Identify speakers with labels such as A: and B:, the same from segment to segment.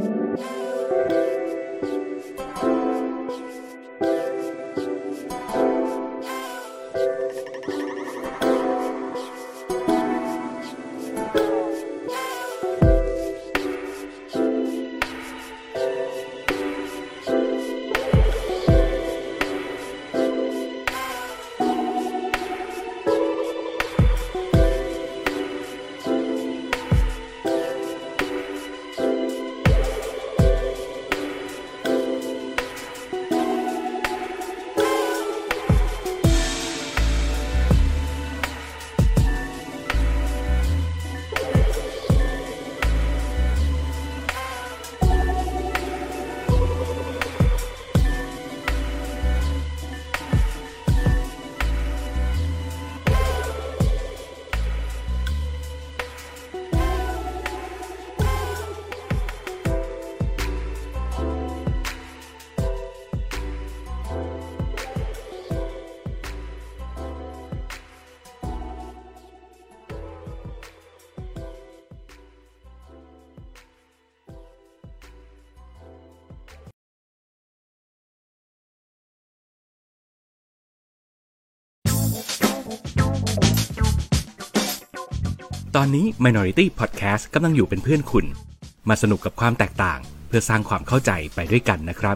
A: ตอนนี้ Minority Podcast กำลังอยู่เป็นเพื่อนคุณมาสนุกกับความแตกต่างเพื่อสร้างความเข้าใจไปด้วยกันนะครับ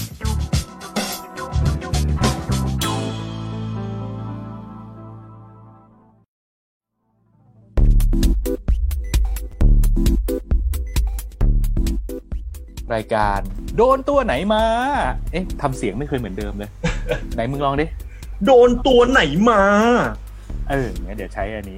B: รายการโดนตัวไหนมาทำเสียงไม่เคยเหมือนเดิมเลย ไหนมึงลองดิ
C: โดนตัวไหนมา
B: งั้นเดี๋ยวใช้อันนี้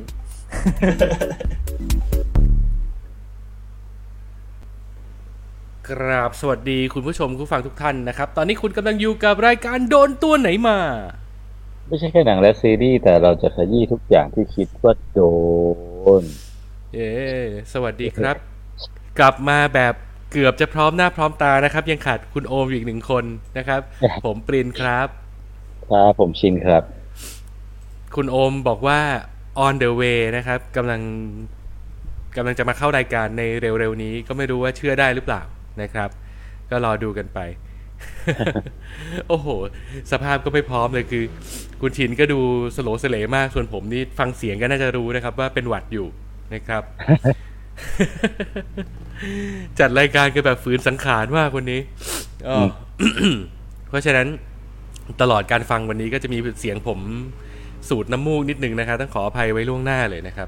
A: กราบสวัสดีคุณผู้ชมผู้ฟังทุกท่านนะครับตอนนี้คุณกำลังอยู่กับรายการโดนตัวไหนมา
D: ไม่ใช่แค่หนังและซีรีส์แต่เราจะขยี้ทุกอย่างที่คิดว่าโดน
A: สวัสดีครับกลับมาแบบเกือบจะพร้อมหน้าพร้อมตานะครับยังขาดคุณโอมอีกหนึ่งคนนะครับ ผมปรินครับ
D: ครับผมชินครับ
A: คุณโอมบอกว่า on the way นะครับกำลังจะมาเข้ารายการในเร็วๆนี้ก็ไม่รู้ว่าเชื่อได้หรือเปล่านะครับก็รอดูกันไป โอ้โหสภาพก็ไม่พร้อมเลยคือคุณชินก็ดูสโลสเลมากส่วนผมนี่ฟังเสียงก็น่าจะรู้นะครับว่าเป็นหวัดอยู่นะครับ จัดรายการกันแบบฝืนสังขารมากวันนี้ เพราะฉะนั้นตลอดการฟังวันนี้ก็จะมีเสียงผมสูดน้ำมูกนิดนึงนะครับต้องขออภัยไว้ล่วงหน้าเลยนะครับ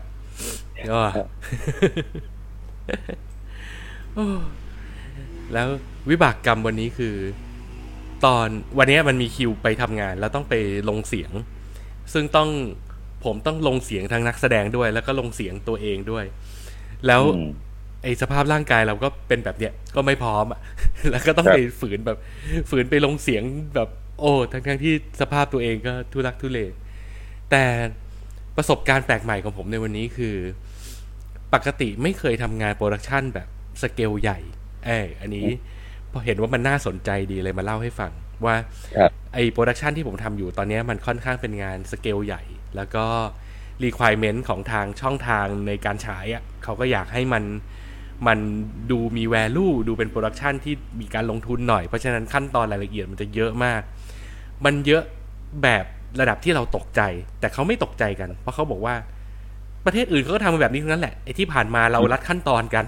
A: แล้ววิบากกรรมวันนี้คือตอนวันนี้มันมีคิวไปทำงานแล้วต้องไปลงเสียงซึ่งผมต้องลงเสียงทางนักแสดงด้วยแล้วก็ลงเสียงตัวเองด้วยแล้วไอ้สภาพร่างกายเราก็เป็นแบบเนี้ยก็ไม่พร้อมอ่ะแล้วก็ต้องไปฝืนไปลงเสียงแบบทั้งที่สภาพตัวเองก็ทุลักทุเลแต่ประสบการณ์แปลกใหม่ของผมในวันนี้คือปกติไม่เคยทำงานโปรดักชันแบบสเกลใหญ่อันนี้พอเห็นว่ามันน่าสนใจดีเลยมาเล่าให้ฟังว่าไอ้โปรดักชันที่ผมทำอยู่ตอนนี้มันค่อนข้างเป็นงานสเกลใหญ่แล้วก็ requirement ของทางช่องทางในการฉายเขาก็อยากให้มันดูมี value ดูเป็นโปรดักชันที่มีการลงทุนหน่อยเพราะฉะนั้นขั้นตอนรายละเอียดมันจะเยอะมากมันเยอะแบบระดับที่เราตกใจแต่เขาไม่ตกใจกันเพราะเขาบอกว่าประเทศอื่นเขาก็ทำแบบนี้ทั้งนั้นแหละไอ้ที่ผ่านมาเรารัดขั้นตอนกัน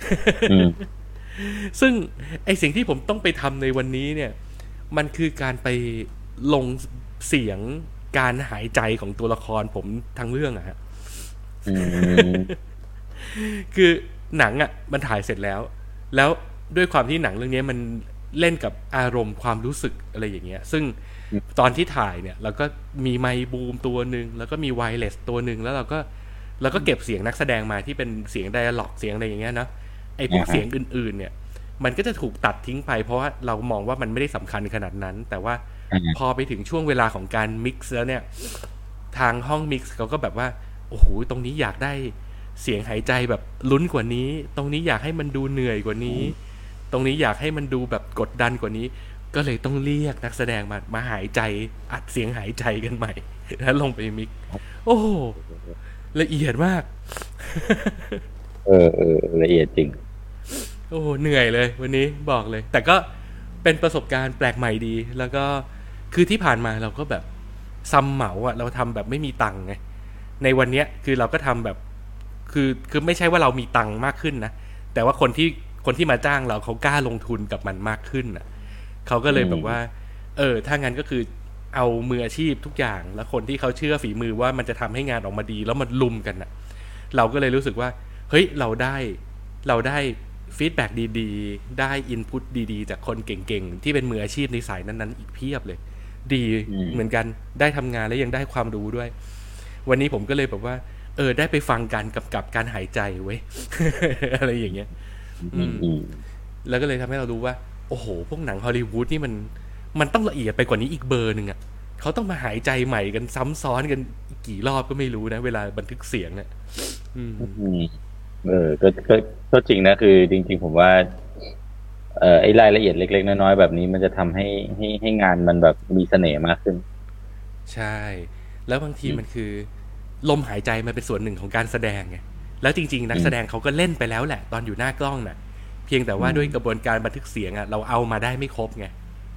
A: ซึ่งไอ้สิ่งที่ผมต้องไปทำในวันนี้เนี่ยมันคือการไปลงเสียงการหายใจของตัวละครผมทั้งเรื่องอะฮะ คือหนังมันถ่ายเสร็จแล้วด้วยความที่หนังเรื่องนี้มันเล่นกับอารมณ์ความรู้สึกอะไรอย่างเงี้ยซึ่งตอนที่ถ่ายเนี่ยเราก็มีไมค์บูมตัวนึงแล้วก็มีไวเลสตัวนึงแล้วเราก็เก็บเสียงนักแสดงมาที่เป็นเสียงไดอะล็อกเสียงอะไรอย่างเงี้ยเนาะไอ้พวกเสียงอื่นๆเนี่ยมันก็จะถูกตัดทิ้งไปเพราะว่าเรามองว่ามันไม่ได้สำคัญขนาดนั้นแต่ว่าพอไปถึงช่วงเวลาของการมิกซ์แล้วเนี่ยทางห้องมิกซ์เขาก็แบบว่าโอ้โหตรงนี้อยากได้เสียงหายใจแบบลุ้นกว่านี้ตรงนี้อยากให้มันดูเหนื่อยกว่านี้ตรงนี้อยากให้มันดูแบบกดดันกว่านี้ก็เลยต้องเรียกนักแสดงมาหายใจอัดเสียงหายใจกันใหม่แล้วลงไปมิกโอ้ละเอียดมาก
D: ละเอียดจริง
A: โอ้โหเหนื่อยเลยวันนี้บอกเลย แต่ก็เป็นประสบการณ์แปลกใหม่ดี แล้วก็คือที่ผ่านมาเราก็แบบซัมเหมาอ่ะเราทำแบบไม่มีตังค์ไงในวันเนี้ยคือเราก็ทำแบบคือไม่ใช่ว่าเรามีตังค์มากขึ้นนะแต่ว่าคนที่มาจ้างเราเขากล้าลงทุนกับมันมากขึ้นอ่ะเขาก็เลยแบบว่าถ้างั้นก็คือเอามืออาชีพทุกอย่างแล้วคนที่เขาเชื่อฝีมือว่ามันจะทำให้งานออกมาดีแล้วมันลุมกันอ่ะเราก็เลยรู้สึกว่าเฮ้ยเราได้ฟีดแบ็กดีๆได้อินพุตดีๆจากคนเก่งๆที่เป็นมืออาชีพในสายนั้นๆอีกเพียบเลยดีเหมือนกันได้ทำงานแล้วยังได้ความรู้ด้วย วันนี้ผมก็เลยแบบว่าได้ไปฟังการกับการหายใจเว้ย อะไรอย่างเงี้ยแล้วก็เลยทำให้เรารู้ว่าโอ้โหพวกหนังฮอลลีวูดนี่มันต้องละเอียดไปกว่านี้อีกเบอร์หนึ่งอ่ะเขาต้องมาหายใจใหม่กันซ้ำซ้อนกันกี่รอบก็ไม่รู้นะเวลาบันทึกเสียงเนี่ย
D: ก็จริงนะคือจริงๆผมว่าไอ้รายละเอียดเล็กๆน้อยๆแบบนี้มันจะทำให้งานมันแบบมีเสน่ห์มากขึ้น
A: ใช่แล้วบางทีมันคือลมหายใจมันเป็นส่วนหนึ่งของการแสดงไงแล้วจริงๆนักแสดงเขาก็เล่นไปแล้วแหละตอนอยู่หน้ากล้องน่ะเพียงแต่ว่าด้วยกระบวนการบันทึกเสียงอ่ะเราเอามาได้ไม่ครบไง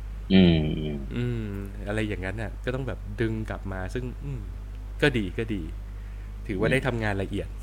A: อะไรอย่างนั้นน่ะก็ต้องแบบดึงกลับมาซึ่งก็ดีถือว่าได้ทำงานละเอียด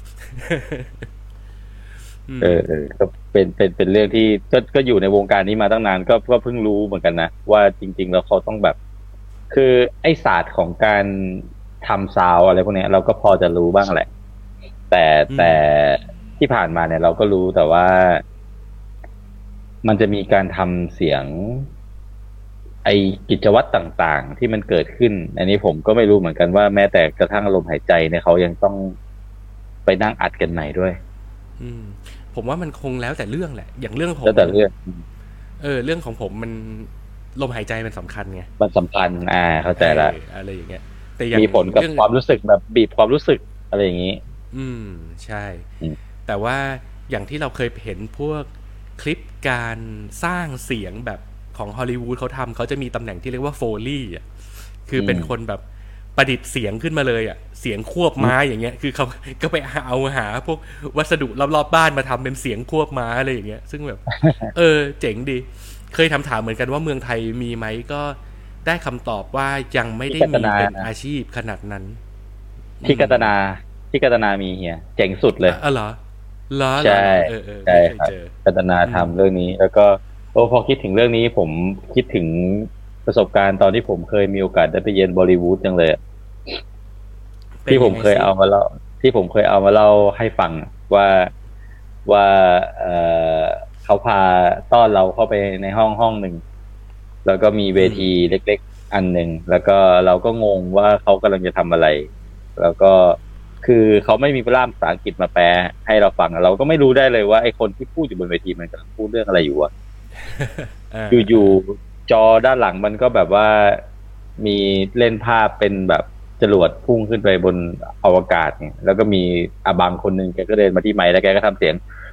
D: ก็เป็นเรื่องที่ก็อยู่ในวงการนี้มาตั้งนานก็เพิ่งรู้เหมือนกันนะว่าจริงๆแล้วเขาต้องแบบคือไอ้ศาสตร์ของการทำซาวอะไรพวกนี้เราก็พอจะรู้บ้างแหละแต่ที่ผ่านมาเนี่ยเราก็รู้แต่ว่ามันจะมีการทำเสียงไอ้กิจวัตรต่างๆที่มันเกิดขึ้นอันนี้ผมก็ไม่รู้เหมือนกันว่าแม้แต่กระทั่งลมหายใจเนี่ยเขายังต้องไปนั่งอัดกันใหม่ด้วย
A: ผมว่ามันคงแล้วแต่เรื่องแหละอย่างเรื่องผม
D: แล้วแต่เรื่อง
A: เรื่องของผมมันลมหายใจมันสำคัญไง
D: มันสำคัญเข้าใจละ
A: อะไรอย่างเงี้ย
D: แต่มีผลกับความรู้สึกแบบบีบความรู้สึกอะไรอย่างนี้
A: ใช่แต่ว่าอย่างที่เราเคยเห็นพวกคลิปการสร้างเสียงแบบของฮอลลีวูดเขาทำเขาจะมีตำแหน่งที่เรียกว่าโฟลี่อ่ะคือเป็นคนแบบประดิษฐ์เสียงขึ้นมาเลยอ่ะเสียงควบม้าอย่างเงี้ยคือเขาก็ไปหาพวกวัสดุรอบๆบ้านมาทำเป็นเสียงควบม้าอะไรอย่างเงี้ยซึ่งแบบเจ๋งดีเคยถามเหมือนกันว่าเมืองไทยมีไหมก็ได้คำตอบว่ายังไม่ได้มีเป็นอาชีพขนาดนั้น
D: ที่กัตนามีเฮียเจ๋งสุดเลย
A: เหรอ
D: ใช่ใช่ครับกัตนาทำเรื่องนี้แล้วก็พอคิดถึงเรื่องนี้ผมคิดถึงประสบการณ์ตอนที่ผมเคยมีโอกาสได้ไปเรียนบอลลีวูดจังเลยที่ผมเคยเอามาเล่าให้ฟังว่าเขาพาต้อนเราเข้าไปในห้องหนึ่งแล้วก็มีเวทีเล็กๆอันหนึ่งแล้วก็เราก็งงว่าเขากำลังจะทำอะไรแล้วก็คือเขาไม่มีภาษาอังกฤษมาแปลให้เราฟังเราก็ไม่รู้ได้เลยว่าไอ้คนที่พูดอยู่บนเวทีมันกำลังพูดเรื่องอะไรอยู่อยู่จอด้านหลังมันก็แบบว่ามีเล่นภาพเป็นแบบจรวดพุ่งขึ้นไปบนอวกาศเนี่ยแล้วก็มีอาบังคนหนึ่งแกก็เดินมาที่ไมค์แล้วแกก็ทำเสียง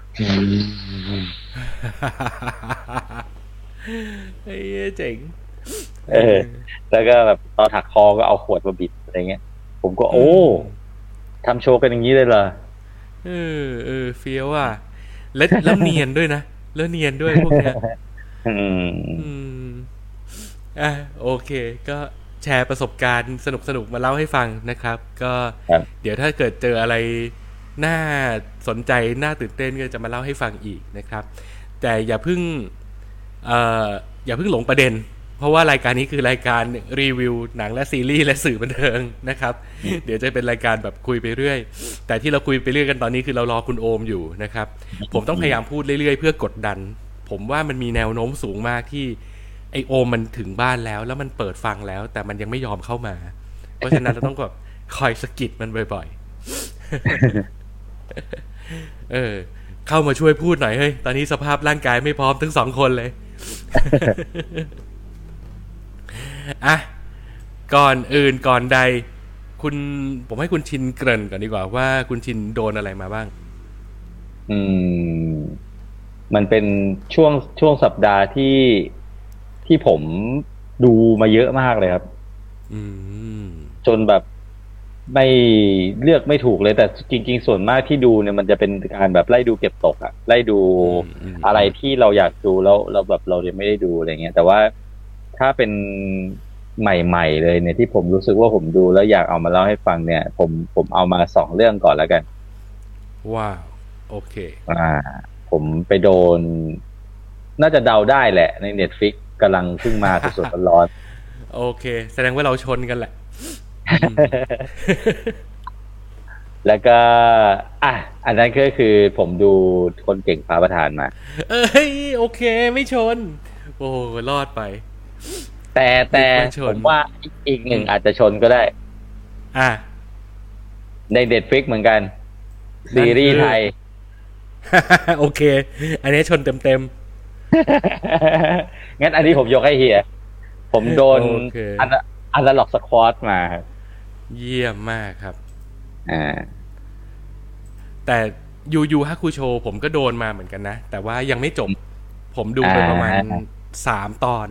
A: เฮ้ยเจ๋ง
D: แล้วก็แบบตอนถักคอก็เอาขวดมาบิดอะไรเงี้ยผมก็ทำโชว์กันอย่างนี้เลยเหรอ
A: เฟี้ยวอ่ะแล้วเนียนด้วยนะแล้วเนียนด้วยพวกเนี้ยโอเคก็แชร์ประสบการณ์สนุกมาเล่าให้ฟังนะครับก็เดี๋ยวถ้าเกิดเจออะไรน่าสนใจน่าตื่นเต้นก็จะมาเล่าให้ฟังอีกนะครับแต่อย่าเพิ่งหลงประเด็นเพราะว่ารายการนี้คือรายการรีวิวหนังและซีรีส์และสื่อบันเทิงนะครับเดี๋ยวจะเป็นรายการแบบคุยไปเรื่อยแต่ที่เราคุยไปเรื่อยกันตอนนี้คือเรารอคุณโอมอยู่นะครับผมต้องพยายามพูดเรื่อยๆเพื่อกดดันผมว่ามันมีแนวโน้มสูงมากที่ไอโอมมันถึงบ้านแล้วมันเปิดฟังแล้วแต่มันยังไม่ยอมเข้ามาเพราะฉะนั้นเราต้องแบบคอยสะกิดมันบ่อยๆเข้ามาช่วยพูดหน่อยเฮ้ยตอนนี้สภาพร่างกายไม่พร้อมทั้งสองคนเลยก่อนอื่นก่อนใดผมให้คุณชินเกริ่นก่อนดีกว่าว่าคุณชินโดนอะไรมาบ้าง
D: มันเป็นช่วงสัปดาห์ที่ผมดูมาเยอะมากเลยครับจนแบบไม่เลือกไม่ถูกเลยแต่จริงๆส่วนมากที่ดูเนี่ยมันจะเป็นการแบบไล่ดูเก็บตกอะไล่ดูอะไรที่เราอยากดูแล้วเราแบบเรายังไม่ได้ดูอะไรเงี้ยแต่ว่าถ้าเป็นใหม่ๆเลยเนี่ยที่ผมรู้สึกว่าผมดูแล้วอยากเอามาเล่าให้ฟังเนี่ยผมเอามา2 เรื่องก่อนแล้วกัน
A: ว้าวโอเค
D: ผมไปโดนน่าจะเดาได้แหละใน Netflix กำลังเพิ่งมาสดๆร้อน
A: โอเคแสดงว่าเราชนกันแหละ
D: แล้วก็อันนั้นก็คือผมดูคนเก่งฟ้าประธานมา
A: โอเคไม่ชนโอ้รอดไป
D: แต่ผมว่าอีกหนึ่งอาจจะชนก็ได้ใน Netflix เหมือนกันซีรีส์ไทย
A: โอเคอันนี้ชนเต็ม
D: งั้นอันนี้ผมยกให้เฮียผมโดนอันละล็อกสควอตมา
A: เยี่ยมมากครับแต่ยูฮาคุโชผมก็โดนมาเหมือนกันนะแต่ว่ายังไม่จบผมดูไปประมาณ3 ตอน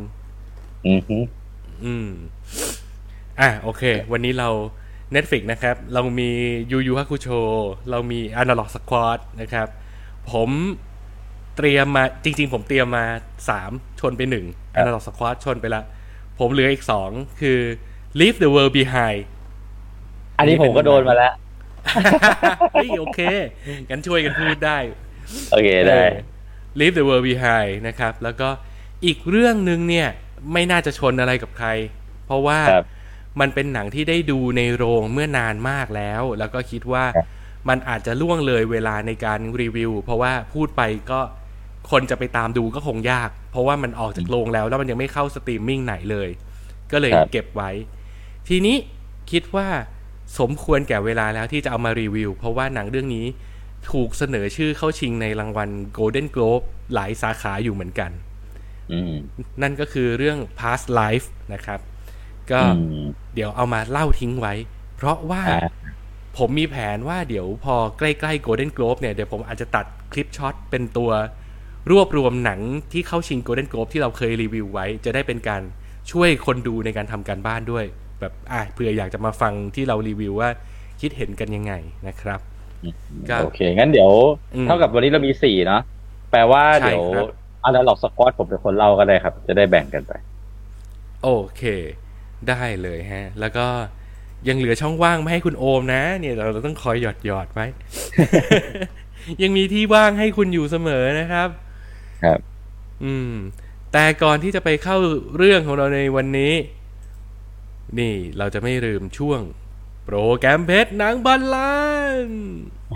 A: โอเควันนี้เรา Netflix นะครับเรามียูฮาคุโชเรามี Analog Squad นะครับผมเตรียมมาจริงๆผมเตรียมมา3ชนไป1 Analog Squad ชนไปละผมเหลืออีก2คือ Leave the World Behind
D: อันนี้ผมก็โดนมาแล้ว
A: โอเคงั้นช่วยกันพูดได้
D: โอเคได้
A: Leave the World Behind นะครับแล้วก็อีกเรื่องนึงเนี่ยไม่น่าจะชนอะไรกับใครเพราะว่ามันเป็นหนังที่ได้ดูในโรงเมื่อนานมากแล้วก็คิดว่ามันอาจจะล่วงเลยเวลาในการรีวิวเพราะว่าพูดไปก็คนจะไปตามดูก็คงยากเพราะว่ามันออกจากโรงแล้วมันยังไม่เข้าสตรีมมิ่งไหนเลยก็เลยเก็บไว้ทีนี้คิดว่าสมควรแก่เวลาแล้วที่จะเอามารีวิวเพราะว่าหนังเรื่องนี้ถูกเสนอชื่อเข้าชิงในรางวัล Golden Globe หลายสาขาอยู่เหมือนกันนั่นก็คือเรื่อง Past Life นะครับก็เดี๋ยวเอามาเล่าทิ้งไว้เพราะว่าผมมีแผนว่าเดี๋ยวพอใกล้ๆ Golden Globe เนี่ยเดี๋ยวผมอาจจะตัดคลิปช็อตเป็นตัวรวบรวมหนังที่เข้าชิง Golden Globe ที่เราเคยรีวิวไว้จะได้เป็นการช่วยคนดูในการทำการบ้านด้วยแบบเผื่ออยากจะมาฟังที่เรารีวิวว่าคิดเห็นกันยังไงนะครับ
D: โอเคงั้นเดี๋ยวเท่ากับวันนี้เรามี4เนาะแปลว่าเดี๋ยวAnalog Squad ผมเป็นคนเล่าก็ได้ครับจะได้แบ่งกันไป
A: โอเคได้เลยฮะแล้วก็ยังเหลือช่องว่างไม่ให้คุณโอมนะเนี่ยเราต้องคอยหยอดไว้ ยังมีที่ว่างให้คุณอยู่เสมอนะครับ
D: ครับ
A: แต่ก่อนที่จะไปเข้าเรื่องของเราในวันนี้นี่เราจะไม่ลืมช่วงโปรแกรมเพชรหนังบัลลังก์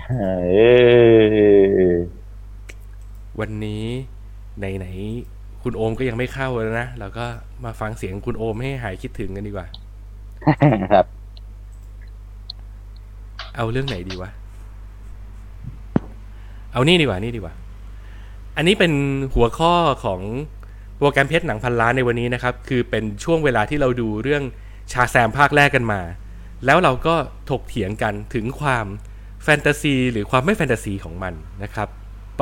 A: วันนี้ไหนคุณโอมก็ยังไม่เข้าแล้วนะเราก็มาฟังเสียงคุณโอมให้หายคิดถึงกันดีกว่า
D: ครับ
A: เอาเรื่องไหนดีวะเอานี่ดีกว่าอันนี้เป็นหัวข้อของโปรแกรมเพชรหนังพันล้านในวันนี้นะครับคือเป็นช่วงเวลาที่เราดูเรื่องชาแซมภาคแรกกันมาแล้วเราก็ถกเถียงกันถึงความแฟนตาซีหรือความไม่แฟนตาซีของมันนะครับไป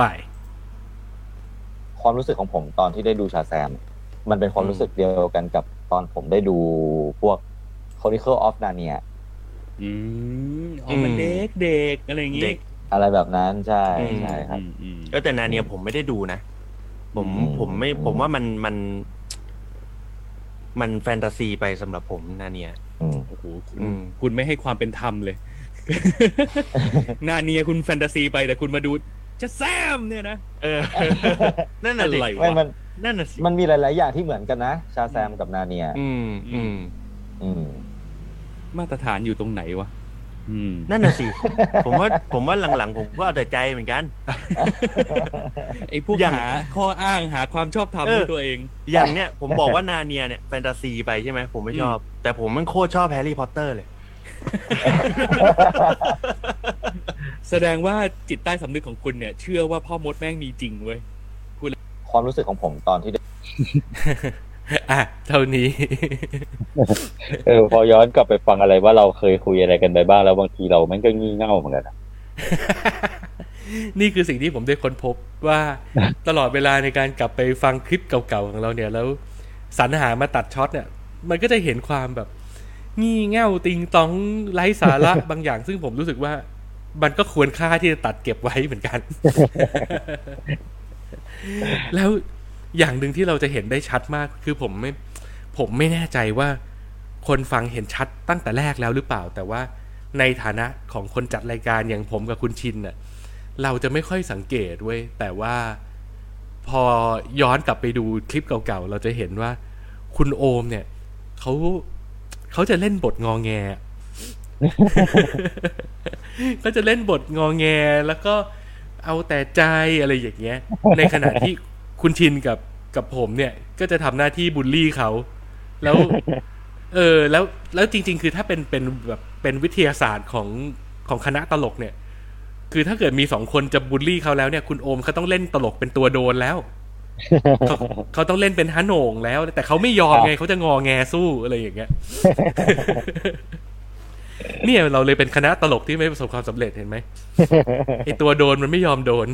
B: ความรู้สึกของผมตอนที่ได้ดูชาแซมมันเป็นความรู้สึกเดียวกันกับตอนผมได้ดูพวก Chronicle of Narnia
A: มันเด็กอะไรอย่างงี้
B: อะไรแบบนั้นใช่ครับ
C: แต่นาเนียผมไม่ได้ดูนะผมว่ามันแฟนตาซีไปสำหรับผมนาเนีย
A: โอ้โหคุณไม่ให้ความเป็นธรรมเลยนาเนียคุณแฟนตาซีไปแต่คุณมาดูจะแซมเนี่ยนะ
C: นั่นอะไรวะนั่นน่ะสิ
B: มันมีหลายๆอย่างที่เหมือนกันนะชาแซมกับนาเนีย
A: มาตรฐานอยู่ตรงไหนวะ
C: นั่นน่ะสิผมว่าหลังๆผมก็เอาแต่ใจเหมือนกัน
A: ไอ้พวกหาข้ออ้างหาความชอบธรรมด้วยตัวเอง
C: อย่างเนี้ยผมบอกว่านาเนียเนี่ยแฟนตาซีไปใช่ไหมผมไม่ชอบแต่ผมมันโคตรชอบแฮร์รี่พอตเตอร์เลย
A: แสดงว่าจิตใต้สำนึกของคุณเนี่ยเชื่อว่าพ่อมดแม่งมีจริงเว้ย
B: ความรู้สึกของผมตอนที่
A: เท่านี้
D: พอย้อนกลับไปฟังอะไรว่าเราเคยคุยอะไรกันไปบ้างแล้วบางทีเรามันก็งี่เง่าเหมือนกัน
A: นี่คือสิ่งที่ผมได้ค้นพบว่าตลอดเวลาในการกลับไปฟังคลิปเก่าๆของเราเนี่ยแล้วสรรหามาตัดช็อตเนี่ยมันก็จะเห็นความแบบงี่เง่าติงตองไร้สาระ บางอย่างซึ่งผมรู้สึกว่ามันก็ควรค่าที่จะตัดเก็บไว้เหมือนกัน แล้วอย่างหนึ่งที่เราจะเห็นได้ชัดมากคือผมไม่แน่ใจว่าคนฟังเห็นชัดตั้งแต่แรกแล้วหรือเปล่าแต่ว่าในฐานะของคนจัดรายการอย่างผมกับคุณชินน่ะเราจะไม่ค่อยสังเกตเว้ยแต่ว่าพอย้อนกลับไปดูคลิปเก่าๆเราจะเห็นว่าคุณโอมเนี่ยเขาจะเล่นบทงอแง ก็จะเล่นบทงอแงแล้วก็เอาแต่ใจอะไรอย่างเงี้ย ในขณะที่คุณชินกับผมเนี่ยก็จะทำหน้าที่บูลลี่เขาแล้วแล้วจริงๆคือถ้าเป็นแบบเป็นวิทยาศาสตร์ของคณะตลกเนี่ยคือถ้าเกิดมี2คนจะบูลลี่เขาแล้วเนี่ยคุณโอมเขาต้องเล่นตลกเป็นตัวโดนแล้วเขาต้องเล่นเป็นฮะโหน่งแล้วแต่เขาไม่ยอมไงเขาจะงอแงสู้อะไรอย่างเงี้ย เนี่ยเราเลยเป็นคณะตลกที่ไม่ประสบความสำเร็จเห็นไหม ไอตัวโดนมันไม่ยอมโดน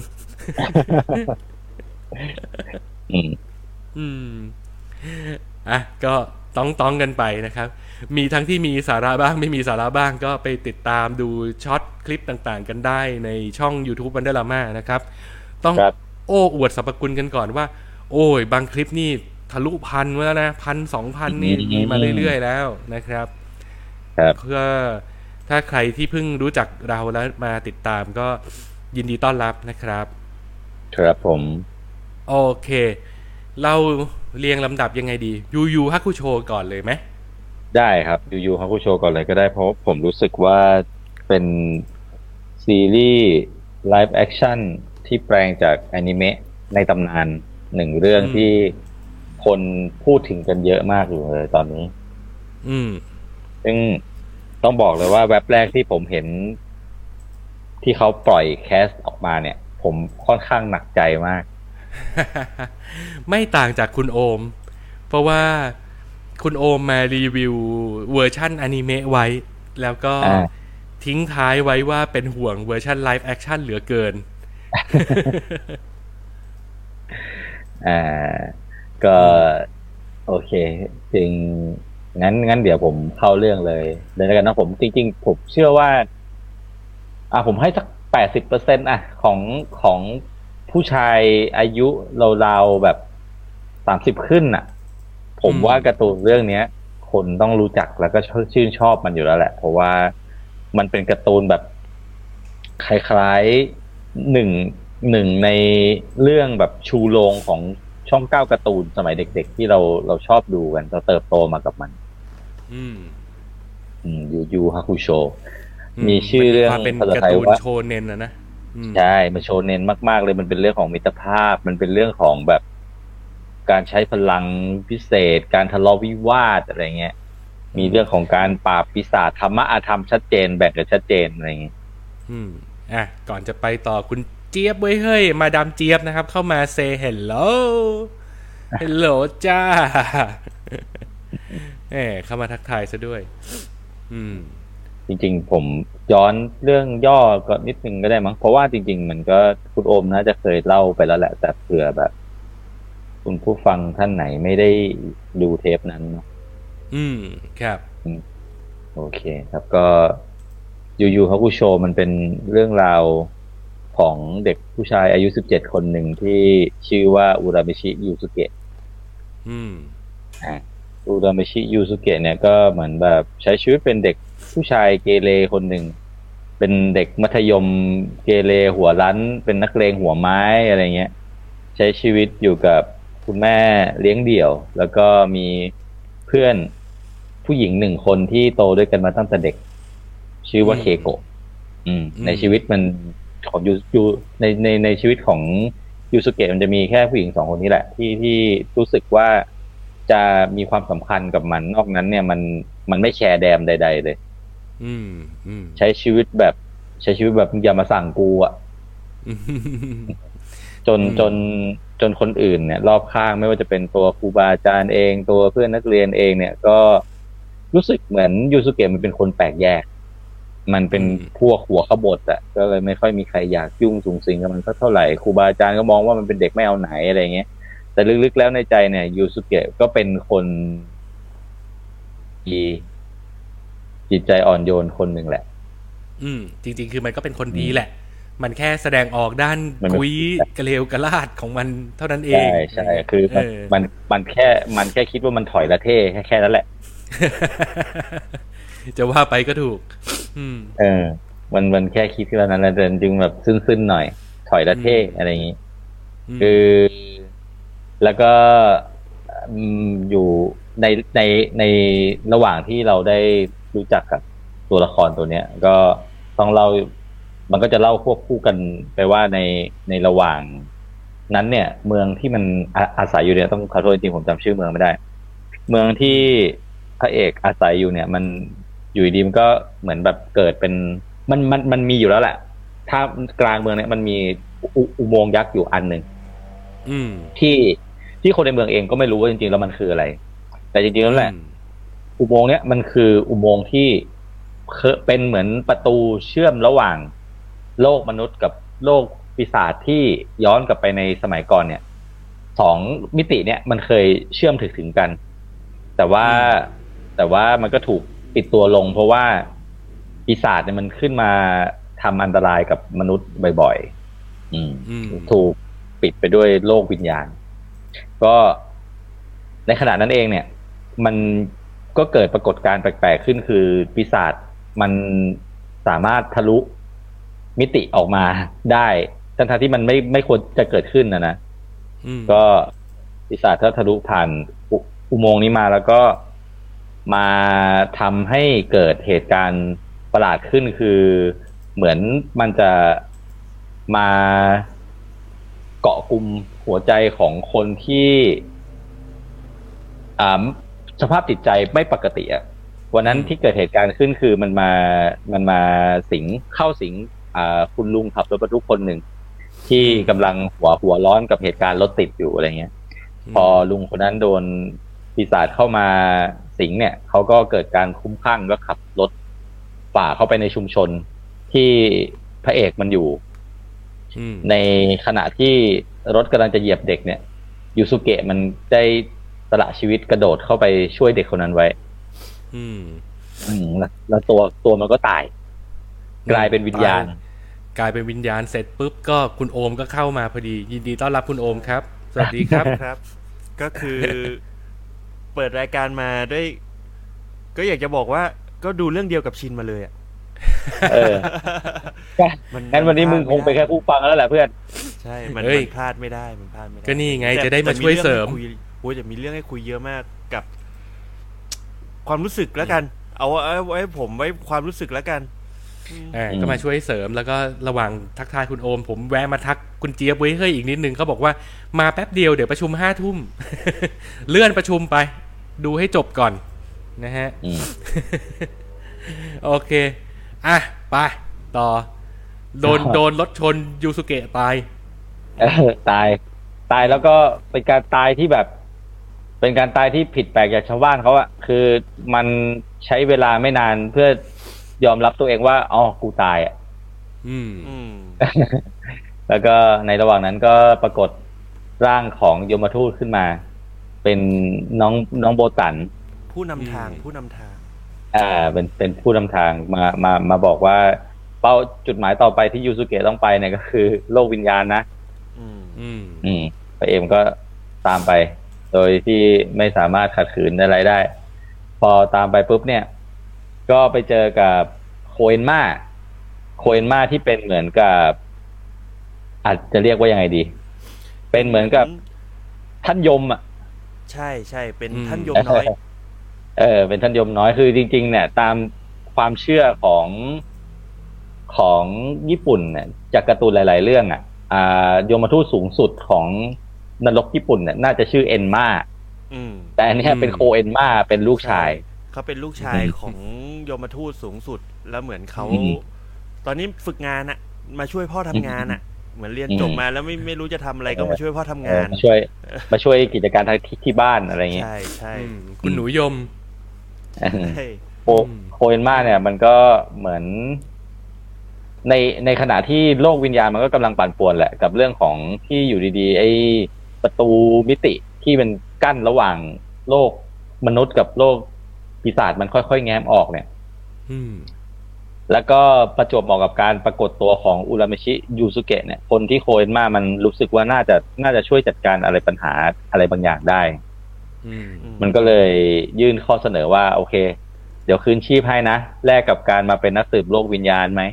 A: อ่ะก็ต้องกันไปนะครับมีทั้งที่มีสาระบ้างไม่มีสาระบ้างก็ไปติดตามดูช็อตคลิปต่างๆกันได้ในช่อง YouTube Wonderama นะครับต้องโอ้อวดสรรพคุณกันก่อนว่าโอ้ยบางคลิปนี่ทะลุพันมาแล้วนะ1,000-2,000นี่มีมาเรื่อยๆแล้วนะครับเพื่อถ้าใครที่เพิ่งรู้จักเราแล้วมาติดตามก็ยินดีต้อนรับนะครับ
D: ครับผม
A: โอเคเราเรียงลำดับยังไงดียูฮักคุโชก่อนเลยไหม
D: ได้ครับยูฮักคุโชก่อนเลยก็ได้เพราะผมรู้สึกว่าเป็นซีรีส์ไลฟ์แอคชั่นที่แปลงจากอนิเมะในตำนานหนึ่งเรื่องที่คนพูดถึงกันเยอะมากอยู่เลยตอนนี้ซึ่งต้องบอกเลยว่าเว็บแรกที่ผมเห็นที่เขาปล่อยแคสออกมาเนี่ยผมค่อนข้างหนักใจมาก
A: ไม่ต่างจากคุณโอมเพราะว่าคุณโอมมารีวิวเวอร์ชั่นอนิเมะไว้แล้วก็ทิ้งท้ายไว้ว่าเป็นห่วงเวอร์ชั่นไลฟ์แอคชั่นเหลือเกิน
D: ก็โอเคจริงงั้นเดี๋ยวผมเข้าเรื่องเลยเดี๋ยวกันนะผมจริงๆผมเชื่อว่าผมให้สัก 80% ของผู้ชายอายุราวๆแบบ30ขึ้นผมว่าการ์ตูนเรื่องนี้คนต้องรู้จักแล้วก็ชื่นชอบมันอยู่แล้วแหละเพราะว่ามันเป็นการ์ตูนแบบคล้ายๆหนึ่งในเรื่องแบบชูโรงของช่อง9การ์ตูนสมัยเด็กๆที่เราชอบดูกันเราเติบโตมากับมันยูฮักคุโชมีชื่อเรื่อง
A: ภาษาไทยว่าโชเน็นนะ
D: ใช่มันโชเน็นมากๆเลยมันเป็นเรื่องของมิตรภาพมันเป็นเรื่องของแบบการใช้พลังพิเศษการทะเลาะวิวาทอะไรเงี้ยมีเรื่องของการปราบปีศาจธรรมะอาธรรมชัดเจนแบ่งกันชัดเจนอะไรเงี้ย
A: ก่อนจะไปต่อคุณเจี๊ยบเว้ยเฮ้ยมาดามเจี๊ยบนะครับเข้ามาเซเฮลโลเฮลโลจ้าเข้ามาทักทายซะด้วย
D: จริงๆผมย้อนเรื่องย่อก็นิดนึงก็ได้มั้งเพราะว่าจริงๆมันก็คุณโอมน่าจะเคยเล่าไปแล้วแหละแต่เผื่อแบบคุณผู้ฟังท่านไหนไม่ได้ดูเทปนั้นเนาะ
A: ครับ
D: โอเคครับก็ยูฮักคุโชมันเป็นเรื่องราวของเด็กผู้ชายอายุ17คนหนึ่งที่ชื่อว่าอุรามิชิยูสุเกะอุรามิชิยูสุเกะเนี่ยก็เหมือนแบบใช้ชีวิตเป็นเด็กผู้ชายเกเรคนหนึ่งเป็นเด็กมัธยมเกเรหัวรั้นเป็นนักเลงหัวไม้อะไรเงี้ยใช้ชีวิตอยู่กับคุณแม่เลี้ยงเดี่ยวแล้วก็มีเพื่อนผู้หญิง1คนที่โตด้วยกันมาตั้งแต่เด็กชื่อว่าเคโกะในชีวิตมันของยูในชีวิตของยูสุเกะมันจะมีแค่ผู้หญิง2คนนี้แหละที่รู้สึกว่าจะมีความสำคัญกับมันนอกนั้นเนี่ยมันไม่แคร์แดมใดๆเลยใช้ชีวิตแบบอย่ามาสั่งกูจนคนอื่นเนี่ยรอบข้างไม่ว่าจะเป็นตัวครูบาอาจารย์เองตัวเพื่อนนักเรียนเองเนี่ยก็รู้สึกเหมือนยูสุเกะมันเป็นคนแปลกแยกมันเป็นพวกหัวขบถก็เลยไม่ค่อยมีใครอยากยุ่งสุงสิงกับมันสักเท่าไหร่ครูบาอาจารย์ก็มองว่ามันเป็นเด็กไม่เอาไหนอะไรเงี้ยแต่ลึกๆแล้วในใจเนี่ยยูสุเกะก็เป็นคนจิตใจอ่อนโยนคนหนึ่งแหละ
A: จริงๆคือมันก็เป็นคนดีแหละมันแค่แสดงออกด้านกุยกระเลวกระลาดของมันเท่านั้นเอง
D: ใช่คือมันแค่คิดว่ามันถอยละเท่แค่นั้นแหละ
A: จะว่าไปก็ถูก
D: มันแค่คิดแค่นั้นแล้วจึงแบบซึ้นๆหน่อยถอยละเท่อะไรอย่างนี้คือแล้วก็อยู่ในระหว่างที่เราได้รู้จักกับตัวละครตัวเนี้ยก็ต้องเล่ามันก็จะเล่าควบคู่กันไปว่าในระหว่างนั้นเนี่ยเมืองที่มันอาศัยอยู่เนี่ยต้องขอโทษจริงผมจำชื่อเมืองไม่ได้เมืองที่พระเอกอาศัยอยู่เนี่ยมันอยู่ดีมันก็เหมือนแบบเกิดเป็นมันมีอยู่แล้วแหละถ้ากลางเมืองเนี่ยมันมีอุโมงค์ยักษ์อยู่อันหนึ่งที่คนในเมืองเองก็ไม่รู้ว่าจริงๆแล้วมันคืออะไรแต่จริงๆแล้วแหละอุโมงค์เนี้ยมันคืออุโมงค์ที่เป็นเหมือนประตูเชื่อมระหว่างโลกมนุษย์กับโลกปีศาจที่ย้อนกลับไปในสมัยก่อนเนี่ยสองมิติเนี่ยมันเคยเชื่อมถึงกันแต่ว่ามันก็ถูกปิดตัวลงเพราะว่าปีศาจเนี่ยมันขึ้นมาทำอันตรายกับมนุษย์บ่อยๆถูกปิดไปด้วยโลกวิญญาณก็ในขณะนั้นเองเนี่ยมันก็เกิดปรากฏการณ์แปลกๆขึ้นคือปีศาจมันสามารถทะลุมิติออกมาได้ทั้งที่มันไม่ควรจะเกิดขึ้นนะก็ปีศาจถ้าทะลุผ่านอุโมงค์นี้มาแล้วก็มาทำให้เกิดเหตุการณ์ประหลาดขึ้นคือเหมือนมันจะมาเกาะกลุ่มหัวใจของคนที่สภาพจิตใจไม่ปกติอ่ะวันนั้นที่เกิดเหตุการณ์ขึ้นคือมันมาเข้าสิงคุณลุงขับรถบรรทุกคนหนึ่งที่กำลังหัวร้อนกับเหตุการณ์รถติดอยู่อะไรเงี้ยพอลุงคนนั้นโดนปีศาจเข้ามาสิงเนี่ยเขาก็เกิดการคลุ้มคลั่งก็ขับรถฝ่าเข้าไปในชุมชนที่พระเอกมันอยู่ในขณะที่รถกำลังจะเหยียบเด็กเนี่ยยูสุเกะมันได้สละชีวิตกระโดดเข้าไปช่วยเด็กคนนั้นไว้แล้วตัวมันก็ตายกลายเป็นวิญญาณ
A: เสร็จปุ๊บก็คุณโอมก็เข้ามาพอดียินดีต้อนรับคุณโอมครับสวัสดีครับ
C: ครับก็คือเปิดรายการมาด้วยก็อยากจะบอกว่าก็ดูเรื่องเดียวกับชินมาเลยอ่ะ
D: งั้นวันนี้มึงคงไปแค่ผู้ฟังแล้วแหละเพื่อน
C: ใช่มันพลาดไม่ได้
A: ก็นี่ไงจะได้มาช่วยเสริม
C: โอ้ยจะมีเรื่องให้คุยเยอะมากกับความรู้สึกแล้วกันเอาไว้ผมไว้ความรู้สึกแล้วกัน
A: ก็มาช่วยเสริมแล้วก็ระหว่างทักทายคุณโอมผมแวะมาทักคุณเจี๊ยบไว้เฮ้ยอีกนิดนึงเขาบอกว่ามาแป๊บเดียวเดี๋ยวประชุม5 ทุ่ม เลื่อนประชุมไปดูให้จบก่อนนะฮะโอเคไปต่อโดนรถชนยูสุเกะตาย
D: แล้วก็เป็นการตายที่แบบเป็นการตายที่ผิดแปลกจากชาวบ้านเขาอะคือมันใช้เวลาไม่นานเพื่อยอมรับตัวเองว่าอ๋อกูตายอะแล้วก็ในระหว่างนั้นก็ปรากฏร่างของยมทูตขึ้นมาเป็นน้องโบตัน
C: ผู้นำทางเป็นผู้นำท
D: างมาบอกว่าเป้าจุดหมายต่อไปที่ยูสุเกะต้องไปเนี่ยก็คือโลกวิญญาณนะพระเอ็มก็ตามไปโดยที่ไม่สามารถขัดขืนอะไรได้พอตามไปปุ๊บเนี่ยก็ไปเจอกับโคเอนมาที่เป็นเหมือนกับอาจจะเรียกว่ายังไงดีเป็นเหมือนกับท่านยมอ่ะ
C: ใช่เป็นท่านยมน้อย
D: เป็นท่านยมน้อยคือจริงๆเนี่ยตามความเชื่อของญี่ปุ่นเนี่ยจากการ์ตูนหลายๆเรื่องยมทูตสูงสุดของนรกญี่ปุ่นเนี่ยน่าจะชื่อเอ็นมาแต่อันนี้เป็นโคเอ็นมาเป็นลูกชาย
C: เขาเป็นลูกชายของยมทูตสูงสุดแล้วเหมือนเขาตอนนี้ฝึกงานมาช่วยพ่อทำงานเหมือนเรียนจบมาแล้วไม่รู้จะทำอะไรก็มาช่วยพ่อทำงาน
D: มาช่วยกิจการที่บ้านอะไรเงี้ย
C: ใช่
A: คุณหนูยม
D: โคเอนมาเนี่ยมันก็เหมือนในขณะที่โลกวิญญาณมันก็กำลังปั่นป่วนแหละกับเรื่องของที่อยู่ดีๆไอ้ประตูมิติที่เป็นกั้นระหว่างโลกมนุษย์กับโลกปีศาจมันค่อยๆแง้มออกเนี่ยแล้วก็ประจวบเหมาะกับการปรากฏตัวของอุราเมชิยูสุเกะเนี่ยคนที่โคเอนมามันรู้สึกว่าน่าจะช่วยจัดการอะไรปัญหาอะไรบางอย่างได้มันก็เลยยื่นข้อเสนอว่าโอเคเดี๋ยวคืนชีพให้นะแลกกับการมาเป็นนักสืบโลกวิญญาณไหม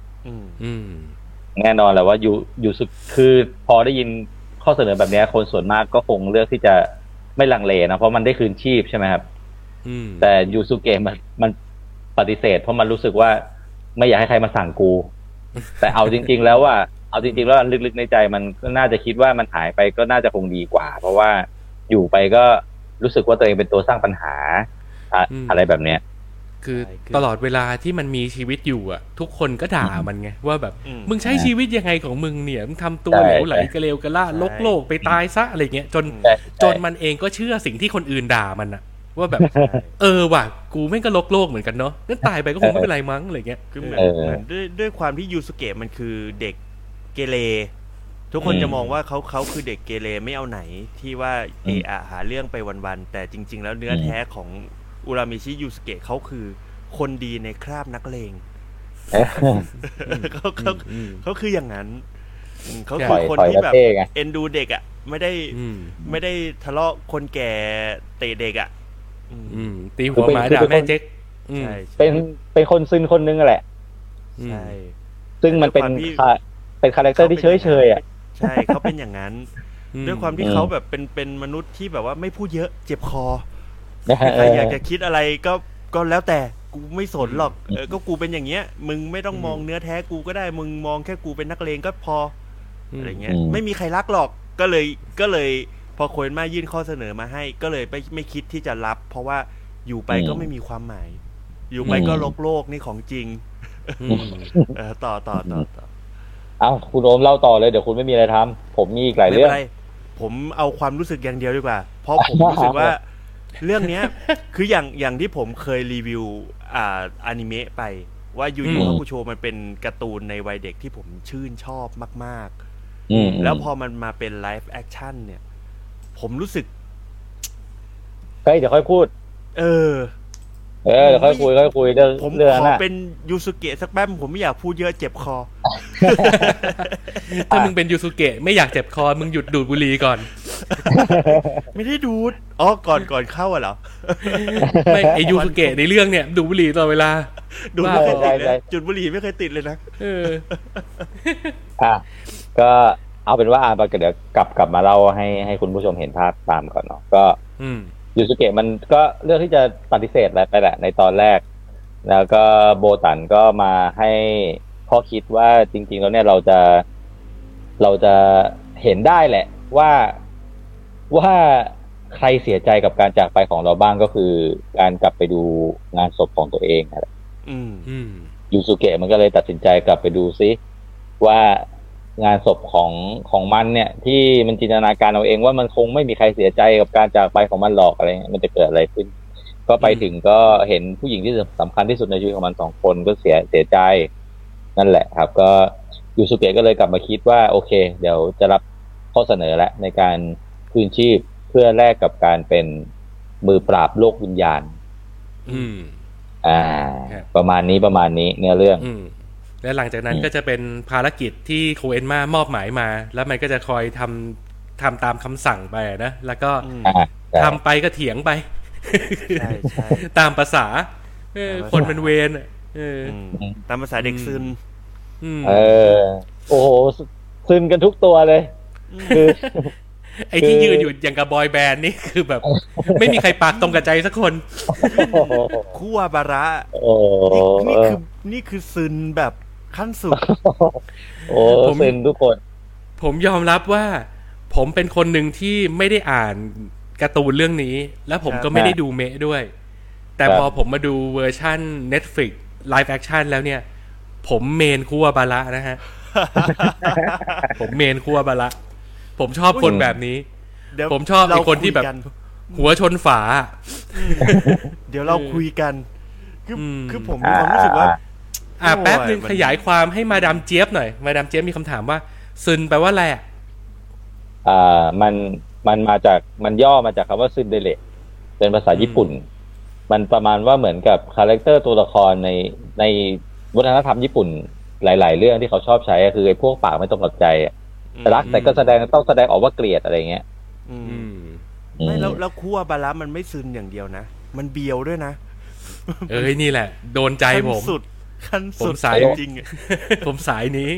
D: แน่นอนแหละว่ายูสุคือพอได้ยินข้อเสนอแบบนี้คนส่วนมากก็คงเลือกที่จะไม่ลังเลนะเพราะมันได้คืนชีพใช่ไหมครับแต่ยูสุเกะมันปฏิเสธเพราะมันรู้สึกว่าไม่อยากให้ใครมาสั่งกูแต่เอาจริงๆแล้วลึกๆในใจมันก็น่าจะคิดว่ามันหายไปก็น่าจะคงดีกว่าเพราะว่าอยู่ไปก็รู้สึกว่าตัวเองเป็นตัวสร้างปัญหาอะไรแบบเนี้ย
A: คือตลอดเวลาที่มันมีชีวิตอยู่อ่ะทุกคนก็ด่ามันไงว่าแบบมึงใช้ชีวิตยังไงของมึงเนี่ยมึงทำตัวเหลวไหลกระเลวกระล่าลกโลกไปตายซะอะไรเงี้ยจนมันเองก็เชื่อสิ่งที่คนอื่นด่ามันอ่ะว่าแบบว่ะกูแม่งก็โลกเหมือนกันเนาะงั้นตายไปก็คงไม่เป็นไรมั้งอะไรเงี้ย
C: คือเหมือนด้วยความที่ยูสุเกะมันคือเด็กเกเรทุกคนจะมองว่าเขาคือเด็กเกเรไม่เอาไหนที่ว่าหาเรื่องไปวันๆแต่จริงๆแล้วเนื้อแท้ของอุรามิชิยูสุเกะเขาคือคนดีในคราบนักเลงเขาคืออย่างนั้นเขาคือคนที่แบบเอ็นดูเด็กอ่ะไม่ได้ทะเลาะคนแก่เตะเด็กอ่ะ
A: ตีหัวหมาด่าแม่เจ๊ก
B: เป็นคนซึนคนนึงแหละ
C: ใช่
B: ซึ่งมันเป็นคาแรคเตอร์ที่เฉยๆอ่ะ
C: ใช่เขาเป็นอย่างนั้นด้วยความที่เขาแบบเป็นมนุษย์ที่แบบว่าไม่พูดเยอะเจ็บคอใครอยากจะคิดอะไรก็แล้วแต่กูไม่สนหรอกก็กูเป็นอย่างเงี้ยมึงไม่ต้องมองเนื้อแท้กูก็ได้มึงมองแค่กูเป็นนักเลงก็พออะไรเงี้ยไม่มีใครรักหรอกก็เลยพอโคเอนมายื่นข้อเสนอมาให้ก็เลยไม่คิดที่จะรับเพราะว่าอยู่ไปก็ไม่มีความหมายอยู่ไปก็โลกนี่ของจริงต่อ
B: เอ้าคุณโอมเล่าต่อเลยเดี๋ยวคุณไม่มีอะไรทำผมมีอีกหลายเรื่อง
C: ผมเอาความรู้สึกอย่างเดียวดีกว่าเพราะผมรู้สึกว่าเรื่องเนี้ยคืออย่างที่ผมเคยรีวิวอนิเมะไปว่ายูยูฮาคุโชมันเป็นการ์ตูนในวัยเด็กที่ผมชื่นชอบมากๆแล้วพอมันมาเป็นไลฟ์แอคชั่นเนี่ยผมรู้สึก
B: เดี๋ยวค่อยพูดเดี๋ยวค่อยคุยเรื่อง
C: ผมขอเป็นยูสุเกะสักแป๊บผมไม่อยากพูดเยอะเจ็บคอ
A: ถ้ามึงเป็นยูสุเกะไม่อยากเจ็บคอมึงหยุดดูดบุหรี่ก่อน
C: ไม่ได้ดูดก่อนเข้าเหรอ
A: ไม่ไอยูสุเกะในเรื่องเนี่ยดูดบุหรี่ตลอดเวลา
C: ดูไม่เคยติดเลยจุดบุหรี่ไม่เคยติดเลยนะ
B: ก็เอาเป็นว่าเดี๋ยวกลับมาเล่าให้คุณผู้ชมเห็นภาพตามก่อนเนาะก็ยูสุเกะมันก็เลือกที่จะปฏิเสธไปแหละในตอนแรกแล้วก็โบตันก็มาให้ข้อคิดว่าจริงๆแล้วเนี่ยเราจะเห็นได้แหละว่าใครเสียใจกับการจากไปของเราบ้างก็คือการกลับไปดูงานศพของตัวเองนะยูสุเกะมันก็เลยตัดสินใจกลับไปดูซิว่างานศพของมันเนี่ยที่มันจินตนาการเอาเองว่ามันคงไม่มีใครเสียใจกับการจากไปของมันหรอกอะไรมันจะเกิดอะไรขึ้นก็ไปถึงก็เห็นผู้หญิงที่สำคัญที่สุดในชีวิตของมัน2คนก็เสียใจนั่นแหละครับก็ยูสุเกะก็เลยกลับมาคิดว่าโอเคเดี๋ยวจะรับข้อเสนอแล้วในการคืนชีพเพื่อแลกกับการเป็นมือปราบโลกวิญญาณประมาณนี้เนื้อเรื่อง
A: และหลังจากนั้นก็จะเป็นภารกิจที่โคเอนมามอบหมายมาแล้วมันก็จะคอยทำตามคำสั่งไปนะแล้วก็ทำไปก็เถียงไปตามภาษาคนเป็นเวร
C: ตามภาษาเด็กซึน
B: โอ้โหซึนกันทุกตัวเลยคือ
A: ไอ้ที่ยืนอยู่อย่างกับบอยแบนด์นี่คือแบบไม่มีใครปากตรงกับใจสักคน
C: คู่บาระนี่คือซึนแบบขั้นสุด
B: ผมซึนทุกคน
A: ผมยอมรับว่าผมเป็นคนหนึ่งที่ไม่ได้อ่านการ์ตูนเรื่องนี้แล้วผมก็ไม่ได้ดูเมะด้วยแต่พอผมมาดูเวอร์ชั่น Netflix Live Action แล้วเนี่ยผมเมนคู่บาระนะฮะผมเมนคู่บาระผมชอบคนแบบนี้ผมชอบไอ้คนที่แบบหัวชนฝา
C: เดี๋ยวเราคุยกันคือผมมีความรู้สึกว่า
A: แป๊บนึงขยายความให้มาดามเจี๊ยบหน่อยมาดามเจี๊ยบมีคำถามว่าซึนแปลว่าอะไร
B: มันมาจากมันย่อมาจากคำว่าซึนเดเระเป็นภาษาญี่ปุ่นมันประมาณว่าเหมือนกับคาแรคเตอร์ตัวละครในวัฒนธรรมญี่ปุ่นหลายๆเรื่องที่เขาชอบใช้ก็คือไอ้พวกปากไม่ตรงกับใจแต่รักแต่ก็ต้องแสดงออกว่าเกลียดอะไรเงี้ย
C: ไม่แล้วคูอาบาระมันไม่ซึนอย่างเดียวนะมันเบียวด้วยนะ
A: นี่แหละโดนใจผม
C: ขั้นสุดสายจริง
A: ผมสายนี้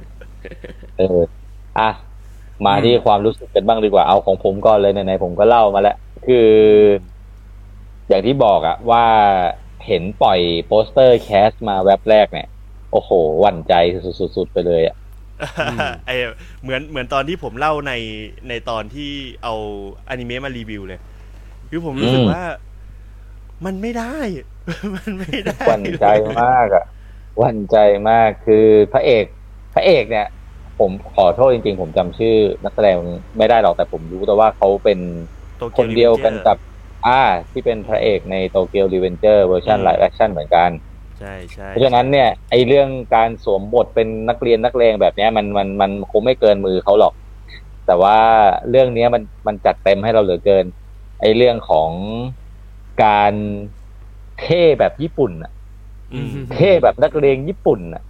B: อ่ะมาที่ความรู้สึกกันบ้างดีกว่าเอาของผมก่อนเลยไหนๆผมก็เล่ามาแล้วคืออย่างที่บอกอะว่าเห็นปล่อยโปสเตอร์แคสมาแว็บแรกเนี่ยโอ้โหหวั่นใจสุดๆไปเลยอะ
C: เหมือนตอนที่ผมเล่าในตอนที่เอาอนิเมะมารีวิวเลยคือผมรู้สึกว่ามันไม่ได้มันไม่ได้
B: หวั่นใจมากอะหวั่นใจมากคือพระเอกเนี่ยผมขอโทษจริงๆผมจำชื่อนักแสดงไม่ได้หรอกแต่ผมรู้แต่ว่าเขาเป็นคนเดียวกันกับที่เป็นพระเอกในโตเกียวรีเวนเจอร์เวอร์ชันไลฟ์แอคชั่นเหมือนกัน
C: ใช่ใช่
B: เพราะฉะนั้นเนี่ยไอเรื่องการสวมบทเป็นนักเรียนนักเลงแบบนี้มันคงไม่เกินมือเขาหรอกแต่ว่าเรื่องนี้มันจัดเต็มให้เราเหลือเกินไอเรื่องของการเท่แบบญี่ปุ่นอ่ะเท่แบบนักเลงญี่ปุ่นอ่ะ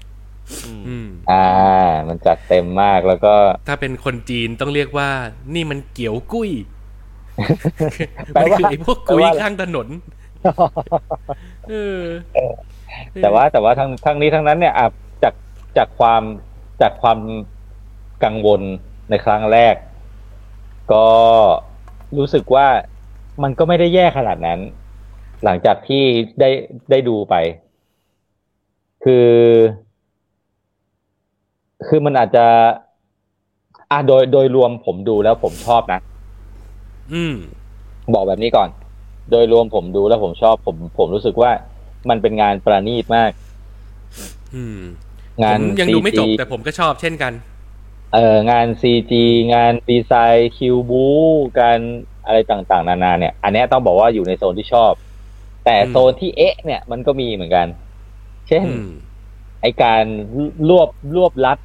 B: มันจัดเต็มมากแล้วก็
A: ถ้าเป็นคนจีนต้องเรียกว่านี่มันเกี่ยวกุ้ยมันคือไอ้พวกกุ้ยข้างถนน
B: แต่ว่าทั้งนี้ทั้งนั้นเนี่ยจากความกังวลในครั้งแรกก็รู้สึกว่ามันก็ไม่ได้แย่ขนาดนั้นหลังจากที่ได้ดูไปคือมันอาจจะโดยรวมผมดูแล้วผมชอบนะบอกแบบนี้ก่อนโดยรวมผมดูแล้วผมชอบผมรู้สึกว่ามันเป็นงานประณีตมาก
A: งานยังดูไม่จบแต่ผมก็ชอบเช่นกัน
B: งาน CG งานดีไซน์คิวบูการอะไรต่างๆนานาเนี่ยอันนี้ต้องบอกว่าอยู่ในโซนที่ชอบแต่โซนที่เนี่ยมันก็มีเหมือนกันเช่นไอการรวบลัด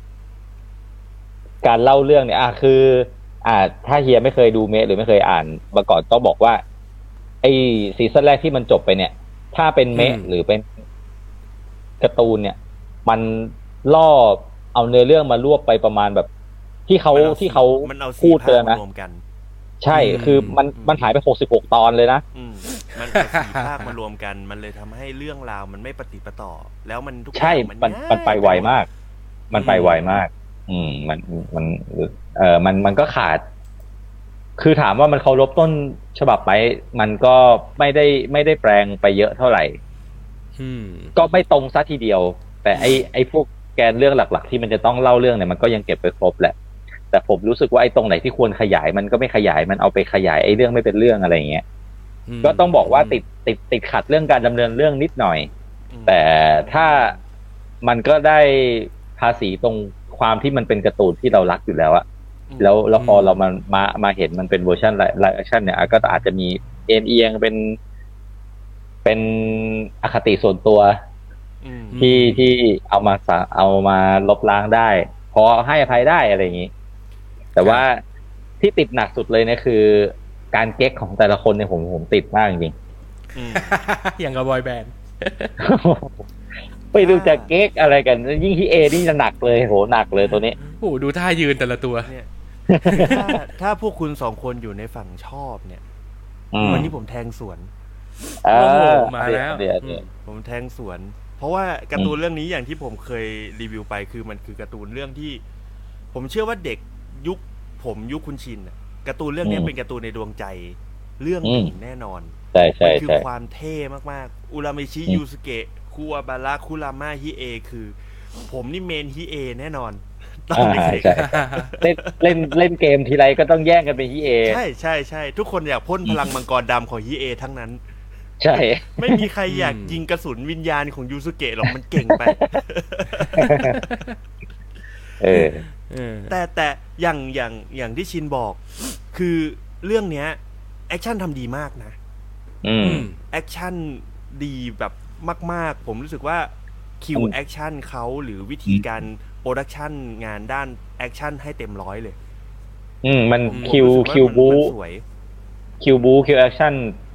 B: การเล่าเรื่องเนี่ยคือถ้าเฮียไม่เคยดูเมะหรือไม่เคยอ่านมาก่อนต้องบอกว่าไอซีซั่นแรกที่มันจบไปเนี่ยถ้าเป็นเมะหรือเป็นการ์ตูนเนี่ยมันล่อเอาเนื้อเรื่องมารวบไปประมาณแบบที่เขาพูดเลยนะใช่คือมันหายไป66 ตอนเลยนะ
C: มันเอา4 ภาคมารวมกันมันเลยทำให้เรื่องราวมันไม่ปฏิปต่อแล้วมันทุก
B: อย่างมันไปไวมากมันไปไวมากมันก็ขาดคือถามว่ามันเคารพต้นฉบับไหมมันก็ไม่ได้แปลงไปเยอะเท่าไหร่ก็ไม่ตรงซะทีเดียวแต่ไอ้พวกแกนเรื่องหลักๆที่มันจะต้องเล่าเรื่องเนี่ยมันก็ยังเก็บไปครบแหละแต่ผมรู้สึกว่าไอ้ตรงไหนที่ควรขยายมันก็ไม่ขยายมันเอาไปขยายไอ้เรื่องไม่เป็นเรื่องอะไรอย่างเงี้ยก็ต้องบอกว่าติดขัดเรื่องการดำเนินเรื่องนิดหน่อยแต่ถ้ามันก็ได้ภาษีตรงความที่มันเป็นการ์ตูนที่เรารักอยู่แล้วอะแล้วพอเรามาเห็นมันเป็นเวอร์ชันไลฟ์แอคชั่นเนี่ยก็อาจจะมีเอียงเป็นอคติส่วนตัวที่เอามาลบล้างได้พอให้อภัยได้อะไรอย่างนี้แต่ว่าที่ติดหนักสุดเลยเนี่ยคือการเก๊กของแต่ละคนเนี่ยผมติดมากจริง
A: อย่างกับบอยแบนด์
B: ไปดูจะเก๊กอะไรกันยิ่งที่นี่จะหนักเลยโหหนักเลยตัวนี้
A: โอ้ดูท่ายืนแต่ละตัว
C: เนี่ยถ้าพวกคุณ2 คนอยู่ในฝั่งชอบเนี่ยวันนี้ผมแทงสวน
A: มาแล้ว
C: ผมแทงสวนเพราะว่าการ์ตูนเรื่องนี้อย่างที่ผมเคยรีวิวไปคือมันคือการ์ตูนเรื่องที่ผมเชื่อว่าเด็กยุคคุณชินการ์ตูนเรื่องนี้เป็นการ์ตูนในดวงใจเรื่องหนึ่งแน่นอน
B: มัน
C: คือความเท่มากๆอุรามิชิยูสุเกะคูอาบาระคุราม่าฮิเอคือผมนี่เมนฮิเอแน่นอนตอนเด็ก
B: ๆเล่นเกมทีไรก็ต้องแย่งกันเป็นฮิเอ
C: ใช่ทุกคนอยากพ่นพลังมังกรดำของฮิเอทั้งนั้น
B: ใช่
C: ไม่มีใครอยากยิงกระสุนวิญญาณของยูสุเกะหรอกมันเก่งไปแต่อย่างที่ชินบอกคือเรื่องเนี้ยแอคชั่นทำดีมากนะแอคชั่นดีแบบมากๆผมรู้สึกว่าคิวแอคชั่นเขาหรือวิธีการโปรดักชันงานด้านแอคชั่นให้เต็ม100เลย
B: มันคิวบูคิวแอคชั่น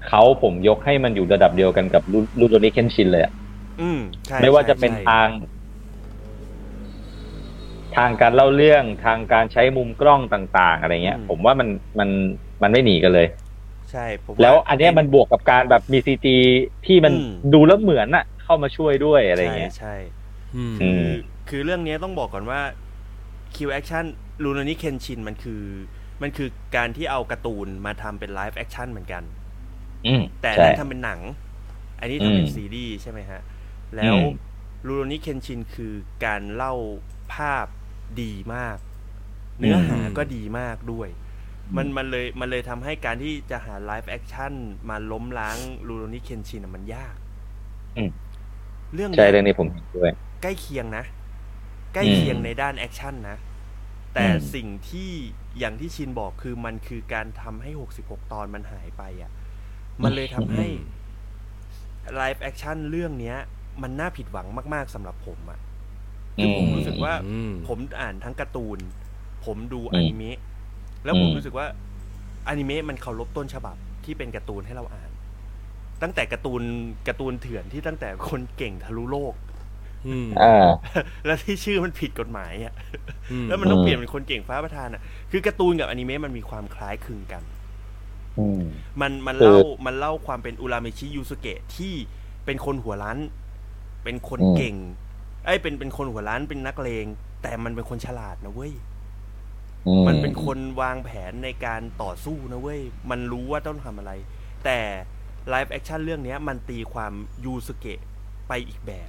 B: ผมยกให้มันอยู่ระดับเดียวกันกับรูโรนิเคนชินเลยอ่ะ
C: ใช่
B: ไม่ว่าจะเป็นทางการเล่าเรื่องทางการใช้มุมกล้องต่างๆอะไรเงี้ยผมว่ามันไม่หนีกันเลย
C: ใช่
B: แล้วอันนี้มันบวกกับการแบบมีซีจีที่มันดูแล้วเหมือนน่ะเข้ามาช่วยด้วยอะไรเงี้ย
C: ใช่คือเรื่องนี้ต้องบอกก่อนว่าคิวแอคชั่นรูโรนิเคนชินมันคือการที่เอาการ์ตูนมาทำเป็นไลฟ์แอคชั่นเหมือนกันแต่นั้นทำเป็นหนังอันนี้ทำเป็นซีรีส์ใช่ไหมฮะแล้วรูโรนิเคนชินคือการเล่าภาพดีมากเนื้อหาก็ดีมากด้วยมันเลยทำให้การที่จะหาไลฟ์แอคชั่นมาล้มล้างรูโรนิเคนชินมันยาก
B: เรื่องนี้ผมด้วย
C: ใกล้เคียงนะใกล้เคียงในด้านแอคชั่นนะแต่สิ่งที่อย่างที่ชินบอกคือมันคือการทำให้66ตอนมันหายไปอ่ะมันเลยทำให้ไลฟ์แอคชั่นเรื่องนี้มันน่าผิดหวังมากๆสำหรับผมอ่ะคือผมรู้สึกว่าผมอ่านทั้งการ์ตูนผมดูอนิเมะแล้วผมรู้สึกว่าอนิเมะมันเคารพต้นฉบับที่เป็นการ์ตูนให้เราอ่านตั้งแต่การ์ตูนเถื่อนที่ตั้งแต่คนเก่งทะลุโลกแล้วที่ชื่อมันผิดกฎหมายอ่ะแล้วมันต้องเปลี่ยนเป็นคนเก่งฟ้าประทานอ่ะคือการ์ตูนกับอนิเมะมันมีความคล้ายคลึงกันมันเล่าความเป็นอุราเมชิยูสุเกะที่เป็นคนหัวล้านเป็นคนเก่งเป็นคนหัวล้านเป็นนักเลงแต่มันเป็นคนฉลาดนะเว้ยมันเป็นคนวางแผนในการต่อสู้นะเว้ยมันรู้ว่าต้องทำอะไรแต่ไลฟ์แอคชั่นเรื่องนี้มันตีความยูสุเกะไปอีกแบบ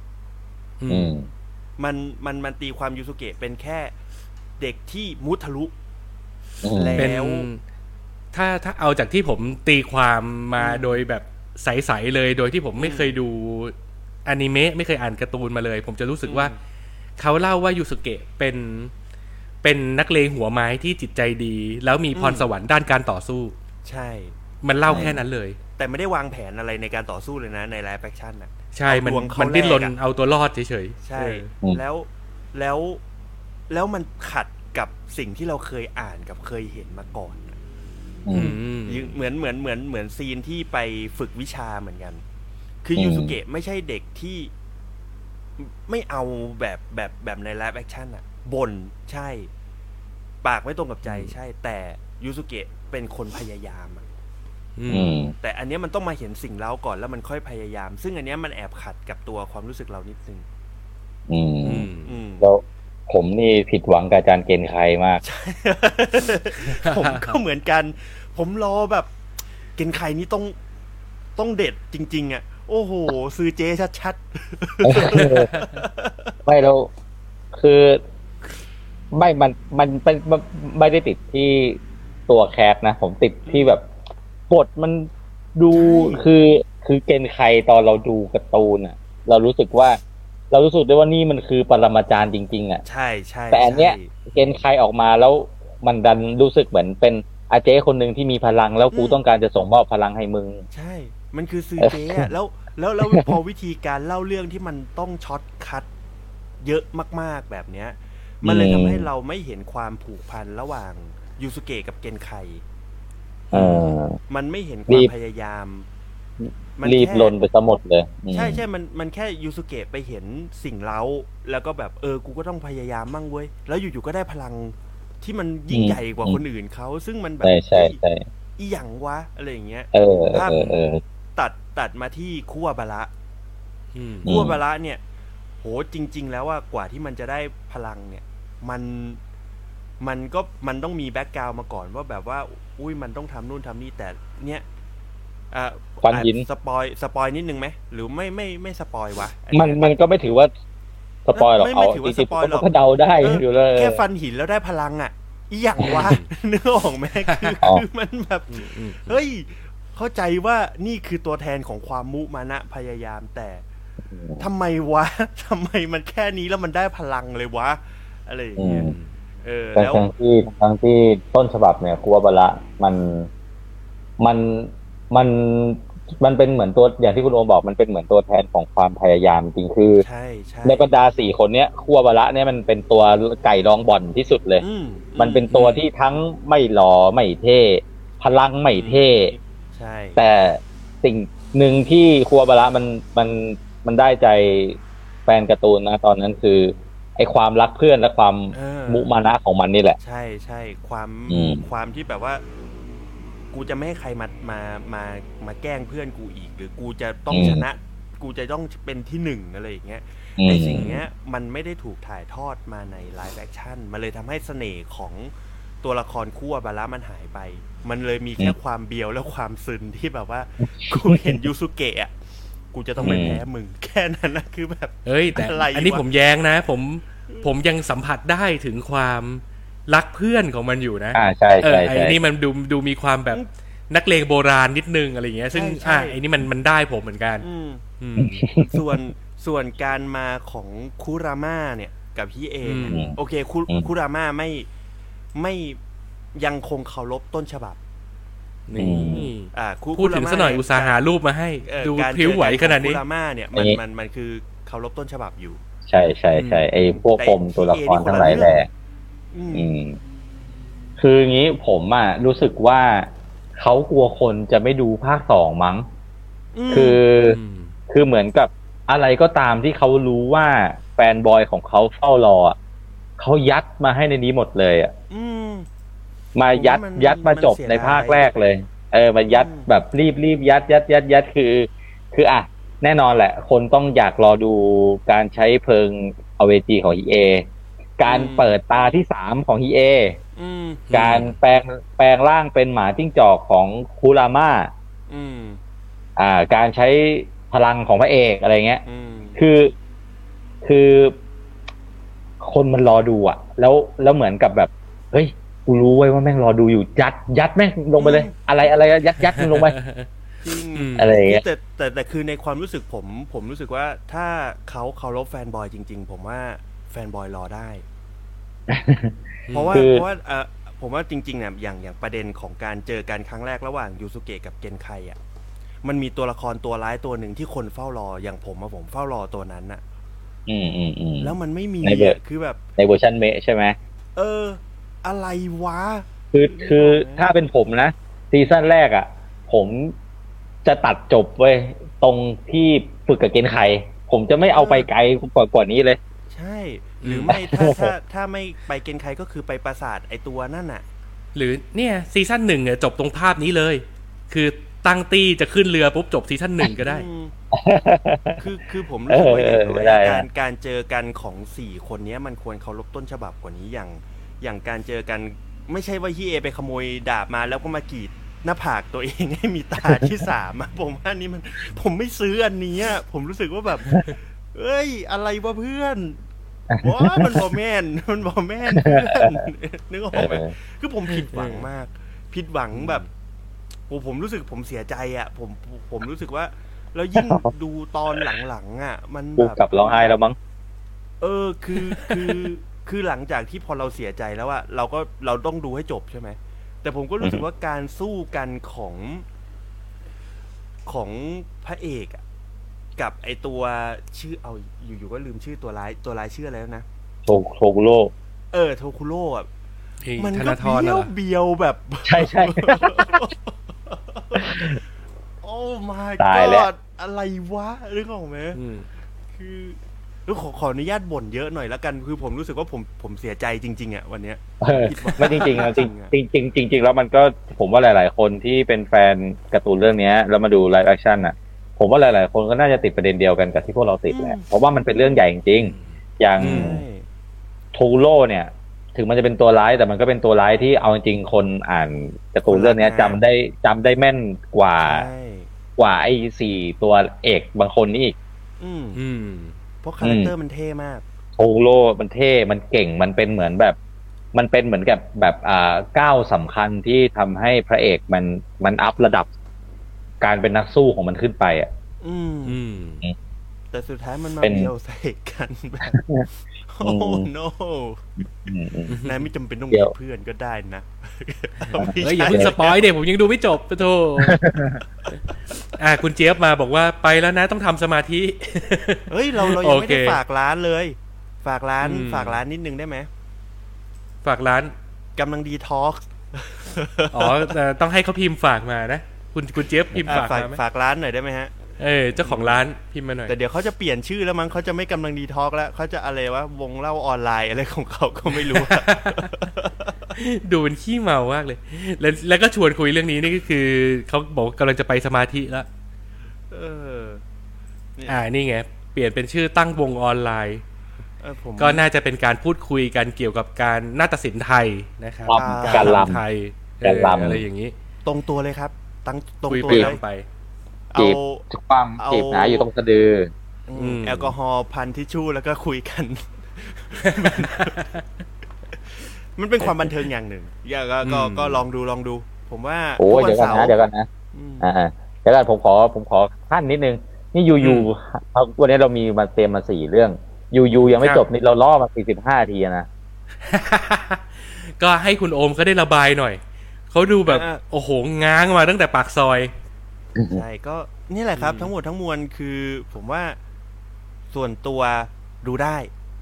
C: มันตีความยูสุเกะเป็นแค่เด็กที่มุทะลุ
A: แล้วถ้าเอาจากที่ผมตีความมาโดยแบบใสๆเลยโดยที่ผมไม่เคยดูอนิเมะไม่เคยอ่านการ์ตูนมาเลยผมจะรู้สึกว่าเขาเล่าว่ายูสุเกะเป็นนักเลงหัวไม้ที่จิตใจดีแล้วมีพรสวรรค์ด้านการต่อสู้
C: ใช่
A: มันเล่าแค่นั้นเลย
C: แต่ไม่ได้วางแผนอะไรในการต่อสู้เลยนะในไลฟ์แอคชั่นน่ะ
A: ใช่มันดิ้นรนเอาตัวรอดเฉย
C: ๆใช่แล้วมันขัดกับสิ่งที่เราเคยอ่านกับเคยเห็นมาก่อนเหมือนซีนที่ไปฝึกวิชาเหมือนกันคือยูสุเกะไม่ใช่เด็กที่ไม่เอาแบบในไลฟ์แอคชั่นอ่ะบ่นใช่ปากไม่ตรงกับใจใช่แต่ยูสุเกะเป็นคนพยายามแต่อันนี้มันต้องมาเห็นสิ่งเล่าก่อนแล้วมันค่อยพยายามซึ่งอันนี้มันแอบขัดกับตัวความรู้สึกเรานิดนึง
B: แล้วผมนี่ผิดหวังกับอาจารย์เกณฑ์ใครมาก
C: ผมก็เหมือนกันผมรอแบบเกณฑ์ใครนี่ต้องเด็ดจริงๆอ่ะโอ้โหซื้อเจ๊ชัด
B: ๆไม่แล้วคือมันไม่ได้ติดที่ตัวแคสนะผมติดที่แบบบทมันดูคือเกณฑ์ใครตอนเราดูการ์ตูนอ่ะเรารู้สึกได้ว่านี่มันคือปรมาจารย์จริงๆอ่ะ
C: ใช่ใช่
B: แต่อันเนี้ยเกณฑ์ใครออกมาแล้วมันดันรู้สึกเหมือนเป็นอาเจ๊คนหนึ่งที่มีพลังแล้วกูต้องการจะส่งมอบพลังให้มึง
C: ใช่มันคือซื้อเจ๊อ่ะแล้วพอวิธีการเล่าเรื่องที่มันต้องช็อตคัทเยอะมากๆแบบเนี้ยมันเลยทำให้เราไม่เห็นความผูกพันระหว่างยูสุเกะกับเกนไคมันไม่เห็นความพยายาม
B: รีบลนไปซะหมดเลย
C: ใช่ใช่มันแค่ยูสุเกะไปเห็นสิ่งเล้าแล้วก็แบบกูก็ต้องพยายามมั่งเว้ยแล้วอยู่ๆก็ได้พลังที่มันยิ่งใหญ่กว่าคนอื่นเขาซึ่งมันแบบ
B: ใช่
C: อีหยังวะอะไรอย่างเงี้ยภาพตัดมาที่คัวบาระคัวบาระเนี่ยโหจริงๆแล้วว่ากว่าที่มันจะได้พลังเนี่ยมันต้องมีแบ็คกราวด์มาก่อนว่าแบบว่าอุ้ยมันต้องทำนู่นทำนี่แต่เนี้ย
B: ควันหิน
C: สปอยนิดนึงไหมหรือไม่สปอยวะ
B: มันก็ไม่ถือว่าสปอยหรอกเอาจริงๆก็เดาได้อยู่เลย
C: แค่ฟันหินแล้วได้พลังอ่ะอีหยังวะเนื้อออกไหมคือมันแบบเฮ้ยเข้าใจว่านี่คือตัวแทนของความมุมานะพยายามแต่ทำไมมันแค่นี้แล้วมันได้พลังเลยวะอะไรอย่างเงี้ย
B: แล้วทั้งที่ต้นฉบับเนี่ยคัวบาระมันเป็นเหมือนตัวอย่างที่คุณโอบอกมันเป็นเหมือนตัวแทนของความพยายามจริงคือในบรรดา4คนเนี้ยคัวบาระเนี่ยมันเป็นตัวไก่รองบ่อนที่สุดเลยมันเป็นตัวที่ทั้งไม่หล่อไม่เท่พลังไม่เท่
C: ใช่
B: แต่สิ่งหนึ่งที่คูวาบาระมันได้ใจแฟนการ์ตูนนะตอนนั้นคือไอความรักเพื่อนและความมุมานะของมันนี่แหละ
C: ใช่ใช่ความที่แบบว่ากูจะไม่ให้ใครมาแกล้งเพื่อนกูอีกหรือกูจะต้องชนะกูจะต้องเป็นที่หนึ่งอะไรอย่างเงี้ยไอสิ่งเนี้ยมันไม่ได้ถูกถ่ายทอดมาในไลฟ์แอคชั่นมันเลยทำให้เสน่ห์ของตัวละครคูวาบาระมันหายไปมันเลยมีแค่ความเบียวและความซึนที่แบบว่ากูเห็นยูซุเกะกูจะต้องไม่แพ้มึงแค่นั้นนะคือแบบ
A: เอ้ยแต่อันนี้ผมแย้งนะผมยังสัมผัสได้ถึงความรักเพื่อนของมันอยู่นะ
B: ใช่ใช่
A: ไอ้นี่มันดูมีความแบบนักเลงโบราณนิดนึงอะไรอย่างเงี้ยซึ่งไอ้นี่มันได้ผมเหมือนกัน
C: ส่วนการมาของคุราม่าเนี่ยกับฮิเอโอเคคุราม่าไม่ยังคงเคารพต้นฉบับ
A: นี่พูดถึงซะหน่อยอุตสาหารูปมาให้ดูพริ้วไหวขนาดนี้
C: คุราม่าเนี่ยมันคือเคารพต้นฉบับอยู่
B: ใช่ใช่ใช่ไอ้พวกปมตัวละครทั้งหลายแหละคืองี้ผมรู้สึกว่าเขากลัวคนจะไม่ดูภาค2มั้งคือเหมือนกับอะไรก็ตามที่เขารู้ว่าแฟนบอยของเขาเฝ้ารอเขายัดมาให้ในนี้หมดเลยมายัดมาจบในภาคแรกเลยมายัดแบบรีบยัดคือแน่นอนแหละคนต้องอยากรอดูการใช้เพลิงอเวจีของฮิเอการเปิดตาที่3ของฮิเอการแปลงร่างเป็นหมาจิ้งจอกของคุราม่าการใช้พลังของพระเอกอะไรเงี้ยคือคนมันรอดูแล้วเหมือนกับแบบเฮ้ยกูรู้ไว้ว่าแม่งรอดูอยู่ยัดแม่งลงไปเลยอะไรยัดลงไป
C: จริง
B: อะไรอย่างเงี้ย
C: แต่คือในความรู้สึกผมรู้สึกว่าถ้าเขาเคารพแฟนบอยจริงๆผมว่าแฟนบอยรอได้ เพราะว่าผมว่าจริงๆเนี่ยอย่างประเด็นของการเจอกันครั้งแรกระหว่างยูซุเกะกับเกนไคมันมีตัวละครตัวร้ายตัวหนึ่งที่คนเฝ้ารออย่างผมเฝ้ารอตัวนั้นน่ะแล้วมันไม่มีคือแบบ
B: ในเวอร์ชันเมะใช่ไหม
C: อะไรวะ
B: คือถ้าเป็นผมนะซีซั่นแรกผมจะตัดจบเว้ยตรงที่ฝึกกับเกนไคผมจะไม่เอาไปไกลกว่านี้เลย
C: ใช่หรือไม่ถ้าไม่ไปเกนไคก็คือไปปราสาทไอตัวนั่นน่ะ
A: หรือเนี่ยซีซั่น1เนี่ยจบตรงภาพนี้เลยคือตั้งตี้จะขึ้นเรือปุ๊บจบซีซั่น1ก็ได้
C: คือผมรู้สึกว่าการเจอกันของ4คนนี้มันควรเคารพต้นฉบับกว่านี้อย่างการเจอกันไม่ใช่ว่าฮิเอไปขโมยดาบมาแล้วก็มากรีดหน้าผากตัวเองให้มีตาที่3ผมว่านี่ผมไม่ซื้ออันนี้ผมรู้สึกว่าแบบเอ้ยอะไรวะเพื่อนว้ามันบอแม่นเพื่อนนึกออกไหมคือผมผิดหวังมากผิดหวังแบบผมรู้สึกผมเสียใจผมรู้สึกว่าแล้วยิ่งดูตอนหลังๆมันแบบ
B: กลับร้องไห้แล้วมั้ง
C: คือหลังจากที่พอเราเสียใจแล้วเราต้องดูให้จบใช่ไหมแต่ผมก็รู้สึกว่าการสู้กันของพระเอกกับไอตัวชื่อเอาอยู่ๆก็ลืมชื่อตัวร้ายชื่ออะไรแล้วนะ
B: โทคุโร่
C: โทคุโร่มันก็เบียวแบบ
B: ใช่
C: โอ้ my god อะไรวะนึกออกไหมคือขออนุญาตบ่นเยอะหน่อยแล้วกันคือผมรู้สึกว่าผมเสียใจจริงๆวันเนี้ย
B: ไม่จริงๆจริงแล้วมันก็ผมว่าหลายๆคนที่เป็นแฟนการ์ตูนเรื่องนี้แล้วมาดูไลฟ์แอคชั่นผมว่าหลายๆคนก็น่าจะติดประเด็นเดียวกันกับที่พวกเราติดแหละเพราะว่ามันเป็นเรื่องใหญ่จริงๆอย่างโทคุโร่เนี่ยถึงมันจะเป็นตัวร้ายแต่มันก็เป็นตัวร้ายที่เอาจริงๆคนอ่านการ์ตูนเรื่องนี้จำได้แม่นกว่าไอ้4ตัวเอกบางคนนี่อีก
C: เพราะคาแรคเตอร์มันเท่มาก
B: โทคุโร่มันเท่มันเก่งมันเป็นเหมือนแบบก้าวสำคัญที่ทำให้พระเอกมันอัพระดับการเป็นนักสู้ของมันขึ้นไป
C: แต่สุดท้ายมันมาเดียวใส่กันแบบโอ้ no นายไม่จำเป็นต้องมีเพื่อนก็ได้นะ
A: อย่าเพิ่งสปอยเดี๋ยวผมยังดูไม่จบปะโธ่คุณเจี๊ยบมาบอกว่าไปแล้วนะต้องทำสมาธิ
C: เฮ้ยเรายังไม่ได้ฝากร้านเลยฝากร้านนิดนึงได้ไหม
A: ฝากร้าน
C: กำลังดีทอล์ก
A: อ๋อต้องให้เขาพิมพ์ฝากมานะคุณเจี๊ยบพิมพ์
C: ฝากร้านหน่อยได้ไหมฮะ
A: เจ้าของร้านพิมพ์มาหน่อย
C: แต่เดี๋ยวเขาจะเปลี่ยนชื่อแล้วมั้งเขาจะไม่กำลังดีทอล์กแล้วเขาจะอะไรวะวงเล่าออนไลน์อะไรของเขาก็ไม่รู้
A: ดูเป็นขี้เมามากเลยแล้วก็ชวนคุยเรื่องนี้นี่ก็คือเขาบอกกำลังจะไปสมาธิแล้วนี่ไงเปลี่ยนเป็นชื่อตั้งวงออนไลน์ก็น่าจะเป็นการพูดคุยกันเกี่ยวกับการนาฏศิลป์ไทยนะครับ
B: การรำ
A: ไทยอะไรอย่างนี้
C: ตรงตัวเลยครับตั้งตรงตัว
A: เลยไป
B: จีบความจีบหนาอยู่ตรงสะดือ
C: แอลกอฮอล์พันทิชชู่แล้วก็คุยกัน มันเป็นความบันเทิงอย่างหนึ่งก็ลองดูผมว่า
B: เดี๋ยวกันนะเดี๋ยวกันผมขอขั้นนิดนึงนี่ยูวันนี้เรามีมาเตรียมมา4เรื่องยูยังไม่จบนี่เราล่อมา45นาทีนะ
A: ก็ให้คุณโอมเขาได้ระบายหน่อยเขาดูแบบโอ้โหง้างมาตั้งแต่ปากซอย
C: ใช่ก็นี่แหละครับทั้งหมดทั้งมวลคือผมว่าส่วนตัวดูได้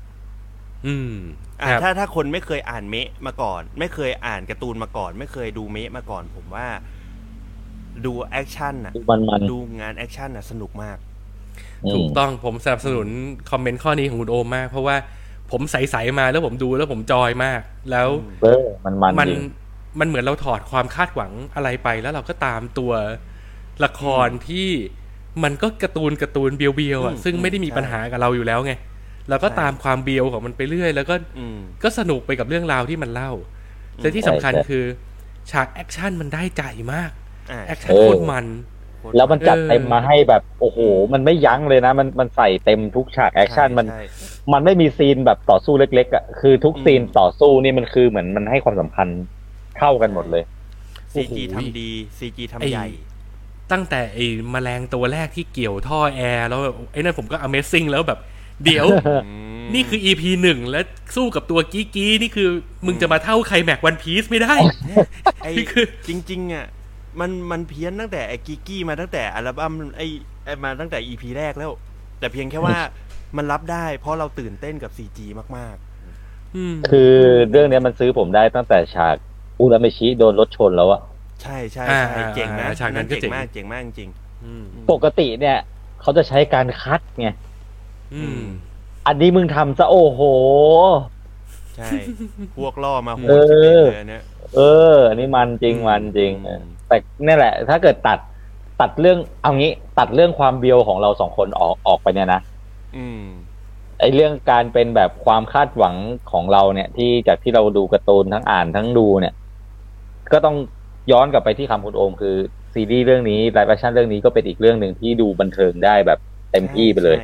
C: ถ้าคนไม่เคยอ่านเมะมาก่อนไม่เคยอ่านการ์ตูนมาก่อนไม่เคยดูเมะมาก่อนผมว่าดูแอคชั่นน่ะดูงานแอคชั่นน่ะสนุกมาก
A: ถูกต้องผมสนับสนุนคอมเมนต์ข้อนี้ของคุณโอมมากเพราะว่าผมใสๆมาแล้วผมดูแล้วผมจอยมากแล้วมันเหมือนเราถอดความคาดหวังอะไรไปแล้วเราก็ตามตัวละครที่มันก็การ์ตูนเบียวๆอ่ะซึ่งไม่ได้มีปัญหากับเราอยู่แล้วไงเราก็ตามความเบียวของมันไปเรื่อยแล้วก็สนุกไปกับเรื่องราวที่มันเล่าและที่สำคัญคือฉากแอคชั่นมันได้ใจมากแอคชั่นโคตรมัน
B: แล้วมันจัดเต็มมาให้แบบโอ้โหมันไม่ยั้งเลยนะมันใส่เต็มทุกฉากแอคชั่นมันไม่มีซีนแบบต่อสู้เล็กๆอ่ะคือทุกซีนต่อสู้นี่มันคือเหมือนมันให้ความสำคัญเท่ากันหมดเลย
C: CG ทำดี CG ทำใหญ่
A: ตั้งแต่ไอ้แมลงตัวแรกที่เกี่ยวท่อแอร์แล้วไอ้นั่นผมก็ Amazing แล้วแบบเดี๋ยวนี่คือ EP 1แล้วสู้กับตัวกี้นี่คือมึงจะมาเท่าใครแม็กวันพีซไม่ได้
C: ไอ้คือจริงๆอ่ะมันเพี้ยนตั้งแต่ไอ้กี้มาตั้งแต่อัลบั้มไอ้มาตั้งแต่ EP แรกแล้วแต่เพียงแค่ว่ามันรับได้เพราะเราตื่นเต้นกับ CG มาก
B: ๆคือเรื่องนี้มันซื้อผมได้ตั้งแต่ฉากอุราเมชิโดนรถชนแล้วอะ
C: ใช่เจ๋งนะ
A: ฉากนั้นก็เจ๋ง
C: มากจริง
B: ปกติเนี่ยเขาจะใช้การคัดไงอันนี้มึงทำซะโอ้โห
C: ใช่พวกล่อมาโหด
B: เลยเนี่ยอันนี้มันจริงแต่นี่แหละถ้าเกิดตัดเรื่องเอางี้ตัดเรื่องความเบียวของเรา2คนออกไปเนี่ยนะไอเรื่องการเป็นแบบความคาดหวังของเราเนี่ยที่จากที่เราดูการ์ตูนทั้งอ่านทั้งดูเนี่ยก็ต้องย้อนกลับไปที่คำคุณโอมคือซีรีส์เรื่องนี้ไลฟ์แอคชั่นเรื่องนี้ก็เป็นอีกเรื่องหนึ่งที่ดูบันเทิงได้แบบเต็มที่ไปเลย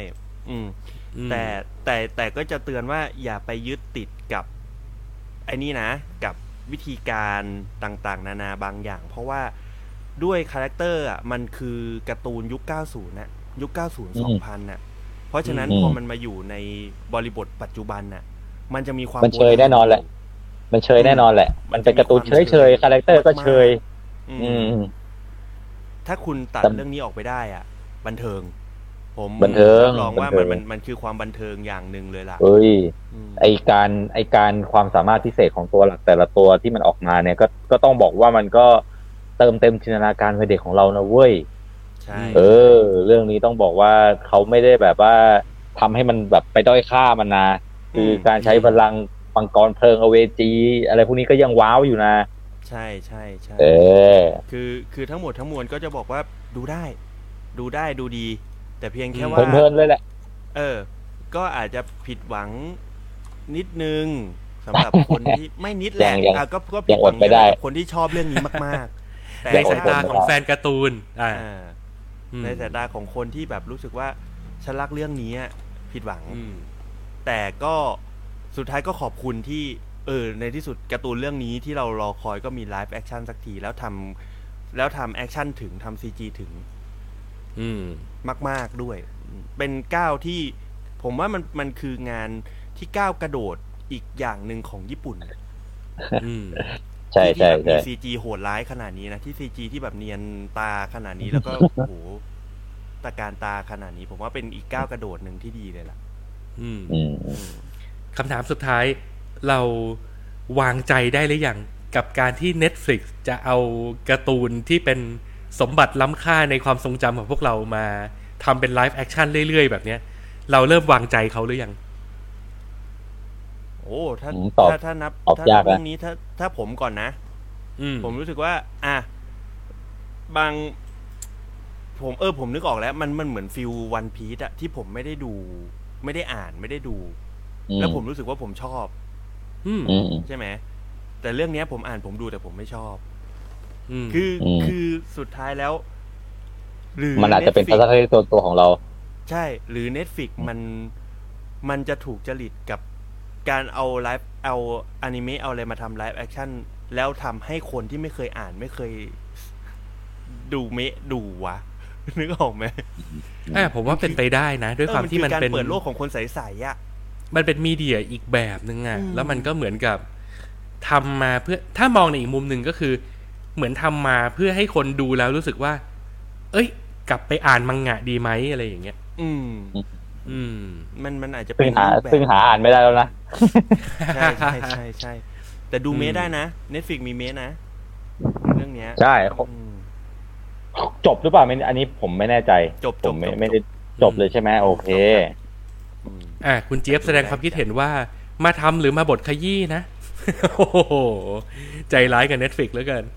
C: แต่ก็จะเตือนว่าอย่าไปยึดติดกับไอ้นี่นะกับวิธีการต่างๆนานาบางอย่างเพราะว่าด้วยคาแรคเตอร์อ่ะมันคือการ์ตูนยุค90นะยุค90 2000น่ะเพราะฉะนั้นพอมันมาอยู่ในบริบทปัจจุบันน่ะมันจะมีความ
B: มันเชยแน่นอนแหละมันเชยแน่นอนแหละมันเป็นการ์ตูนเชยคาแรคเตอร์ก็เชย
C: ถ้าคุณตัดเรื่องนี้ออกไปได้อ่ะบันเทิงผมลองว่ามันคือความบันเทิงอย่างหนึ่งเลยล่ะ
B: ไอการความสามารถพิเศษของตัวหลักแต่ละตัวที่มันออกมาเนี่ยก็ต้องบอกว่ามันก็เติมเต็มจินตนาการวัยเด็กของเรานะเว้ย
C: ใช่
B: เรื่องนี้ต้องบอกว่าเขาไม่ได้แบบว่าทำให้มันแบบไปด้อยค่ามันนะคือการใช้พลังมังกรเพลิงอเวจีอะไรพวกนี้ก็ยังว้าวอยู่นะ
C: ใช่คือทั้งหมดทั้งมวลก็จะบอกว่าดูได้ดูดีแต่เพียงแค่ว่า
B: เพลินเลยแหละ
C: ก็อาจจะผิดหวังนิดนึงสำหรับคนที่ไม่นิดแหละก็ผิดหวังไม่ได้คนที่ชอบเรื่องนี้มากๆ
A: แต่ในสายตาของแฟนการ์ตูน
C: ในสายตาของคนที่แบบรู้สึกว่าฉันรักเรื่องนี้ผิดหวังแต่ก็สุดท้ายก็ขอบคุณที่ในที่สุดการ์ตูนเรื่องนี้ที่เรารอคอยก็มีไลฟ์แอคชั่นสักทีแล้วทำแอคชั่นถึงทำ CG ถึงมากๆด้วยเป็นก้าวที่ผมว่ามันคืองานที่ก้าวกระโดดอีกอย่างหนึ่งของญี่ปุ่น
B: ใช่
C: ที่แบบมี CG โหดร้ายขนาดนี้นะที่ CG ที่แบบเนียนตาขนาดนี้แล้วก็โอ้โหตะการตาขนาดนี้ผมว่าเป็นอีกก้าวกระโดดหนึ่งที่ดีเลยล่ะ
A: คำถามสุดท้ายเราวางใจได้หรือยังกับการที่ Netflix จะเอาการ์ตูนที่เป็นสมบัติล้ำค่าในความทรงจำของพวกเรามาทำเป็นไลฟ์แอคชั่นเรื่อยๆแบบเนี้ยเราเริ่มวางใจเขาหรือยัง
C: โอ้ถ้านับเรื่องนี้ถ้าผมก่อนนะผมรู้สึกว่าบางผมนึกออกแล้วมันเหมือนฟิลวันพีซอะที่ผมไม่ได้ดูไม่ได้อ่านไม่ได้ดูแล้วผมรู้สึกว่าผมชอบใช่ไหมแต่เรื่องนี้ผมอ่านผมดูแต่ผมไม่ชอบคือสุดท้ายแล้วหรือ
B: มันอาจจะเป็นพัฒนาการตัวของเรา
C: ใช่หรือ Netflix มันจะถูกจริตกับการเอาไลฟ์เอาอนิเมะเอาอะไรมาทำไลฟ์แอคชั่นแล้วทำให้คนที่ไม่เคยอ่านไม่เคยดูเมะดูวะนึกออกไหม
A: ผมว่าเป็นไปได้นะด้วยความที่มันเป็น
C: การเปิดโลกของคนใสๆอ่ะ
A: มันเป็นมีเดียอีกแบบนึงอ่ะแล้วมันก็เหมือนกับทำมาเพื่อถ้ามองในอีกมุมหนึ่งก็คือเหมือนทำมาเพื่อให้คนดูแล้วรู้สึกว่าเอ้ยกลับไปอ่านมังงะดีไหมอะไรอย่างเงี้ย
C: มันอาจจะเป็น
B: ซึ่งหาอ่านไม่ได้แล้วนะ
C: ใช่แต่ดูเมะได้นะ Netflix มีเมะนะเรื่องเนี้ย
B: ใช่จบหรือเปล่าอันนี้ผมไม่แน่ใจผมไม่ได้จบเลยใช่ไหมโอเค
A: คุณเจี๊ยบแสดงความคิดเห็นว่ามาทำหรือมาบทขยี้นะโอ้โหใจร้ายกับ Netflix แล้วกัน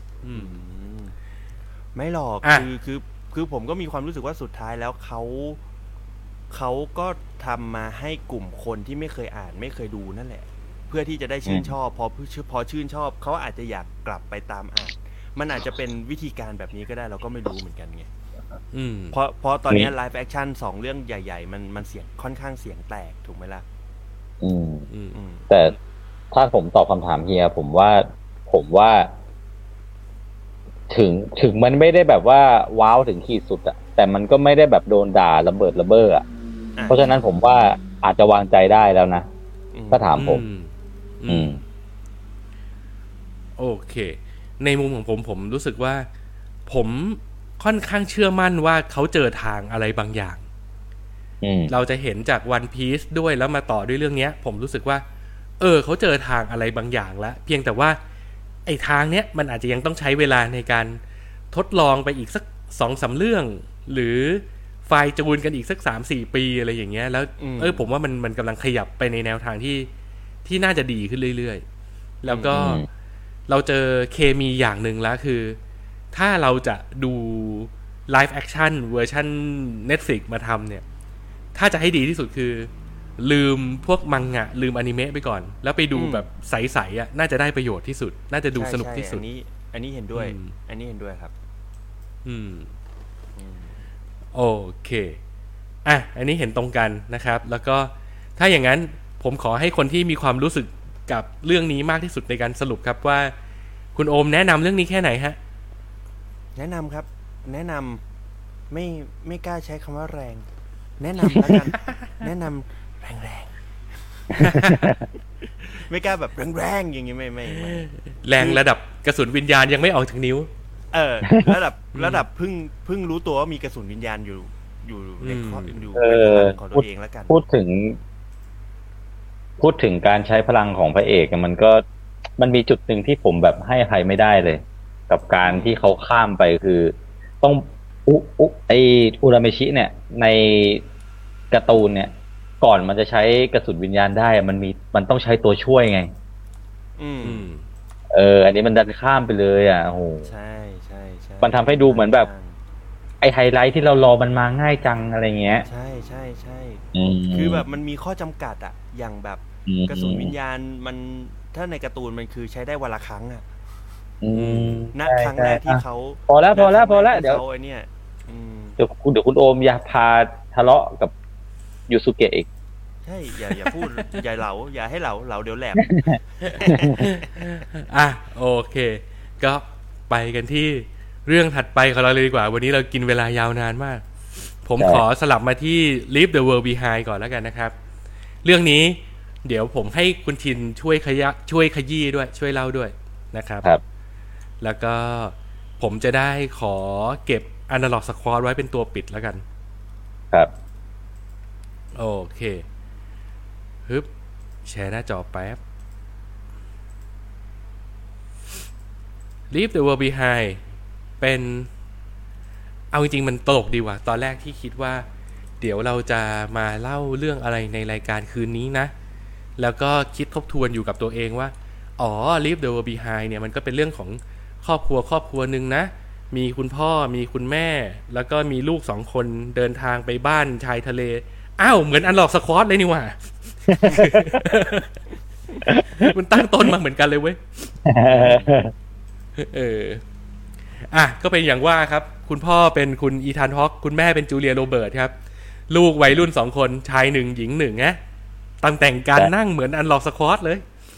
C: ไม่หรอกคือผมก็มีความรู้สึกว่าสุดท้ายแล้วเขาก็ทำมาให้กลุ่มคนที่ไม่เคยอ่านไม่เคยดูนั่นแหละเพื่อที่จะได้ชื่นชอบพอชื่นชอบเขาอาจจะอยากกลับไปตามอ่านมันอาจจะเป็นวิธีการแบบนี้ก็ได้เราก็ไม่รู้เหมือนกันไงเพราะตอนนี้ไลฟ์แอคชั่น2เรื่องใหญ่ๆมันเสียงค่อนข้างเสียงแตกถูกไหมล่ะ
B: แต่ถ้าผมตอบคำถามเฮียผมว่าถึงมันไม่ได้แบบว่าว้าวถึงขีดสุดอะแต่มันก็ไม่ได้แบบโดนด่าระเบิดระเบ้ออะเพราะฉะนั้นผมว่าอาจจะวางใจได้แล้วนะถ้าถามผม
A: โอเคในมุมของผมรู้สึกว่าผมค่อนข้างเชื่อมั่นว่าเขาเจอทางอะไรบางอย่างเราจะเห็นจาก One Piece ด้วยแล้วมาต่อด้วยเรื่องนี้ผมรู้สึกว่าเขาเจอทางอะไรบางอย่างแล้วเพียงแต่ว่าไอ้ทางเนี้ยมันอาจจะยังต้องใช้เวลาในการทดลองไปอีกสัก 2-3 เรื่องหรือไฟล์จูนกันอีกสัก 3-4 ปีอะไรอย่างเงี้ยแล้วผมว่ามันกำลังขยับไปในแนวทางที่น่าจะดีขึ้นเรื่อยๆแล้วก็เราเจอเคมีอย่างหนึ่งแล้วคือถ้าเราจะดูไลฟ์แอคชั่นเวอร์ชัน Netflix มาทำเนี่ยถ้าจะให้ดีที่สุดคือลืมพวกมังงะลืมอนิเมะไปก่อนแล้วไปดูแบบใสๆอ่ะน่าจะได้ประโยชน์ที่สุดน่าจะดูสนุกที่สุด
C: อันนี้เห็นด้วยอันนี้เห็นด้วยครับ
A: โอเคอันนี้เห็นตรงกันนะครับแล้วก็ถ้าอย่างนั้นผมขอให้คนที่มีความรู้สึกกับเรื่องนี้มากที่สุดในการสรุปครับว่าคุณโอมแนะนำเรื่องนี้แค่ไหนฮะ
C: แนะนำครับแนะนำไม่กล้าใช้คำว่าแรงแนะนำแล้วกัน แนะนำแรงๆไม่กล้าแบบแรงๆอย่างงี้ไม่
A: แรงระดับกระสุนวิญญาณยังไม่ออกจากนิ้ว
C: ระดับเพิ่งรู้ตัวว่ามีกระสุนวิญญาณอยู่ในข้ออยู่ของตัวเองแล้วกัน
B: พูดถึงการใช้พลังของพระเอกมันมีจุดหนึ่งที่ผมแบบให้ใครไม่ได้เลยกับการที่เขาข้ามไปคือต้องอุราเมชิเนี่ยในการ์ตูนเนี่ยก่อนมันจะใช้กระสุนวิญญาณได้มันต้องใช้ตัวช่วยไงอันนี้มันดันข้ามไปเลยโอ้โห
C: ใช่
B: มันทำให้ดูเหมือนแบบไอไฮไลท์ที่เรารอมันมาง่ายจังอะไรเงี้ย
C: ใช่คือแบบมันมีข้อจำกัดอย่างแบบกระสุนวิญญาณมันถ้าในการ์ตูนมันคือใช้ได้วันละครั้งณครั้งแรกที่เขา
B: พอแล้วเดี๋ยว
C: ไอ้เนี่ย
B: เดี๋ยวคุณโอมอย่าพาทะเลาะกับยูสุเกะอีก
C: ใช่อย่าพูดอย่าให้เหลาเดี๋ยวแหลม
A: โอเคก็ไปกันที่เรื่องถัดไปของเราเลยดีกว่าวันนี้เรากินเวลายาวนานมากผมขอสลับมาที่ Leave the World Behind ก่อนแล้วกันนะครับเรื่องนี้เดี๋ยวผมให้คุณชินช่วยขยี้ด้วยช่วยเล่าด้วยนะครับแล้วก็ผมจะได้ขอเก็บ Analog Squad ไว้เป็นตัวปิดแล้วกัน
B: ครับ
A: โอเคแชร์หน้าจอแป๊บ Leave the World Behind เป็นเอาจริงๆมันตลกดีว่ะตอนแรกที่คิดว่าเดี๋ยวเราจะมาเล่าเรื่องอะไรในรายการคืนนี้นะแล้วก็คิดทบทวนอยู่กับตัวเองว่าอ๋อ Leave the World Behind เนี่ยมันก็เป็นเรื่องของครอบครัวนึงนะมีคุณพ่อมีคุณแม่แล้วก็มีลูก2 คนเดินทางไปบ้านชายทะเลอ้าวเหมือนUnlock Squadเลยนี่ว่ะ มันตั้งต้นมาเหมือนกันเลยเว้ยก็เป็นอย่างว่าครับคุณพ่อเป็นคุณอีธานฮอคคุณแม่เป็นจูเลียโรเบิร์ตครับลูกวัยรุ่น2 คนชาย1หญิง1นะตั้งแต่งการนั่งเหมือนUnlock Squadเลย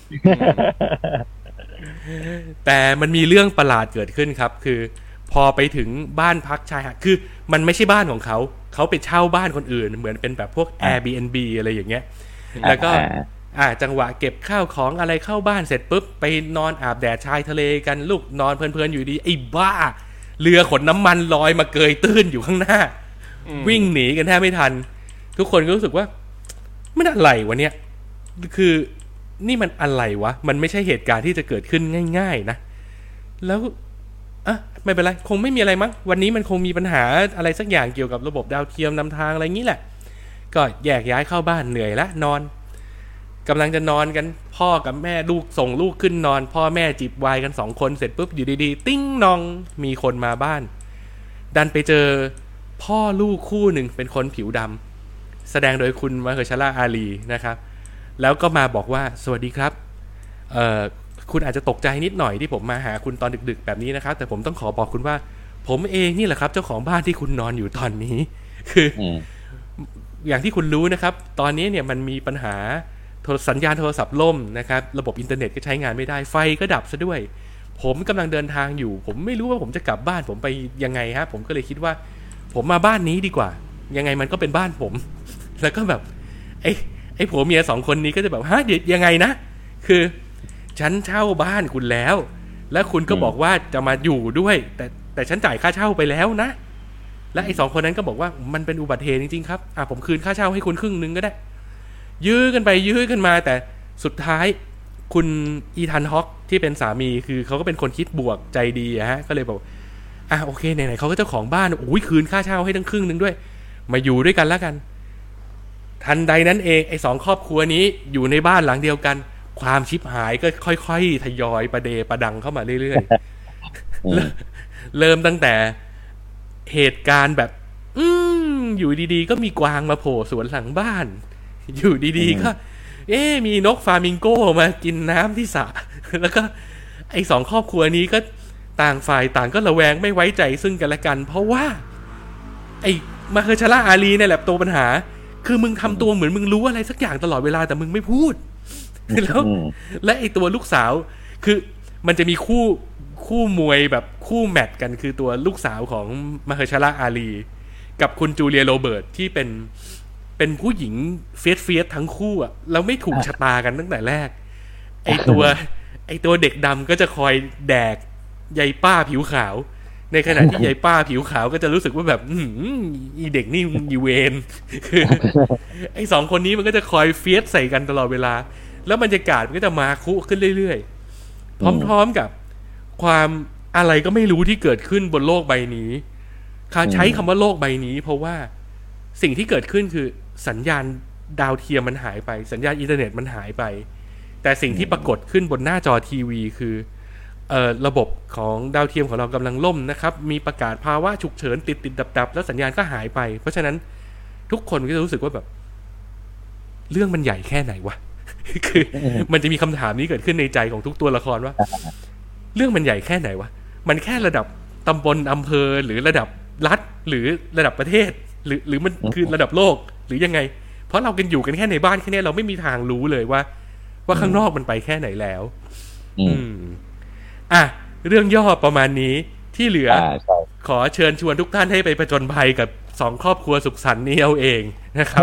A: แต่มันมีเรื่องประหลาดเกิดขึ้นครับคือพอไปถึงบ้านพักชายหาดคือมันไม่ใช่บ้านของเขาไปเช่าบ้านคนอื่นเหมือนเป็นแบบพวก Airbnb อะไรอย่างเงี้ยแล้วก็จังหวะเก็บข้าวของอะไรเข้าบ้านเสร็จปุ๊บไปนอนอาบแดดชายทะเลกันลูกนอนเพลินๆอยู่ดีไอ้บ้าเรือขนน้ำมันลอยมาเกยตื้นอยู่ข้างหน้าวิ่งหนีกันแทบไม่ทันทุกคนก็รู้สึกว่าไม่อะไรวะเนี่ยคือนี่มันอะไรวะมันไม่ใช่เหตุการณ์ที่จะเกิดขึ้นง่ายๆนะแล้วไม่เป็นไรคงไม่มีอะไรมั้งวันนี้มันคงมีปัญหาอะไรสักอย่างเกี่ยวกับระบบดาวเทียมนำทางอะไรงี้แหละก็แยกย้ายเข้าบ้านเหนื่อยละนอนกำลังจะนอนกันพ่อกับแม่ลูกส่งลูกขึ้นนอนพ่อแม่จิบไวน์กัน2 คนเสร็จปุ๊บอยู่ดีๆติ้งนองมีคนมาบ้านดันไปเจอพ่อลูกคู่หนึ่งเป็นคนผิวดำแสดงโดยคุณมาเฮอร์ชาลาอาลีนะครับแล้วก็มาบอกว่าสวัสดีครับคุณอาจจะตกใจนิดหน่อยที่ผมมาหาคุณตอนดึกๆแบบนี้นะครับแต่ผมต้องขอบอกคุณว่าผมเองนี่แหละครับเจ้าของบ้านที่คุณนอนอยู่ตอนนี้คืออย่างที่คุณรู้นะครับตอนนี้เนี่ยมันมีปัญหาสัญญาณโทรศัพท์ล่มนะครับระบบอินเทอร์เน็ตก็ใช้งานไม่ได้ไฟก็ดับซะด้วยผมกำลังเดินทางอยู่ผมไม่รู้ว่าผมจะกลับบ้านผมไปยังไงฮะผมก็เลยคิดว่าผมมาบ้านนี้ดีกว่ายังไงมันก็เป็นบ้านผมแล้วก็แบบไอ้ผัวเมีย2 คนนี้ก็จะแบบฮะเดี๋ยวยังไงนะคือฉันเช่าบ้านคุณแล้วคุณก็บอกว่าจะมาอยู่ด้วยแต่ฉันจ่ายค่าเช่าไปแล้วนะและไอ้2 คนนั้นก็บอกว่ามันเป็นอุบัติเหตุจริงๆครับผมคืนค่าเช่าให้คุณครึ่งนึงก็ได้ยื้อกันไปยื้อกันมาแต่สุดท้ายคุณอีธานฮอคที่เป็นสามีคือเขาก็เป็นคนคิดบวกใจดีฮะก็เลยบอกโอเคไหนๆเขาก็เจ้าของบ้านคืนค่าเช่าให้ทั้งครึ่งนึงด้วยมาอยู่ด้วยกันแล้วกันทันใดนั้นเองไอ้2 ครอบครัวนี้อยู่ในบ้านหลังเดียวกันความชิบหายก็ค่อยๆทยอยประดังเข้ามาเรื่อยๆ เริ่มตั้งแต่เหตุการณ์แบบอยู่ดีๆก็มีกวางมาโผล่สวนหลังบ้านอยู่ดีๆก็มีนกฟามิงโก้มากินน้ำที่สระแล้วก็ไอ้2 ครอบครัวนี้ก็ต่างฝ่ายต่างก็ระแวงไม่ไว้ใจซึ่งกันและกันเพราะว่าไอ้มาเฮอร์ชาลาอาลีเนี่ยแหละตัวปัญหาคือมึงทำตัวเหมือนมึงรู้อะไรสักอย่างตลอดเวลาแต่มึงไม่พูดแล้วและไอ้ตัวลูกสาวคือมันจะมีคู่มวยแบบคู่แมตช์กันคือตัวลูกสาวของมาเฮอร์ชาลาอาลีกับคุณจูเลียโรเบิร์ตที่เป็นผู้หญิงเฟียสทั้งคู่แล้วไม่ถูกชะตากันตั้งแต่แรกไอ้ตัวเด็กดำก็จะคอยแดกยายป้าผิวขาวในขณะที่ยายป้าผิวขาวก็จะรู้สึกว่าแบบอีเด็กนี่อีเวนคือไอ้2 คนนี้มันก็จะคอยเฟียสใส่กันตลอดเวลาแล้วบรรยากาศมันก็จะมาคุขึ้นเรื่อยๆพร้อมๆกับความอะไรก็ไม่รู้ที่เกิดขึ้นบนโลกใบนี้ใช้คำว่าโลกใบนี้เพราะว่าสิ่งที่เกิดขึ้นคือสัญญาณดาวเทียมมันหายไปสัญญาณอินเทอร์เน็ตมันหายไปแต่สิ่งที่ปรากฏขึ้นบนหน้าจอทีวีคือระบบของดาวเทียมของเรากำลังล่มนะครับมีประกาศภาวะฉุกเฉินติดดับแล้วสัญญาณก็หายไปเพราะฉะนั้นทุกคนก็จะรู้สึกว่าแบบเรื่องมันใหญ่แค่ไหนวะ คือมันจะมีคำถามนี้เกิดขึ้นในใจของทุกตัวละครว่าเรื่องมันใหญ่แค่ไหนวะมันแค่ระดับตำบลอำเภอหรือระดับรัฐหรือระดับประเทศหรือมันคือระดับโลกหรือยังไงเพราะเรากันอยู่กันแค่ในบ้านแค่นี้เราไม่มีทางรู้เลยว่าข้างนอกมันไปแค่ไหนแล้วเรื่องย่อประมาณนี้ที่เหลือขอเชิญชวนทุกท่านให้ไปผจญภัยกับ2 ครอบครัวสุขสันต์นี้เอาเองนะครับ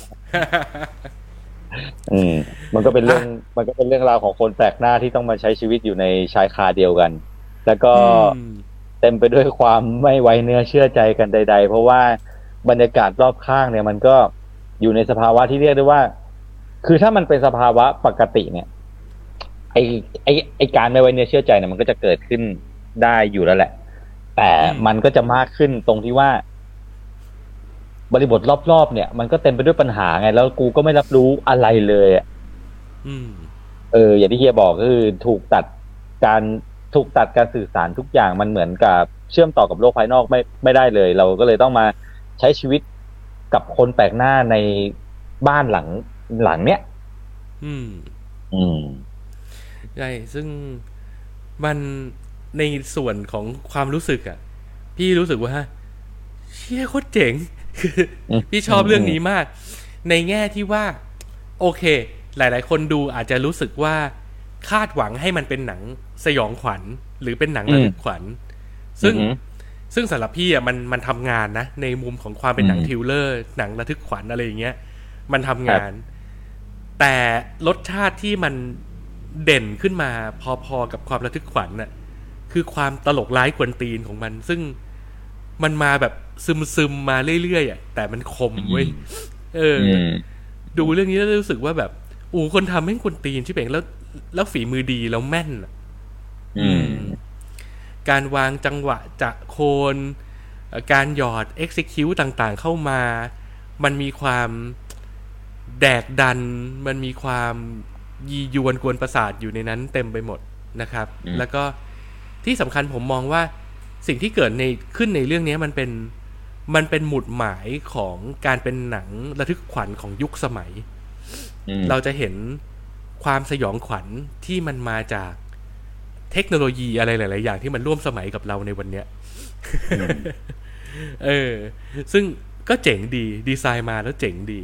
B: มันก็เป็นเรื่องราวของคนแปลกหน้าที่ต้องมาใช้ชีวิตอยู่ในชายคาเดียวกันแล้วก็เต็มไปด้วยความไม่ไว้เนื้อเชื่อใจกันใดๆเพราะว่าบรรยากาศรอบข้างเนี่ยมันก็อยู่ในสภาวะที่เรียกได้ว่าคือถ้ามันเป็นสภาวะปกติเนี่ยไอการไม่ไว้เนื้อเชื่อใจเนี่ยมันก็จะเกิดขึ้นได้อยู่แล้วแหละแต่มันก็จะมากขึ้นตรงที่ว่าบริบทรอบๆเนี่ยมันก็เต็มไปด้วยปัญหาไงแล้วกูก็ไม่รับรู้อะไรเลยอ่ะอย่างที่เฮียบอกก็คือถูกตัดการสื่อสารทุกอย่างมันเหมือนกับเชื่อมต่อกับโลกภายนอกไม่ได้เลยเราก็เลยต้องมาใช้ชีวิตกับคนแปลกหน้าในบ้านหลังเนี้ย
A: ใช่ซึ่งมันในส่วนของความรู้สึกอ่ะพี่รู้สึกว่าเชี่ยโคตรเจ๋งคือพี่ชอบเรื่องนี้มากในแง่ที่ว่าโอเคหลายๆคนดูอาจจะรู้สึกว่าคาดหวังให้มันเป็นหนังสยองขวัญหรือเป็นหนังระทึกขวัญซึ่งสำหรับพี่อ่ะมันทำงานนะในมุมของความเป็นหนังทริลเลอร์หนังระทึกขวัญอะไรอย่างเงี้ยมันทำงานแต่รสชาติที่มันเด่นขึ้นมาพอๆกับความระทึกขวัญน่ะคือความตลกร้ายกวนตีนของมันซึ่งมันมาแบบซึมๆมาเรื่อยๆอ่ะแต่มันคมเว้ยดูเรื่องนี้แล้วรู้สึกว่าแบบคนทำให้กวนตีนชิบเองแล้วฝีมือดีแล้วแม่นการวางจังหวะจะโคนการหยอด execute ต่างๆเข้ามามันมีความแดกดันมันมีความยียวนกวนประสาทอยู่ในนั้นเต็มไปหมดนะครับแล้วก็ที่สำคัญผมมองว่าสิ่งที่เกิดขึ้นในเรื่องนี้มันเป็นหมุดหมายของการเป็นหนังระทึกขวัญของยุคสมัยเราจะเห็นความสยองขวัญที่มันมาจากเทคโนโลยีอะไรหลายๆอย่างที่มันร่วมสมัยกับเราในวันเนี้ยซึ่งก็เจ๋งดีดีไซน์มาแล้วเจ๋งดี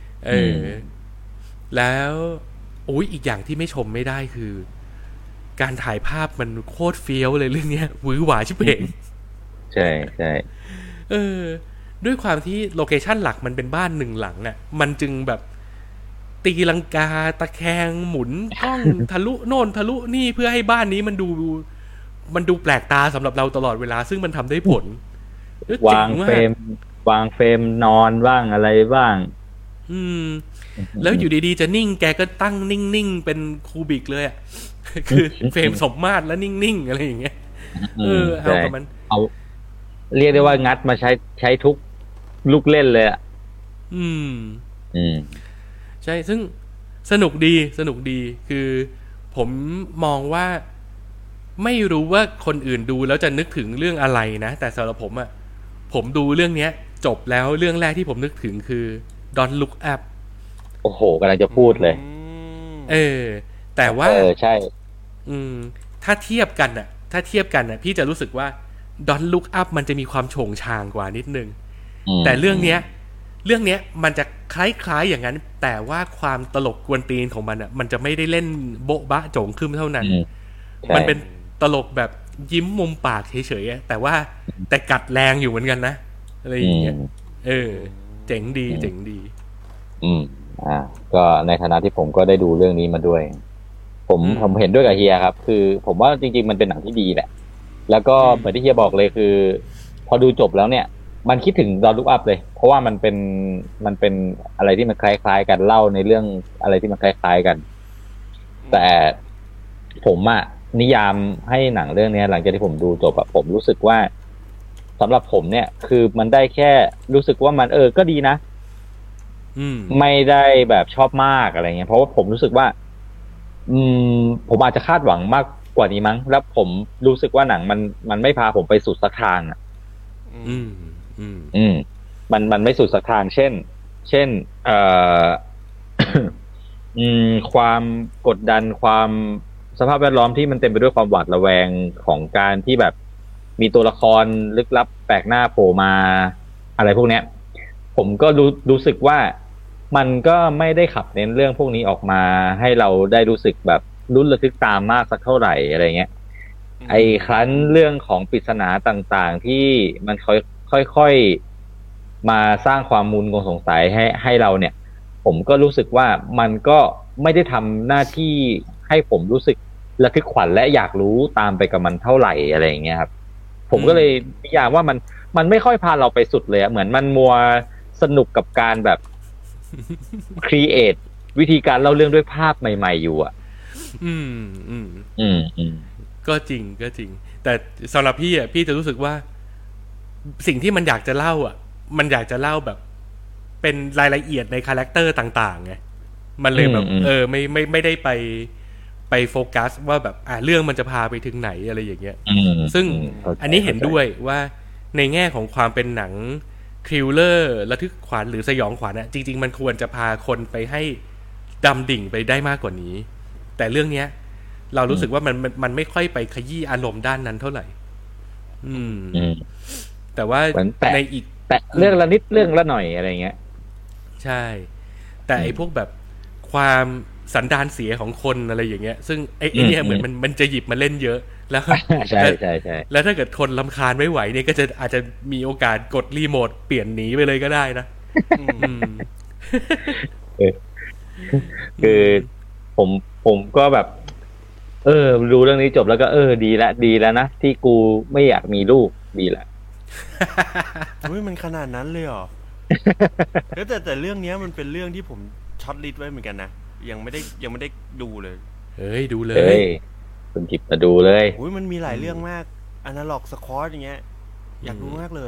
A: แล้วอีกอย่างที่ไม่ชมไม่ได้คือการถ่ายภาพมันโคตรเฟี้ยวเลยเรื่องนี้หวือหวาชิบเป่ง
B: ใช่ใช่
A: ด้วยความที่โลเคชั่นหลักมันเป็นบ้านหนึ่งหลังอ่ะมันจึงแบบตีลังกาตะแคงหมุนกล้องทะลุโน่นทะลุนี่เพื่อให้บ้านนี้มันดูแปลกตาสำหรับเราตลอดเวลาซึ่งมันทำได้ผล
B: วางเฟรมนอนบ้างอะไรบ้าง
A: แล้วอยู่ดีๆจะนิ่งแกก็ตั้งนิ่งๆเป็นคูบิกเลยอ่ะคือเฟรมสมมาตรแล้วนิ่งๆอะไรอย่างเงี้ยเอากับมัน
B: เอาเรียกได้ว่างัดมาใช้ทุกลูกเล่นเลยอ่ะ
A: ใช่ซึ่งสนุกดีคือผมมองว่าไม่รู้ว่าคนอื่นดูแล้วจะนึกถึงเรื่องอะไรนะแต่สำหรับผมดูเรื่องนี้จบแล้วเรื่องแรกที่ผมนึกถึงคือ Don't Look Up
B: โอ้โหกำลังจะพูดเลย
A: แต่ว่า
B: ใช่
A: ถ้าเทียบกันน่ะพี่จะรู้สึกว่า Don't Look Up มันจะมีความโฉงฉางกว่านิดนึงแต่เรื่องเนี้ยมันจะคล้ายๆอย่างนั้นแต่ว่าความตลกกวนตีนของมันอ่ะมันจะไม่ได้เล่นโบ๊ะบะโจ่งขึ้นเท่านั้นมันเป็นตลกแบบยิ้มมุมปากเฉยๆแต่กัดแรงอยู่เหมือนกันนะอะไรอย่างเงี้ยเจ๋งดี
B: ก็ในฐานะที่ผมก็ได้ดูเรื่องนี้มาด้วยผมเห็นด้วยกับเฮียครับคือผมว่าจริงๆมันเป็นหนังที่ดีแหละแล้วก็เหมือนที่เฮียบอกเลยคือพอดูจบแล้วเนี่ยมันคิดถึงDon't Look Upเลยเพราะว่ามันเป็นอะไรที่มันคล้ายๆกันเล่าในเรื่องอะไรที่มันคล้ายๆกันแต่ผมนิยามให้หนังเรื่องนี้หลังจากที่ผมดูจบผมรู้สึกว่าสำหรับผมเนี่ยคือมันได้แค่รู้สึกว่ามันก็ดีนะไม่ได้แบบชอบมากอะไรเงี้ยเพราะว่าผมรู้สึกว่าผมอาจจะคาดหวังมากกว่านี้มั้งแล้วผมรู้สึกว่าหนังมันไม่พาผมไปสุดสักทางมันไม่สุดสักทางเช่นความกดดันความสภาพแวดล้อมที่มันเต็มไปด้วยความหวาดระแวงของการที่แบบมีตัวละครลึกลับแปลกหน้าโผล่มาอะไรพวกเนี้ยผมก็รู้สึกว่ามันก็ไม่ได้ขับเน้นเรื่องพวกนี้ออกมาให้เราได้รู้สึกแบบลุ้นระทึกตามมากสักเท่าไหร่อะไรเงี้ยไอ้ครั้นเรื่องของปริศนาต่างๆที่มันค่อยมาสร้างความมูลงงสงสัยให้เราเนี่ยผมก็รู้สึกว่ามันก็ไม่ได้ทำหน้าที่ให้ผมรู้สึกระทึกขวัญและอยากรู้ตามไปกับมันเท่าไหร่อะไรอย่างเงี้ยครับผมก็เลยนิยามว่ามันไม่ค่อยพาเราไปสุดเลยเหมือนมันมัวสนุกกับการแบบครีเอทวิธีการเล่าเรื่องด้วยภาพใหม่ๆอยู่
A: ก็จริงแต่สำหรับพี่อ่ะพี่จะรู้สึกว่าสิ่งที่มันอยากจะเล่าอ่ะมันอยากจะเล่าแบบเป็นรายละเอียดในคาแรคเตอร์ต่างๆไงมันเลยแบบไม่ได้ไปโฟกัสว่าแบบเรื่องมันจะพาไปถึงไหนอะไรอย่างเงี้ยซึ่งอันนี้เห็นด้วยว่าในแง่ของความเป็นหนังทริลเลอร์ระทึกขวัญหรือสยองขวัญอ่ะจริงๆมันควรจะพาคนไปให้ดำดิ่งไปได้มากกว่านี้แต่เรื่องเนี้ยเรารู้สึกว่ามันไม่ค่อยไปขยี้อารมณ์ด้านนั้นเท่าไหร่แต่ว่าในอีก
B: แต่เรื่องละนิดเรื่องละหน่อยอะไรเงี้ย
A: ใช่แต่ไอ้พวกแบบความสันดานเสียของคนอะไรอย่างเงี้ยซึ่งไอ้เนี่ยเหมือนมันจะหยิบมาเล่นเยอะแล้ว
B: ใช่ใช่ใช่
A: แล้วถ้าเกิดคนรำคาญไม่ไหวเนี่ยก็จะอาจจะมีโอกาสกดรีโมทเปลี่ยนหนีไปเลยก็ได้นะ
B: คือผมก็แบบดูเรื่องนี้จบแล้วก็ดีแล้วนะที่กูไม่อยากมีลูกดีละ
C: มันขนาดนั้นเลยเหรอแต่เรื่องนี้มันเป็นเรื่องที่ผมช็อตลิสต์ไว้เหมือนกันนะยังไม่ได้ดูเลย
A: ดูเลย
B: คุณจิบมาดูเลย
C: มันมีหลายเรื่องมาก Analog Squad อย่างเงี้ยอยากดูมากเลย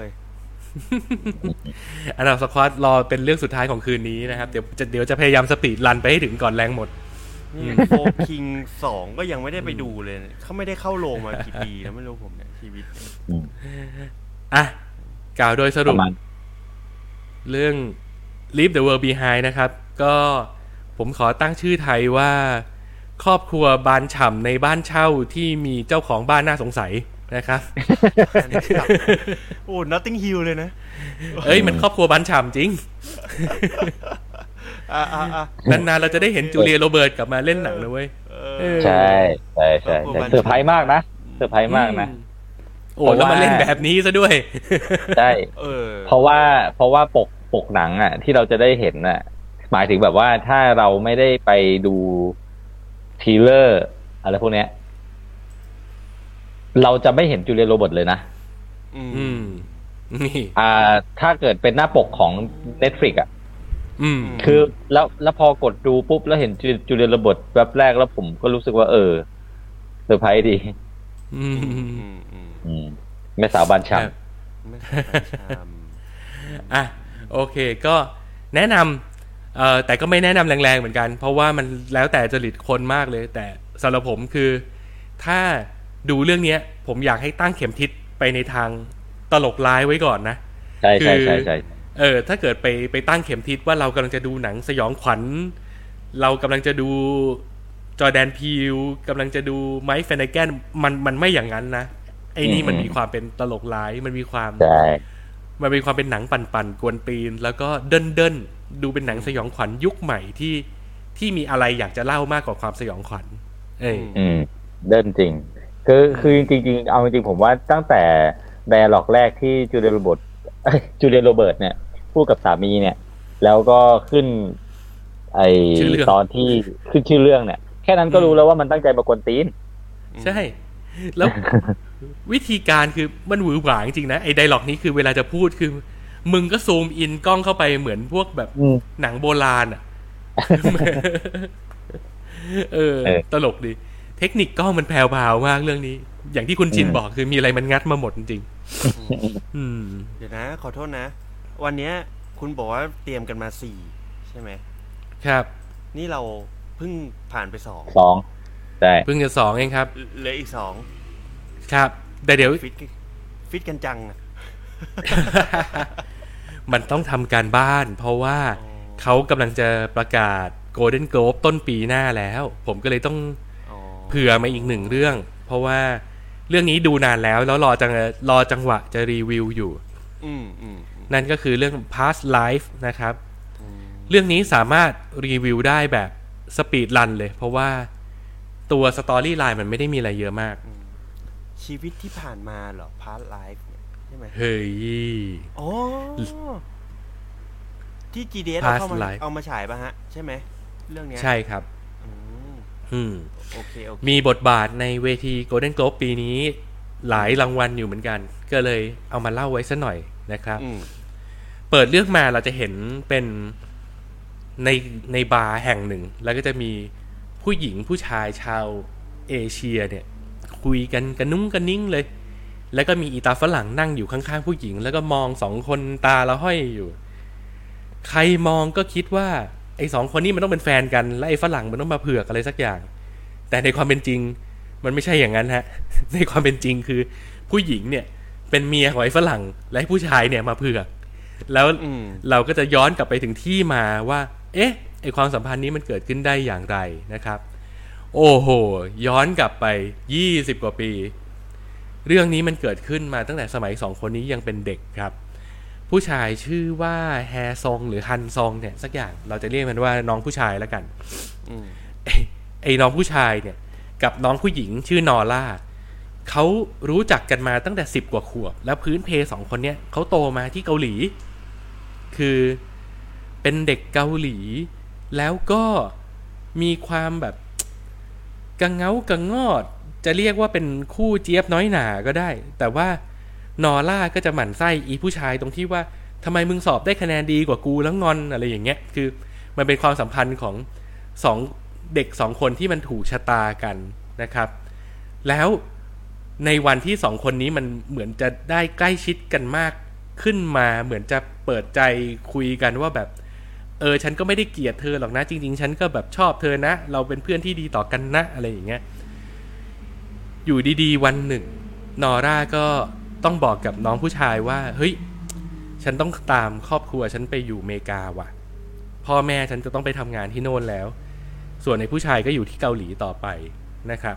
A: Analog Squad รอเป็นเรื่องสุดท้ายของคืนนี้นะครับเดี๋ยวจะพยายามสปีดรันไปให้ถึงก่อนแรงหมด
C: โฟคิง2ก็ยังไม่ได้ไปดูเลยเขาไม่ได้เข้าโรงมากี่ปีแล้วไม่รู้ผมเนี่ยชีวิต
A: กล่าวโดยสรุปเรื่อง Leave the World Behind นะครับก็ผมขอตั้งชื่อไทยว่าครอบครัวบานฉ่ำในบ้านเช่าที่มีเจ้าของบ้านน่าสงสัยนะครับ
C: โอ้ Notting Hill เลยนะ
A: มันครอบครัวบานฉ่ำจริงนานๆเราจะได้เห็นจูเลียโรเบิร์ตกลับมาเล่นหนังเลยเว้ย
B: ใช่เซอร์ไพรส์มากนะ
A: โอ้แล้วมาเล่นแบบนี้ซะด้วย
B: ใช่เพราะว่าปกหนังอ่ะที่เราจะได้เห็นอ่ะหมายถึงแบบว่าถ้าเราไม่ได้ไปดูทีเลอร์อะไรพวกเนี้ยเราจะไม่เห็นจูเลียโรเบิร์ตเลยนะถ้าเกิดเป็นหน้าปกของ Netflix อ่ะคือแล้วพอกดดูปุ๊บแล้วเห็นจูเลียโรเบิร์ตแวบแรกแล้วผมก็รู้สึกว่าเซอร์ไพรส์ดีแม่สาวบานฉ่
A: ำโอเคก็แนะนำแต่ก็ไม่แนะนำแรงๆเหมือนกันเพราะว่ามันแล้วแต่จริตคนมากเลยแต่สำหรับผมคือถ้าดูเรื่องนี้ผมอยากให้ตั้งเข็มทิศไปในทางตลกร้ายไว้ก่อนนะ
B: ใช่ใช่ใช่ใช่
A: ถ้าเกิดไปตั้งเข็มทิศว่าเรากำลังจะดูหนังสยองขวัญเรากำลังจะดูจอร์แดนพีลกำลังจะดูไมค์แฟนแกนมันไม่อย่างนั้นนะไอ้นี่มันมีความเป็นตลกร้ายมันมีความเป็นหนังปั่นๆกวนตีนแล้วก็เดินดูเป็นหนังสยองขวัญยุคใหม่ที่มีอะไรอยากจะเล่ามากกว่าความสยองขวัญ
B: เดินจริงคือจริงๆเอาจริงๆผมว่าตั้งแต่ไดอะล็อกแรกที่จูเลียโรเบิร์ตเนี่ยพูดกับสามีเนี่ยแล้วก็ขึ้นตอนที่ขึ้นชื่อเรื่องเนี่ยแค่นั้นก็รู้แล้วว่ามันตั้งใจมากวนตีน
A: ใช่แล้ววิธีการคือมันหวือหวาจริงๆนะไอ้ไดอะล็อกนี้คือเวลาจะพูดคือมึงก็ซูมอินกล้องเข้าไปเหมือนพวกแบบหนังโบราณอ่ะตลกดีเทคนิคกล้องมันแผ่วๆมากเรื่องนี้อย่างที่คุณจินบอกคือมีอะไรมันงัดมาหมดจริง
C: เดี๋ยวนะขอโทษนะวันนี้คุณบอกว่าเตรียมกันมา4ใช่ไหม
A: ครับ
C: นี่เราเพิ่งผ่านไป
B: 2ใช่
A: เพิ่งจะ2เองครับ
C: เหลืออีก2
A: ครับแต่เดี๋ยว
C: ฟิตกันจัง
A: มันต้องทำการบ้านเพราะว่าเขากำลังจะประกาศ Golden Globe ต้นปีหน้าแล้วผมก็เลยต้องเผื่อมาอีก1เรื่องเพราะว่าเรื่องนี้ดูนานแล้วรอจังหวะจะรีวิวอยู่นั่นก็คือเรื่อง Past Life นะครับเรื่องนี้สามารถรีวิวได้แบบสปีดรันเลยเพราะว่าตัวสตอรี่ไลน์มันไม่ได้มีอะไรเยอะมาก
C: ชีวิตที่ผ่านมาเหรอ Past Life ใช่ไหม
A: เฮ้ย
C: อ๋อที่ GDS เอามาฉายป่ะฮะใช่ไหมเรื่องนี้
A: ใช่ครับ
C: โอเค
A: มีบทบาทในเวที Golden Globe ปีนี้หลายรางวัลอยู่เหมือนกันก็เลยเอามาเล่าไว้ซะหน่อยนะครับเปิดเรื่องมาเราจะเห็นเป็นในบาร์แห่งหนึ่งแล้วก็จะมีผู้หญิงผู้ชายชาวเอเชียเนี่ยคคุยกันกระนุ้งกระนิ้งเลยแล้วก็มีอีตาฝรั่งนั่งอยู่ข้างๆผู้หญิงแล้วก็มอง2คนตาละห้อยอยู่ใครมองก็คิดว่าไอ้2คนนี้มันต้องเป็นแฟนกันและไอ้ฝรั่งมันต้องมาเผือกอะไรสักอย่างแต่ในความเป็นจริงมันไม่ใช่อย่างนั้นฮะในความเป็นจริงคือผู้หญิงเนี่ยเป็นเมียของไอ้ฝรั่งและผู้ชายเนี่ยมาเผือกแล้วเราก็จะย้อนกลับไปถึงที่มาว่าเอ๊ะไอ้ความสัมพันธ์นี้มันเกิดขึ้นได้อย่างไรนะครับโอ้โหย้อนกลับไป20กว่าปีเรื่องนี้มันเกิดขึ้นมาตั้งแต่สมัย2คนนี้ยังเป็นเด็กครับผู้ชายชื่อว่าแฮซองหรือฮันซองเนี่ยสักอย่างเราจะเรียกมันว่าน้องผู้ชายแล้วกันไอ้น้องผู้ชายเนี่ยกับน้องผู้หญิงชื่อนอร่าเขารู้จักกันมาตั้งแต่10กว่าขวบแล้วพื้นเพ2คนเนี้ยเขาโตมาที่เกาหลีคือเป็นเด็กเกาหลีแล้วก็มีความแบบกังเงากังงอดจะเรียกว่าเป็นคู่เจี๊ยบน้อยหนาก็ได้แต่ว่านอร่าก็จะหมั่นไส้อีผู้ชายตรงที่ว่าทำไมมึงสอบได้คะแนนดีกว่ากูแล้วงอนอะไรอย่างเงี้ยคือมันเป็นความสัมพันธ์ของเด็ก2คนที่มันถูกชะตากันนะครับแล้วในวันที่2คนนี้มันเหมือนจะได้ใกล้ชิดกันมากขึ้นมาเหมือนจะเปิดใจคุยกันว่าแบบฉันก็ไม่ได้เกลียดเธอหรอกนะจริงๆฉันก็แบบชอบเธอนะเราเป็นเพื่อนที่ดีต่อกันนะอะไรอย่างเงี้ยอยู่ดีๆวันหนึ่งนอร่าก็ต้องบอกกับน้องผู้ชายว่าเฮ้ยฉันต้องตามครอบครัวฉันไปอยู่อเมริกาว่ะพ่อแม่ฉันจะต้องไปทำงานที่โน่นแล้วส่วนในผู้ชายก็อยู่ที่เกาหลีต่อไปนะครับ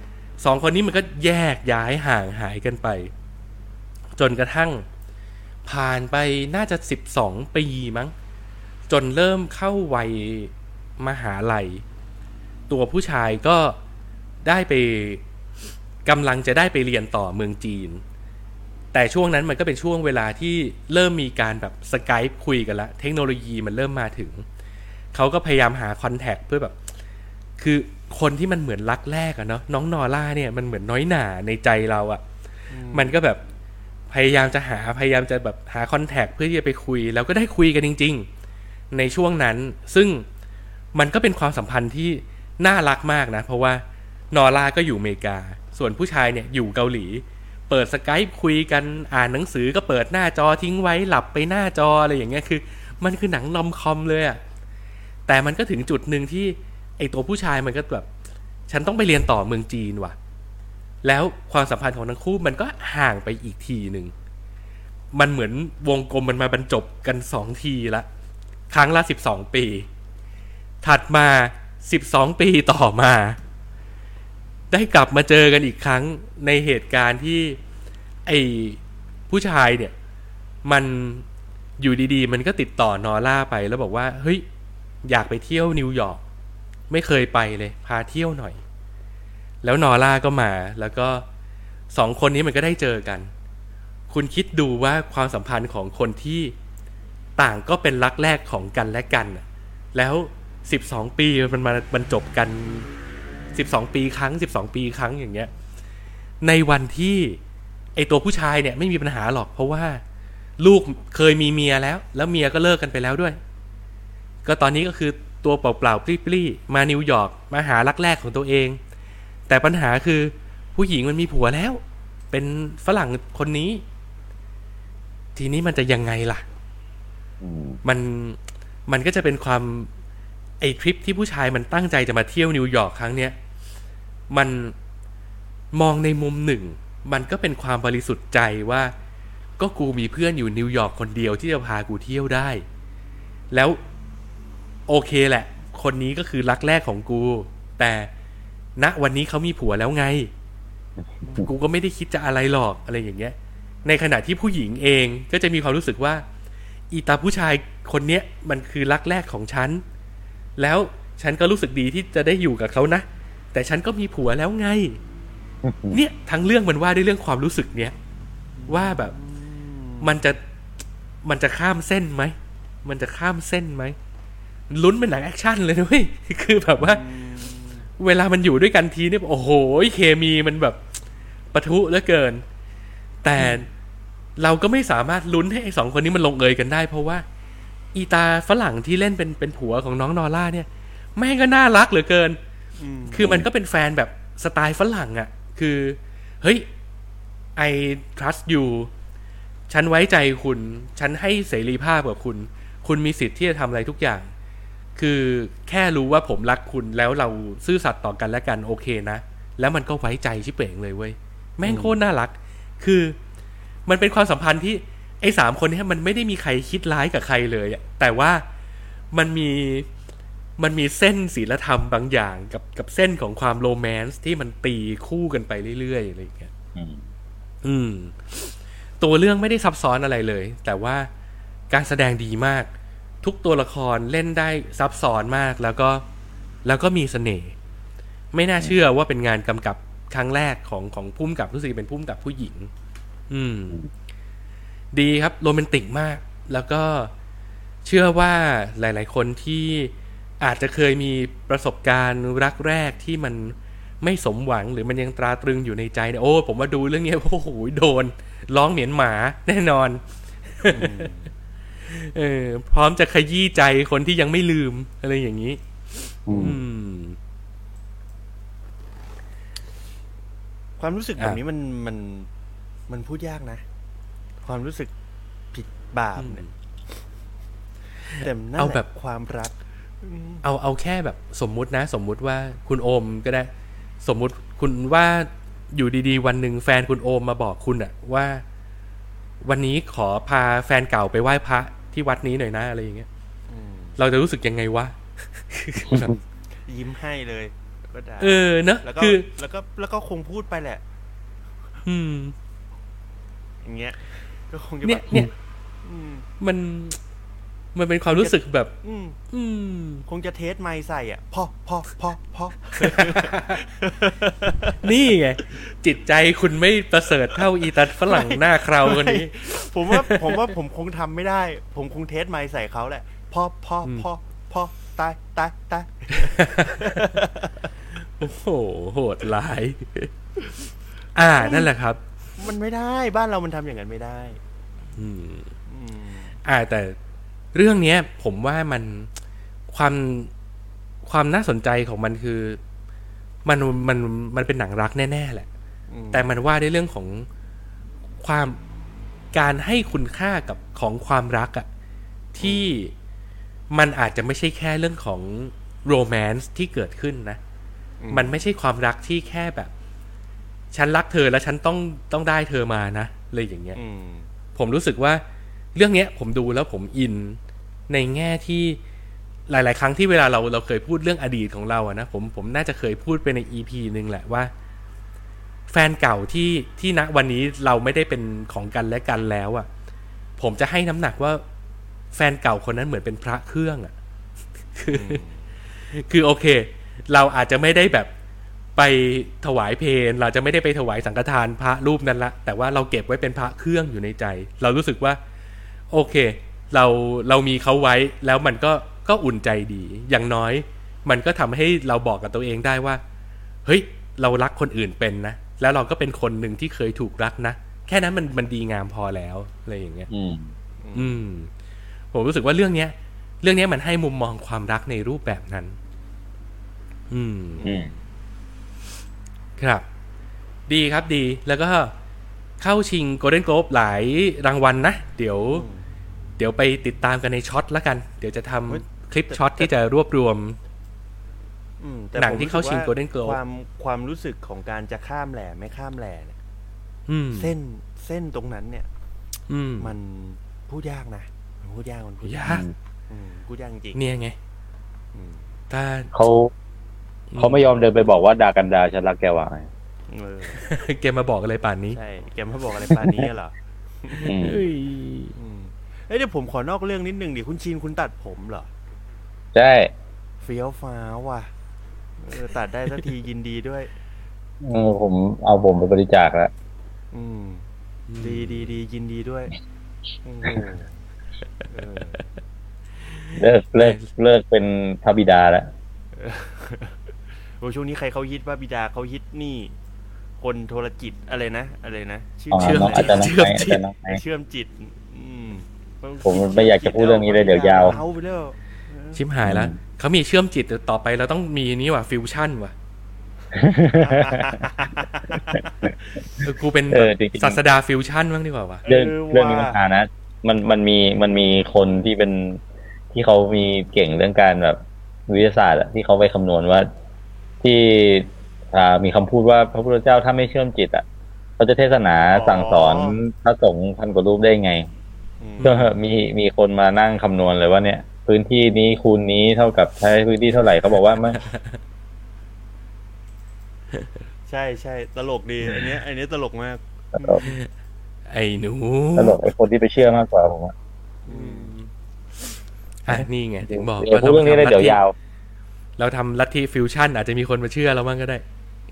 A: 2คนนี้มันก็แยกย้ายห่างหายกันไปจนกระทั่งผ่านไปน่าจะ12ปีมั้งจนเริ่มเข้าวัยมหาลัยตัวผู้ชายก็ได้ไปกำลังจะได้ไปเรียนต่อเมืองจีนแต่ช่วงนั้นมันก็เป็นช่วงเวลาที่เริ่มมีการแบบสกายป์คุยกันละเทคโนโลยีมันเริ่มมาถึงเขาก็พยายามหาคอนแทคเพื่อแบบคือคนที่มันเหมือนรักแรกอะเนาะน้องนอร่าเนี่ยมันเหมือนน้อยหน่าในใจเราอะมันก็แบบพยายามจะแบบหาคอนแทคเพื่อที่จะไปคุยแล้วก็ได้คุยกันจริงๆในช่วงนั้นซึ่งมันก็เป็นความสัมพันธ์ที่น่ารักมากนะเพราะว่านอร่าก็อยู่อเมริกาส่วนผู้ชายเนี่ยอยู่เกาหลีเปิดสกายป์คุยกันอ่านหนังสือก็เปิดหน้าจอทิ้งไว้หลับไปหน้าจออะไรอย่างเงี้ยคือมันคือหนังรอมคอมเลยอะแต่มันก็ถึงจุดนึงที่ไอตัวผู้ชายมันก็แบบฉันต้องไปเรียนต่อเมืองจีนว่ะแล้วความสัมพันธ์ของทั้งคู่มันก็ห่างไปอีกทีหนึ่งมันเหมือนวงกลมมันมาบรรจบกัน2ทีละครั้งละ12ปีถัดมา12ปีต่อมาได้กลับมาเจอกันอีกครั้งในเหตุการณ์ที่ไอ้ผู้ชายเนี่ยมันอยู่ดีๆมันก็ติดต่อนอร่าไปแล้วบอกว่าเฮ้ยอยากไปเที่ยวนิวยอร์กไม่เคยไปเลยพาเที่ยวหน่อยแล้วนอร่าก็มาแล้วก็2คนนี้มันก็ได้เจอกันคุณคิดดูว่าความสัมพันธ์ของคนที่ต่างก็เป็นรักแรกของกันและกันแล้ว12ปีมันมาบรรจบกัน12ปีครั้ง12ปีครั้งอย่างเงี้ยในวันที่ไอตัวผู้ชายเนี่ยไม่มีปัญหาหรอกเพราะว่าลูกเคยมีเมียแล้วเมียก็เลิกกันไปแล้วด้วยก็ตอนนี้ก็คือตัวเปล่าๆปลี้ๆมานิวยอร์กมาหารักแรกของตัวเองแต่ปัญหาคือผู้หญิงมันมีผัวแล้วเป็นฝรั่งคนนี้ทีนี้มันจะยังไงล่ะมันก็จะเป็นความไอทริปที่ผู้ชายมันตั้งใจจะมาเที่ยวนิวยอร์กครั้งเนี้ยมันมองในมุมหนึ่งมันก็เป็นความบริสุทธิ์ใจว่าก็กูมีเพื่อนอยู่นิวยอร์กคนเดียวที่จะพากูเที่ยวได้แล้วโอเคแหละคนนี้ก็คือรักแรกของกูแต่ณวันนี้เขามีผัวแล้วไงกูก็ไม่ได้คิดจะอะไรหรอกอะไรอย่างเงี้ยในขณะที่ผู้หญิงเองก็จะมีความรู้สึกว่าอีตาผู้ชายคนเนี้ยมันคือรักแรกของฉันแล้วฉันก็รู้สึกดีที่จะได้อยู่กับเขานะแต่ฉันก็มีผัวแล้วไงเนี่ยทั้งเรื่องมันว่าด้วยเรื่องความรู้สึกเนี้ยว่าแบบมันจะข้ามเส้นไหมมันจะข้ามเส้นไหมลุ้นเป็นหนังแอคชั่นเลยนะเว้ยคือแบบว่าเวลามันอยู่ด้วยกันทีเนี่ยโอ้โหเคมีมันแบบปะทุเหลือเกินแต่เราก็ไม่สามารถลุ้นให้ไอ้2คนนี้มันลงเอยกันได้เพราะว่าอีตาฝรั่งที่เล่นเป็นผัวของน้องนอร่าเนี่ยแม่งก็น่ารักเหลือเกินคือมันก็เป็นแฟนแบบสไตล์ฝรั่งอ่ะคือเฮ้ย I trust you ฉันไว้ใจคุณฉันให้เสรีภาพกับคุณคุณมีสิทธิ์ที่จะทำอะไรทุกอย่างคือแค่รู้ว่าผมรักคุณแล้วเราซื่อสัตย์ต่อกันและกันโอเคนะแล้วมันก็ไว้ใจชิบเป่งเลยเว้ยแม่งโคตรน่ารักคือมันเป็นความสัมพันธ์ที่ไอ้3คนนี้มันไม่ได้มีใครคิดร้ายกับใครเลยอะแต่ว่ามันมีเส้นศีลธรรมบางอย่างกับเส้นของความโรแมนซ์ที่มันตีคู่กันไปเรื่อยๆอะไรอย่างเงี้ยตัวเรื่องไม่ได้ซับซ้อนอะไรเลยแต่ว่าการแสดงดีมากทุกตัวละครเล่นได้ซับซ้อนมากแล้วก็มีเสน่ห์ไม่น่าเชื่อว่าเป็นงานกำกับครั้งแรกของผู้กำกับรู้สึกเป็นผู้กำกับผู้หญิงดีครับโรแมนติกมากแล้วก็เชื่อว่าหลายๆคนที่อาจจะเคยมีประสบการณ์รักแรกที่มันไม่สมหวังหรือมันยังตราตรึงอยู่ในใจเนี่ยโอ้ผมว่าดูเรื่องนี้โอ้โหโดนร้องเหมียนหมาแน่นอนพร้อมจะขยี้ใจคนที่ยังไม่ลืมอะไรอย่างนี้
C: ความรู้สึกแบบนี้มันพูดยากนะความรู้สึกผิดบาปเนี่ยแต่นั่นแหละความรัก
A: เอาแค่แบบสมมุตินะสมมุติว่าคุณโอมก็ได้สมมุติคุณว่าอยู่ดีๆวันหนึ่งแฟนคุณโอมมาบอกคุณอะว่าวันนี้ขอพาแฟนเก่าไปไหว้พระที่วัดนี้หน่อยนะอะไรอย่างเงี้ยเราจะรู้สึกยังไงวะ
C: ยิ้มให้เลย
A: เนอะคือ
C: แล้วก็คงพูดไปแหละอย่างเงี้ยก็คงจะแบบ
A: เนี่ยมันเป็นความรู้สึกแบบ
C: คงจะเทสไมค์ใส่อ่ะพอ
A: นี่ไงจิตใจคุณไม่ประเสริฐเท่าอีตาฝรั่งหน้าคราวคนนี้
C: ผมว่าผมคงทำไม่ได้ผมคงเทสไมค์ใส่เขาแหละพอตาย
A: โอ้โหโหดร้ายนั่นแหละครับ
C: มันไม่ได้บ้านเรามันทำอย่างนั้นไม่ได้
A: แต่เรื่องนี้ผมว่าความน่าสนใจของมันคือมันเป็นหนังรักแน่ๆแหละแต่มันว่าในเรื่องของความการให้คุณค่ากับของความรักอะที่มันอาจจะไม่ใช่แค่เรื่องของโรแมนซ์ที่เกิดขึ้นนะมันไม่ใช่ความรักที่แค่แบบฉันรักเธอแล้วฉันต้องได้เธอมานะเลยอย่างเงี้ยผมรู้สึกว่าเรื่องนี้ผมดูแล้วผมอินในแง่ที่หลายๆครั้งที่เวลาเราเคยพูดเรื่องอดีตของเราอะนะผมน่าจะเคยพูดไปใน EP นึงแหละว่าแฟนเก่าที่ณวันนี้เราไม่ได้เป็นของกันและกันแล้วอะผมจะให้น้ำหนักว่าแฟนเก่าคนนั้นเหมือนเป็นพระเครื่องอะคือโอเคเราอาจจะไม่ได้แบบไปถวายเพลเราจะไม่ได้ไปถวายสังฆทานพระรูปนั้นละแต่ว่าเราเก็บไว้เป็นพระเครื่องอยู่ในใจเรารู้สึกว่าโอเคเรามีเขาไว้แล้วมันก็อุ่นใจดีอย่างน้อยมันก็ทำให้เราบอกกับตัวเองได้ว่าเฮ้ยเรารักคนอื่นเป็นนะแล้วเราก็เป็นคนหนึ่งที่เคยถูกรักนะแค่นั้นมันดีงามพอแล้วอะไรอย่างเงี้ยผมรู้สึกว่าเรื่องนี้มันให้มุมมองความรักในรูปแบบนั้นครับดีครับดีแล้วก็เข้าชิง Golden Globe หลายรางวัลนะเดี๋ยวไปติดตามกันในช็อตแล้วกันเดี๋ยวจะทำคลิปช็อตที่จะรวบรวมหนังที่เข้าชิง Golden Globe
C: ความรู้สึกของการจะข้ามแหล่ไม่ข้ามแหล่เนี่ยเส้นตรงนั้นเนี่ยมันพูดยากนะมันพูดยากพูดยากจริง
A: เนี่ยไงถ้า
D: เขาไม่ยอมเดินไปบอกว่าดากันดาฉันรักแกว่าไง
A: แกมาบอกอะไรป่านนี้
C: ใช่แกมาบอกอะไรป่านนี้เหรอเดี๋ยวผมขอนอกเรื่องนิดนึงดิคุณชินคุณตัดผมเหรอ
D: ใช่
C: เฟี้ยวฟ้าวว่ะตัดได้สักทียินดีด้วย
D: ผมเอาผมไปบริจาคแล้ว
C: ดียินดีด้วย
D: เลิกเป็นพระบิดาแล้ว
C: โอ้ช่วงนี้ใครเขาฮิตว่าบิดาเขาฮิตนี่คนโทรจิตอะไรนะ
D: เชื่อ
C: มจิต
D: ผมไม่อยากจะพูดเรื่องนี้เลยเดี๋ยวยาว
C: เอาไปแล้ว
A: ชิมหายแล้วเขามีเชื่อมจิตต่อไปเราต้องมีนี่ว่ะฟิวชั่นว่ะกูเป็นศาสดาฟิวชั่นบ้างดีกว่าวะ
B: เรื่องนี้มันนะมันมีคนที่เป็นที่เขามีเก่งเรื่องการแบบวิทยาศาสตร์ที่เขาไปคำนวณว่าที่มีคำพูดว่าพระพุทธเจ้าถ้าไม่เชื่อมจิตเขาจะเทศนาสั่งสอนพระสงฆ์พันกว่ารูปได้ไงก็มีคนมานั่งคำนวณเลยว่าเนี่ยพื้นที่นี้คูณนี้เท่ากับใช้พื้นที่เท่าไหร่เขาบอกว่าไม่
C: ใช่ตลกดีอันนี้ตลกมาก
A: ไอ้หนู
B: ตลกไอ้คนที่ไปเชื่อมากกว่าผม
A: นี่ไงถึงบอก
B: พูดเรื่องนี้เลยเดี๋ยวยาว
A: เราทำลัทธิฟิวชั่นอาจจะมีคนมาเชื่อเราบ้างก็ได้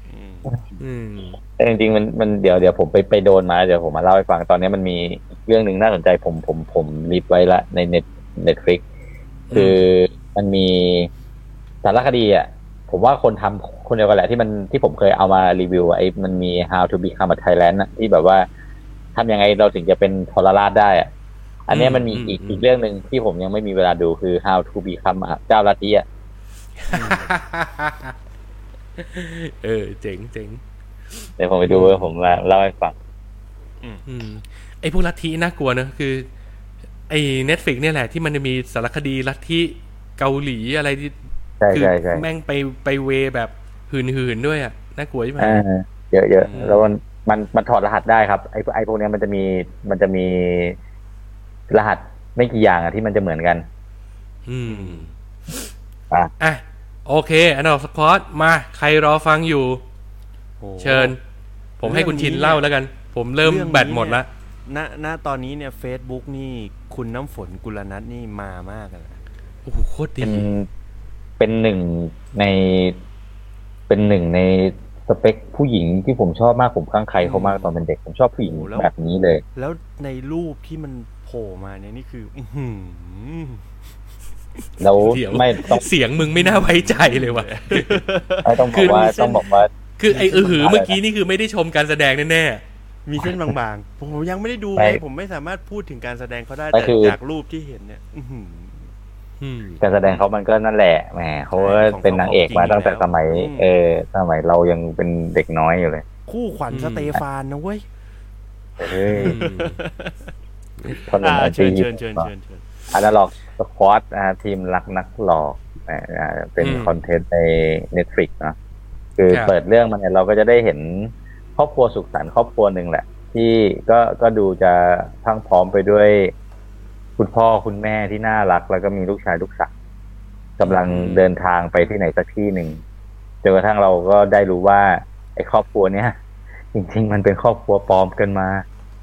B: แต่จริงๆมันเดี๋ยวผมไปโดนมาเดี๋ยวผมมาเล่าให้ฟังตอนนี้มันมีเรื่องนึงน่าสนใจผมรีบไว้ละในNetflix คือมันมีสารคดีผมว่าคนทำคนเดียวกันแหละที่ผมเคยเอามารีวิวมันมี How to Become a Thailand ที่แบบว่าทำยังไงเราถึงจะเป็นทรราชได้อันนี้มันมีอีกเรื่องนึงที่ผมยังไม่มีเวลาดูคือ How to Become เจ้าลัทธิ
A: เจ๋ง
B: เดี๋ยวผมไปดูผมมาเล่าให้ฟัง
A: ไอ้พวกลัทธิน่ากลัวนะคือไอ้ Netflix เนี่ยแหละที่มันจะมีสารคดีลัทธิเกาหลีอะไรที่
B: คือ
A: แม่งไปเวแบบหื่นด้วยน่ากลัวใช่ไหม
B: เยอะแล้วมันถอดรหัสได้ครับไอ้พวกนี้มันจะมีรหัสไม่กี่อย่างที่มันจะเหมือนกัน
A: โอเคอันดับสควอตมาใครรอฟังอยู่เชิญผมให้คุณชินเล่าแล้วกันผมเริ่มแบตหมดแล้ว
C: ณตอนนี้เนี่ย Facebook นี่คุณน้ำฝนกุลนัทนี่มามากเลย
A: โอ้โหโคตรดี
B: เป็นหนึ่งในสเปคผู้หญิงที่ผมชอบมากผมข้างใครเขามากตอนเป็นเด็กผมชอบผู้หญิงแบบนี้เลย
C: แล้วในรูปที่มันโผล่มาเนี่ยนี่คือ
B: แล้วไม่ต้อง
A: เสียงมึงไม่น่าไว้ใจเลยว่ะ
B: ต้องบอกว่า
A: คือไอ้หือเมื่อกี้นี่คือไม่ได้ชมการแสดงแน่
C: ๆมีเส้นบางๆผมยังไม่ได้ดูเลยผมไม่สามารถพูดถึงการแสดงเขาได้แต่จากรูปที่เห็นเนี่ย
B: การแสดงเขามันก็นั่นแหละแหมเขาเป็นนางเอกมาตั้งแต่สมัยเรายังเป็นเด็กน้อยอยู่เลย
C: คู่ขวัญสเตฟานนะเว้ยเชิญ
B: อันนั้นหลอกสควอตทีมรักนักหลอกเป็นคอนเทนต์ใน Netflix นะคือเปิดเรื่องมาเนี่ยเราก็จะได้เห็นครอบครัวสุขสันต์ครอบครัวหนึ่งแหละที่ก็ดูจะทั้งพร้อมไปด้วยคุณพ่อคุณแม่ที่น่ารักแล้วก็มีลูกชายลูกสาวกำลังเดินทางไปที่ไหนสักที่หนึ่งจนกระทั่งเราก็ได้รู้ว่าไอ้ครอบครัวเนี้ยจริงๆมันเป็นครอบครัวปลอมกันมา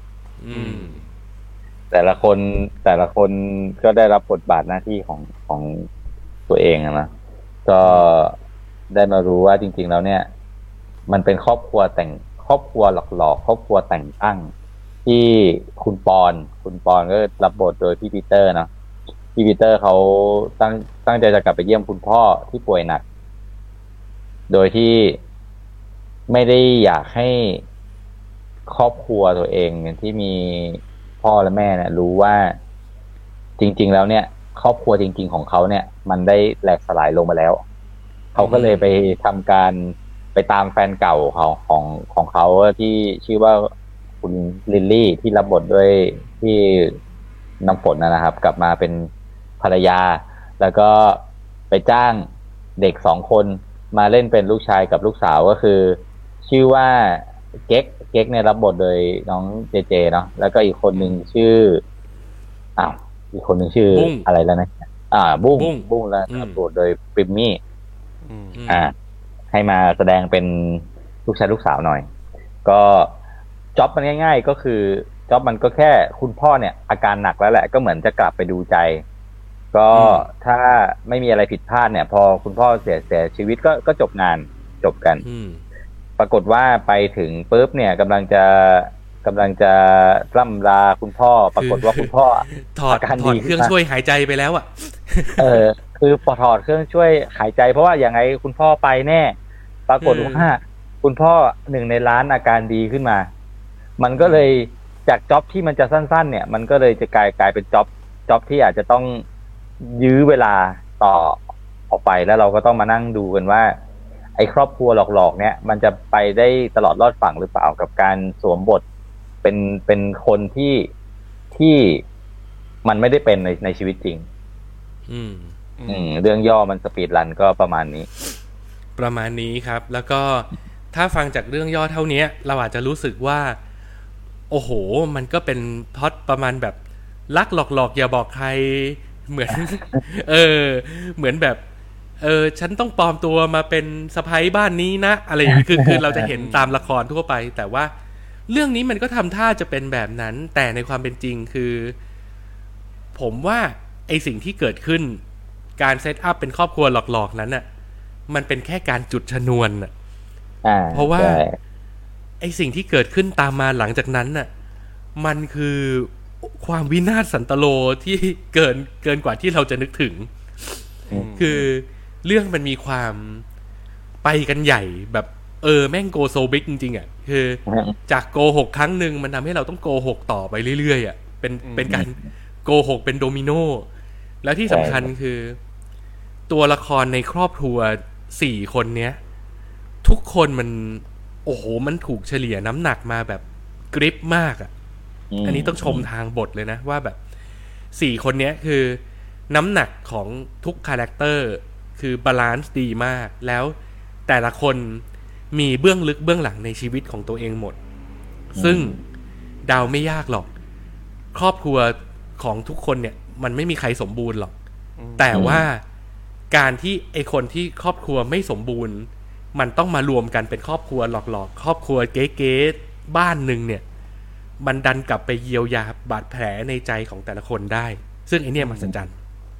B: แต่ละคนก็ได้รับบทบาทหน้าที่ของตัวเองนะก็ได้มารู้ว่าจริงๆแล้วเนี่ยมันเป็นครอบครัวหลอกครอบครัวแต่งตั้งที่คุณปอนก็รับบทโดยพี่ปีเตอร์เนาะพี่ปีเตอร์เขาตั้งใจจะกลับไปเยี่ยมคุณพ่อที่ป่วยหนักโดยที่ไม่ได้อยากให้ครอบครัวตัวเองที่มีพ่อและแม่เนี่ยรู้ว่าจริงๆแล้วเนี่ยครอบครัวจริงๆของเขาเนี่ยมันได้แหลกสลายลงมาแล้วเขาก็เลยไปทำการไปตามแฟนเก่าของเขาที่ชื่อว่าคุณลิลลี่ที่รับบทด้วยที่น้ำฝนนะครับกลับมาเป็นภรรยาแล้วก็ไปจ้างเด็ก2 คนมาเล่นเป็นลูกชายกับลูกสาวก็คือชื่อว่าเก๊กเนี่ยรับบทโดยน้องเจเนาะแล้วก็อีกคนหนึ่งชื่ออีกคนหนึ่งชื่ออะไรแล้วนะบุ้งแล้วรับบทโดยปริมมี่ให้มาแสดงเป็นลูกชายลูกสาวหน่อยก็จ็อบมันง่ายๆก็คือจ็อบมันก็แค่คุณพ่อเนี่ยอาการหนักแล้วแหละก็เหมือนจะกลับไปดูใจก็ถ้าไม่มีอะไรผิดพลาดเนี่ยพอคุณพ่อเสียชีวิตก็จบกันปรากฏว่าไปถึงปุ๊บเนี่ยกำลังจะร่ำลาคุณพ่อปรากฏว่าคุณพ่อ
A: ถอดเครื่องช่วยหายใจไปแล้ว
B: คือพอถอดเครื่องช่วยหายใจเพราะว่าอย่างไรคุณพ่อไปแน่ปรากฏว่าคุณพ่อ1 ในล้านอาการดีขึ้นมามันก็เลยจากจ็อบที่มันจะสั้นๆเนี่ยมันก็เลยจะกลายเป็นจ็อบที่อาจจะต้องยื้อเวลาต่อออกไปแล้วเราก็ต้องมานั่งดูกันว่าไอ้ครอบครัวหลอกๆเนี่ยมันจะไปได้ตลอดรอดฝั่งหรือเปล่ากับการสวมบทเป็นคนที่มันไม่ได้เป็นในชีวิตจริงเรื่องย่อมันสปีดรันก็ประมาณนี้
A: ครับแล้วก็ถ้าฟังจากเรื่องย่อเท่านี้เราอาจจะรู้สึกว่าโอ้โหมันก็เป็นพล็อตประมาณแบบรักหลอกๆอย่าบอกใครเหมือน เหมือนแบบฉันต้องปลอมตัวมาเป็นสะใภ้บ้านนี้นะอะไรอย่างนี้คือเราจะเห็นตามละครทั่วไปแต่ว่าเรื่องนี้มันก็ทำท่าจะเป็นแบบนั้นแต่ในความเป็นจริงคือผมว่าไอสิ่งที่เกิดขึ้นการเซตอัพเป็นครอบครัวหลอกๆนั้นน่ะมันเป็นแค่การจุดชนวนน่ะเพราะว่าไอสิ่งที่เกิดขึ้นตามมาหลังจากนั้นน่ะมันคือความวินาศสันตโลที่เกินกว่าที่เราจะนึกถึงคือเรื่องมันมีความไปกันใหญ่แบบแม่งโกโซบิ๊กจริงๆอ่ะคือจากโกหกครั้งหนึ่งมันทำให้เราต้องโกหกต่อไปเรื่อยๆอ่ะเป็นการโกหกเป็นโดมิโนแล้วที่สำคัญคือตัวละครในครอบครัว4คนเนี้ยทุกคนมันโอ้โหมันถูกเฉลี่ยน้ำหนักมาแบบกริปมากอ่ะอันนี้ต้องชมทางบทเลยนะว่าแบบ4คนเนี้ยคือน้ำหนักของทุกคาแรคเตอร์คือบาลานซ์ดีมากแล้วแต่ละคนมีเบื้องลึกเบื้องหลังในชีวิตของตัวเองหมดซึ่งเดาไม่ยากหรอกครอบครัวของทุกคนเนี่ยมันไม่มีใครสมบูรณ์หรอกแต่ว่าการที่ไอคนที่ครอบครัวไม่สมบูรณ์มันต้องมารวมกันเป็นครอบครัวหลอกๆครอบครัวเก๋ๆบ้านหนึ่งเนี่ยมันดันกลับไปเยียวยาบาดแผลในใจของแต่ละคนได้ซึ่งไอเนี่ยมหัศจรรย์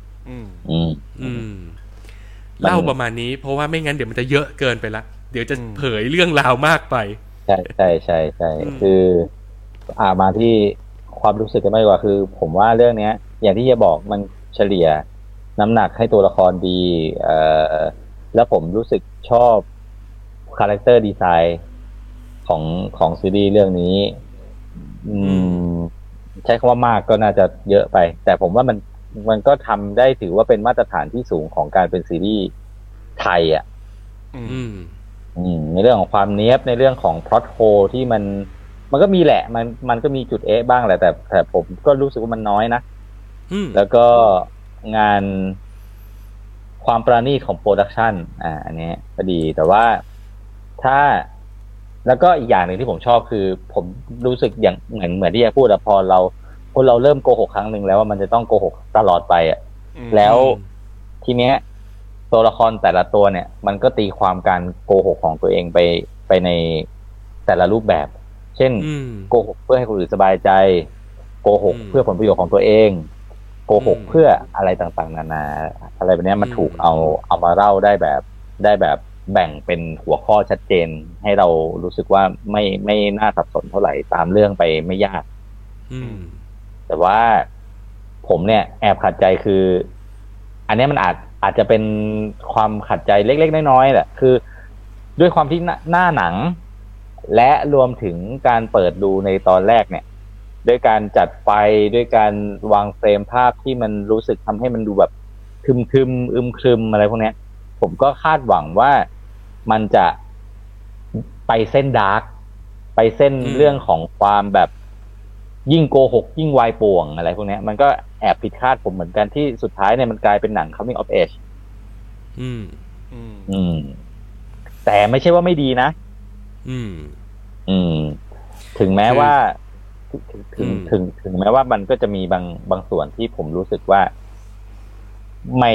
A: เล่าประมาณนี้เพราะว่าไม่งั้นเดี๋ยวมันจะเยอะเกินไปละเดี๋ยวจะเผยเรื่องราวมากไป
B: ใช่คือมาที่ความรู้สึกกันมากกว่าคือผมว่าเรื่องเนี้ยอย่างที่จะบอกมันเฉลี่ยน้ำหนักให้ตัวละครดีแล้วผมรู้สึกชอบคาแรคเตอร์ดีไซน์ของซีรีส์เรื่องนี้ใช้คำว่ามากก็น่าจะเยอะไปแต่ผมว่ามันก็ทำได้ถือว่าเป็นมาตรฐานที่สูงของการเป็นซีรีส์ไทยอ่ะในเรื่องของความเนี๊ยบในเรื่องของพล็อตโฮที่มันก็มีแหละมันก็มีจุดบ้างแหละแต่ผมก็รู้สึกว่ามันน้อยนะแล้วก็งานความประณีตของโปรดักชันอันนี้ก็ดีแต่ว่าแล้วก็อีกอย่างหนึ่งที่ผมชอบคือผมรู้สึกอย่างเหมือนที่จะพูดพอเราเริ่มโกหกครั้งหนึ่งแล้วว่ามันจะต้องโกหกตลอดไปอ่ะแล้วทีเนี้ยตัวละครแต่ละตัวเนี่ยมันก็ตีความการโกหกของตัวเองไปในแต่ละรูปแบบเช่นโกหกเพื่อให้คนอื่นสบายใจโกหกเพื่อผลประโยชน์ของตัวเองโกหกเพื่ออะไรต่างๆนานาอะไรแบบนี้มันถูกเอามาเล่าได้แบบแบ่งเป็นหัวข้อชัดเจนให้เรารู้สึกว่าไม่น่าสับสนเท่าไหร่ตามเรื่องไปไม่ยากแต่ว่าผมเนี่ยแอบขัดใจคืออันนี้มันอาจจะเป็นความขัดใจเล็กๆน้อยๆแหละคือด้วยความที่หน้าหนังและรวมถึงการเปิดดูในตอนแรกเนี่ยด้วยการจัดไฟด้วยการวางเฟรมภาพที่มันรู้สึกทำให้มันดูแบบคึมๆอึมครึมอะไรพวกนี้ผมก็คาดหวังว่ามันจะไปเส้นดาร์กไปเส้นเรื่องของความแบบยิ่งโกหกยิ่งวายป่วงอะไรพวกนี้มันก็แอบผิดคาดผมเหมือนกันที่สุดท้ายเนี่ยมันกลายเป็นหนัง coming of age แต่ไม่ใช่ว่าไม่ดีนะถึงแม้ว่าถึงแม้ว่ามันก็จะมีบางส่วนที่ผมรู้สึกว่าไม่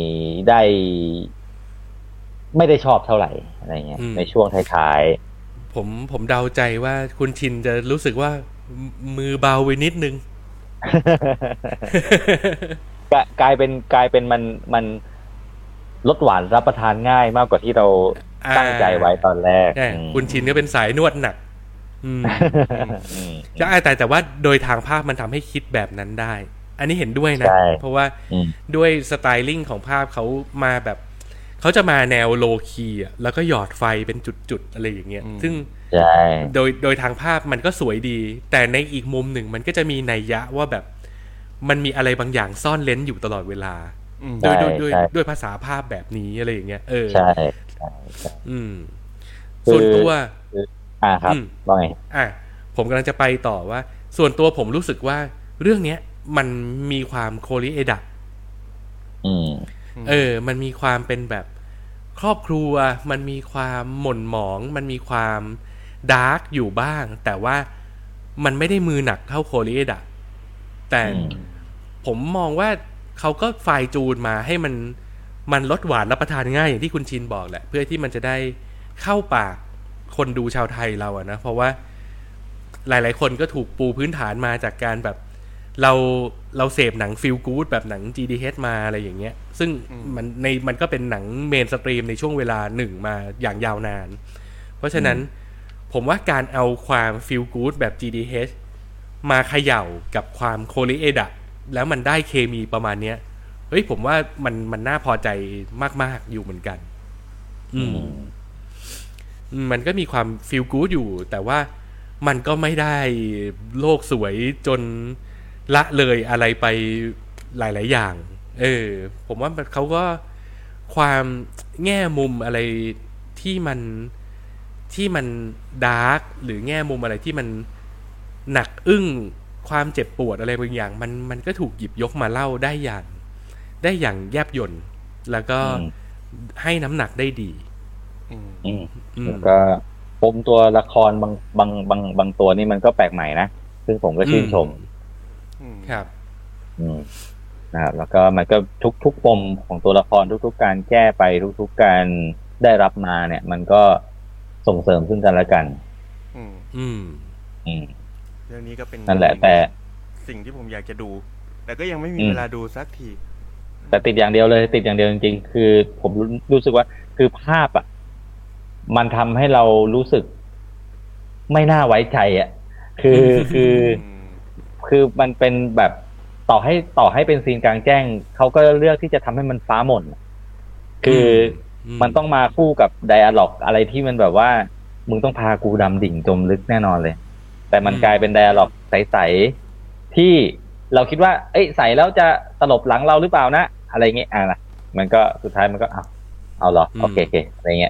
B: ได้ชอบเท่าไหร่อะไรเงี้ยในช่วงท้าย
A: ๆผมเดาใจว่าคุณชินจะรู้สึกว่ามือเบาไปนิดนึง
B: กลายเป็นมันรสหวานรับประทานง่ายมากกว่าที่เราตั้งใจไว้ตอนแรก
A: คุณชินก็เป็นสายนวดหนักแต่ว่าโดยทางภาพมันทำให้คิดแบบนั้นได้อันนี้เห็นด้วยนะเพราะว่าด้วยสไตลิ่งของภาพเขามาแบบเขาจะมาแนวโลคีอ่ะแล้วก็หยอดไฟเป็นจุดๆอะไรอย่างเงี้ยซึ่งโดยทางภาพมันก็สวยดีแต่ในอีกมุมหนึ่งมันก็จะมีนัยยะว่าแบบมันมีอะไรบางอย่างซ่อนเร้นอยู่ตลอดเวลาด้วยภาษาภาพแบบนี้อะไรอย่างเงี้ยส่วนตัว
B: ครับว่าไง
A: ผมกำลังจะไปต่อว่าส่วนตัวผมรู้สึกว่าเรื่องเนี้ยมันมีความโคริเอดะมันมีความเป็นแบบครอบครัวมันมีความหม่นหมองมันมีความดาร์กอยู่บ้างแต่ว่ามันไม่ได้มือหนักเท่าโคริเอดะแต่ผมมองว่าเขาก็ไฟล์จูนมาให้มันลดหวานรับประทานง่ายอย่างที่คุณชินบอกแหละเพื่อที่มันจะได้เข้าปากคนดูชาวไทยเราอะนะเพราะว่าหลายๆคนก็ถูกปูพื้นฐานมาจากการแบบเราเสพหนังฟีลกู๊ดแบบหนัง GDH มาอะไรอย่างเงี้ยซึ่งมันก็เป็นหนังเมนสตรีมในช่วงเวลาหนึ่งมาอย่างยาวนานเพราะฉะนั้นผมว่าการเอาความฟีลกู๊ดแบบ GDH มาเขย่ากับความโคริเอดะแล้วมันได้เคมีประมาณเนี้ยเฮ้ยผมว่ามันน่าพอใจมากๆอยู่เหมือนกันมันก็มีความฟีลกู๊ดอยู่แต่ว่ามันก็ไม่ได้โลกสวยจนละเลยอะไรไปหลายๆอย่างผมว่าเขาก็ความแง่มุมอะไรที่มันดาร์กหรือแง่มุมอะไรที่มันหนักอึ้งความเจ็บปวดอะไรบางอย่างมันก็ถูกหยิบยกมาเล่าได้อย่างแยบยลแล้วก็ให้น้ำหนักได้ดี
B: แล้วก็ปมตัวละครบางตัวนี่มันก็แปลกใหม่นะซึ่งผมก็ชื่นชม
A: ครับ
B: นะครับแล้วก็มันก็ทุกปมของตัวละครทุกการแก้ไปทุกการได้รับมาเนี่ยมันก็ส่งเสริมซึ่งกันและกัน
C: เรื่องนี้ก็เป็น
B: นั่นแหละแต่
C: สิ่งที่ผมอยากจะดูแต่ก็ยังไม่มีเวลาดูสักที
B: แต่ติดอย่างเดียวจริงๆคือผมรู้สึกว่าคือภาพอ่ะมันทำให้เรารู้สึกไม่น่าไว้ใจอ่ะคือมันเป็นแบบต่อให้เป็นซีนกลางแจ้งเขาก็เลือกที่จะทำให้มันฟ้าหม่นคือมันต้องมาคู่กับไดอะล็อกอะไรที่มันแบบว่ามึงต้องพากูดำดิ่งจมลึกแน่นอนเลยแต่มันกลายเป็นไดอะล็อกใสๆที่เราคิดว่าเอ้ยใส่แล้วจะตลบหลังเราหรือเปล่านะอะไรเงี้ยนะมันก็สุดท้ายมันก็เอาเหรอโอเคอะไรเงี้ย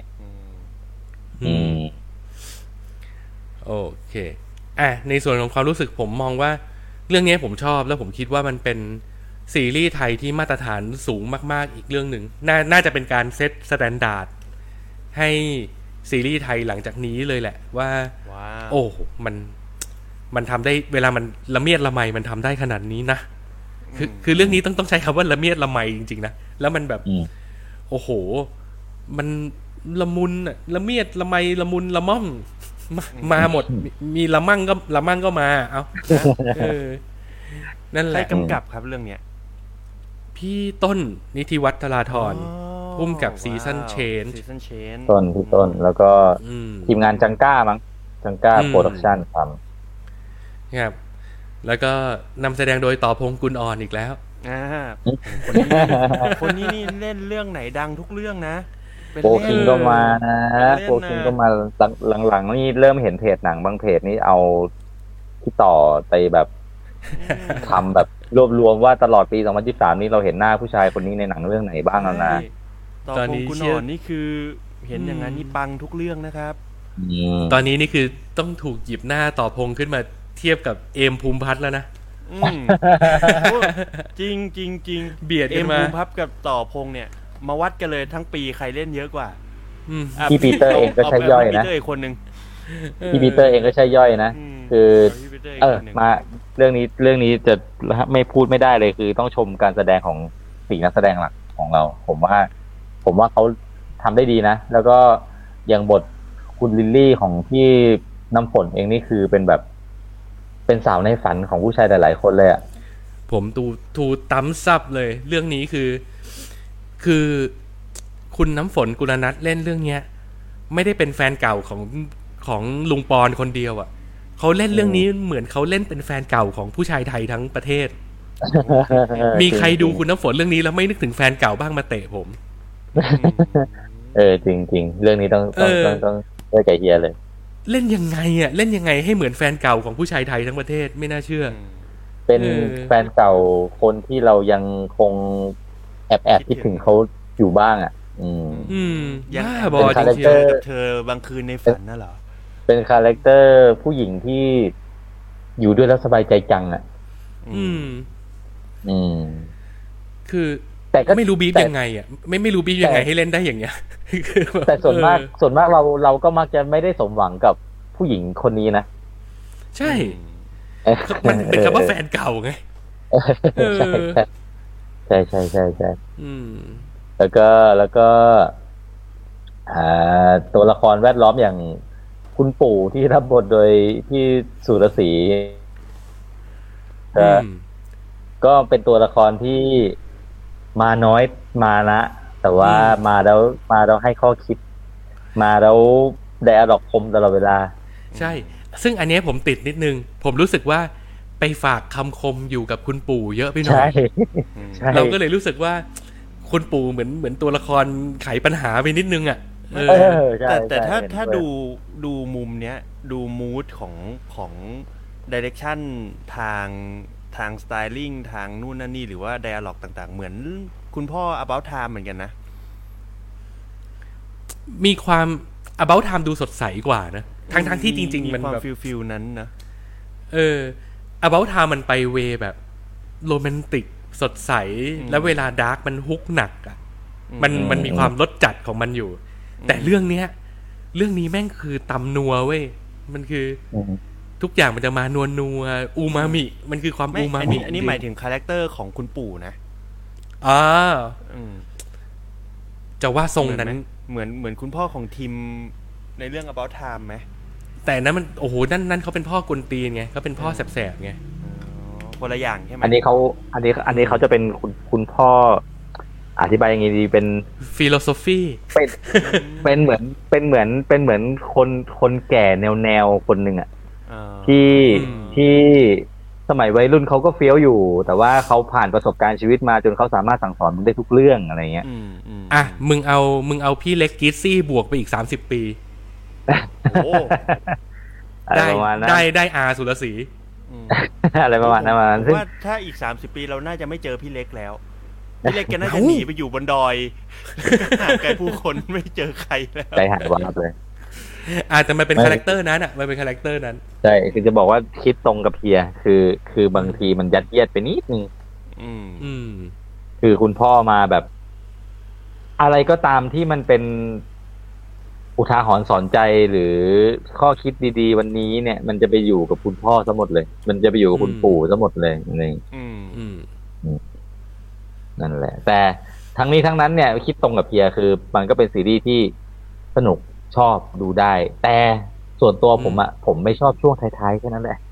A: โอเคในส่วนของความรู้สึกผมมองว่าเรื่องนี้ผมชอบแล้วผมคิดว่ามันเป็นซีรีส์ไทยที่มาตรฐานสูงมากๆอีกเรื่องหนึ่งน่าจะเป็นการเซตสแตนดาร์ดให้ซีรีส์ไทยหลังจากนี้เลยแหละว่า โอ้มันทำได้เวลามันละเมียดละไมมันทำได้ขนาดนี้นะคือเรื่องนี้ต้องใช้คำว่าละเมียดละไมจริงๆนะแล้วมันแบบโอ้โหมันละมุนละเมียดละไมละมุนละม่อมมาหมดมีละมั่งก็มาเอานั่นแหละ
C: ใครกำกับครับเรื่องเนี้ย
A: พี่ต้นนิธิวัฒน์ธราธรพุ่มกับซีซั่นเชน
B: พี่ต้นแล้วก็ทีมงานจังก้ามั้งจังก้าโปรดักชั่น
A: ครับแล้วก็นำแสดงโดยต่อพงษ์กุลอ่อนอีกแล้ว
C: คนนี้นี่เล่นเรื่องไหนดังทุกเรื่องนะ
B: โฟคิงก็มานะโฟคิงก็มาหลังๆนี่เริ่มเห็นเพจหนังบางเพจนี่เอาที่ต่อไปแบบทำแบบรวบรวมว่าตลอดปี2023นี้เราเห็นหน้าผู้ชายคนนี้ในหนังเรื่องไหนบ้างแล้วนะ
C: ตอนนี้คุณอ่อนนี่คือเห็นอย่างนั้นนี่ปังทุกเรื่องนะครับ
A: ตอนนี้นี่คือต้องถูกหยิบหน้าต่อพงขึ้นมาเทียบกับเอมภูมิพัฒน์แล้วนะ
C: จริงจริงจริง
A: เบียด
C: เอมภูมิพัฒน์กับต่อพงเนี่ยมาวัดกันเลยทั้งปีใครเล่นเยอะกว่า
B: พี่ปีเตอร์เองก็ใช่ย่อยนะ
C: พี่คนนึง
B: พี่ปีเตอร์เองก็ใช่ย่อยนะคือมาเรื่องนี้จะไม่พูดไม่ได้เลยคือต้องชมการแสดงของ4นักแสดงหลักของเราผมว่าเขาทำได้ดีนะแล้วก็อย่างบทคุณลิลลี่ของพี่น้ำฝนเองนี่คือเป็นแบบเป็นสาวในฝันของผู้ชายหลายๆคนเลยอ่ะ
A: ผมทูตั้มซับเลยเรื่องนี้คือคุณน้ำฝนกุลนัทเล่นเรื่องเนี้ยไม่ได้เป็นแฟนเก่าของลุงปอนคนเดียวอ่ะเขาเล่นเรื่องนี้เหมือนเขาเล่นเป็นแฟนเก่าของผู้ชายไทยทั้งประเทศ มีใครดูคุณน้ำฝนเรื่องนี้แล้วไม่นึกถึงแฟนเก่าบ้างมาเตะผม
B: จริงๆเรื่องนี้ต้องได้ใจเฮียเลย
A: เล่นยังไงให้เหมือนแฟนเก่าของผู้ชายไทยทั้งประเทศไม่น่าเชื่อ
B: เป็นแฟนเก่าคนที่เรายังคงแอบคิดถึงเขาอยู่บ้างอ่ะ
C: ยัง
A: บ้าบอจริงๆ
C: กับเธอบางคืนในฝันน่ะเหรอ
B: เป็นคาแรคเตอร์ผู้หญิงที่อยู่ด้วยแล้วสบายใจจังอ่ะ
A: คือแต่ก็ไม่รู้บีบยังไงอ่ะไม่รู้บีบยังไงให้เล่นได้อย่างเงี้ย
B: แต่ส่วนมากเราก็มักจะไม่ได้สมหวังกับผู้หญิงคนนี้นะ
A: ใช่มันเป็นคำว่าแฟนเก่าไง
B: ใช่แล้วก็ตัวละครแวดล้อมอย่างคุณปู่ที่รับบทโดยพี่สุรศรีก็เป็นตัวละครที่มาน้อยมานะแต่ว่ามาแล้วให้ข้อคิดมาแล้วไดอะล็อกคมตลอดเวลา
A: ใช่ซึ่งอันนี้ผมติดนิดนึงผมรู้สึกว่าไปฝากคำคมอยู่กับคุณปู่เยอะไปหน่อยเราก็เลยรู้สึกว่าคุณปู่เหมือนตัวละครไขปัญหาไปนิดนึงอ่ะ
C: แต่ถ้าดูมุมเนี้ยดูมูดของดิเรกชันทางสไตลิ่งทางนู่นนั่นนี่หรือว่าไดอะล็อกต่างๆเหมือนคุณพ่อ About Time เหมือนกันนะ
A: มีความ About Time ดูสดใสกว่านะทั้งที่จริงๆมัน
C: แบบฟิลนั้นนะ
A: About Time มันไปเวแบบโรแมนติกสดใสแล้วเวลาดาร์กมันฮุกหนักอ่ะมันมีความรสจัดของมันอยู่แต่เรื่องนี้แม่งคือตำนัวเว้ยมันคือทุกอย่างมันจะมานัวอูมามิมันคือความอูมามิ
C: อันนี้หมายถึงคาแรคเตอร์ของคุณปู่นะ
A: จะว่าทรงนั้น
C: เหมือนคุณพ่อของทีมในเรื่อง About Time ไหม
A: แต่นั้นมันโอ้โหนั่นเขาเป็นพ่อกวนตีนไงเขาเป็นพ่อแสบๆไง
C: คนละอย่างใช่ไหม
B: อันนี้เขาจะเป็นคุณพ่ออธิบายยังไงดีเป็น
A: ฟิโลโซฟี
B: เป็นเหมือนคนแก่แนวคนหนึ่งอ่ะที่สมัยวัยรุ่นเขาก็เฟี้ยวอยู่แต่ว่าเขาผ่านประสบการณ์ชีวิตมาจนเขาสามารถสั่งสอนมึงได้ทุกเรื่องอะไรเงี้ย
A: มึงเอาพี่เล็กกิซซี่บวกไปอีก30 ปีได้อาสุรศรี
B: อะไรประมาณนั้น
C: ว่าถ้าอีก30 ปีเราน่าจะไม่เจอพี่เล็กแล้วพี่เล็กแกน่าจะหนีไปอยู่บนดอยห่างไกลผู้คนไม่เจอใครแล้ว
B: ใจหายวับเลย
A: แต่มันเป็นคาแรคเตอร์นั้นมันเป็นคาแรคเตอร์นั้น
B: ใช่คือจะบอกว่าคิดตรงกับเพียคือบางทีมันยัดเยียดไปนิดนึงคือคุณพ่อมาแบบอะไรก็ตามที่มันเป็นอุทาหรณ์สอนใจหรือข้อคิดดีๆวันนี้เนี่ยมันจะไปอยู่กับคุณพ่อซะหมดเลยมันจะไปอยู่กับคุณปู่ซะหมดเลยนั่นแหละแต่ทั้งนี้ทั้งนั้นเนี่ยคิดตรงกับเพียคือมันก็เป็นซีรีส์ที่สนุกชอบดูได้แต่ส่วนตัวผมไม่ชอบช่วงท้ายๆแค่นั้นแหละ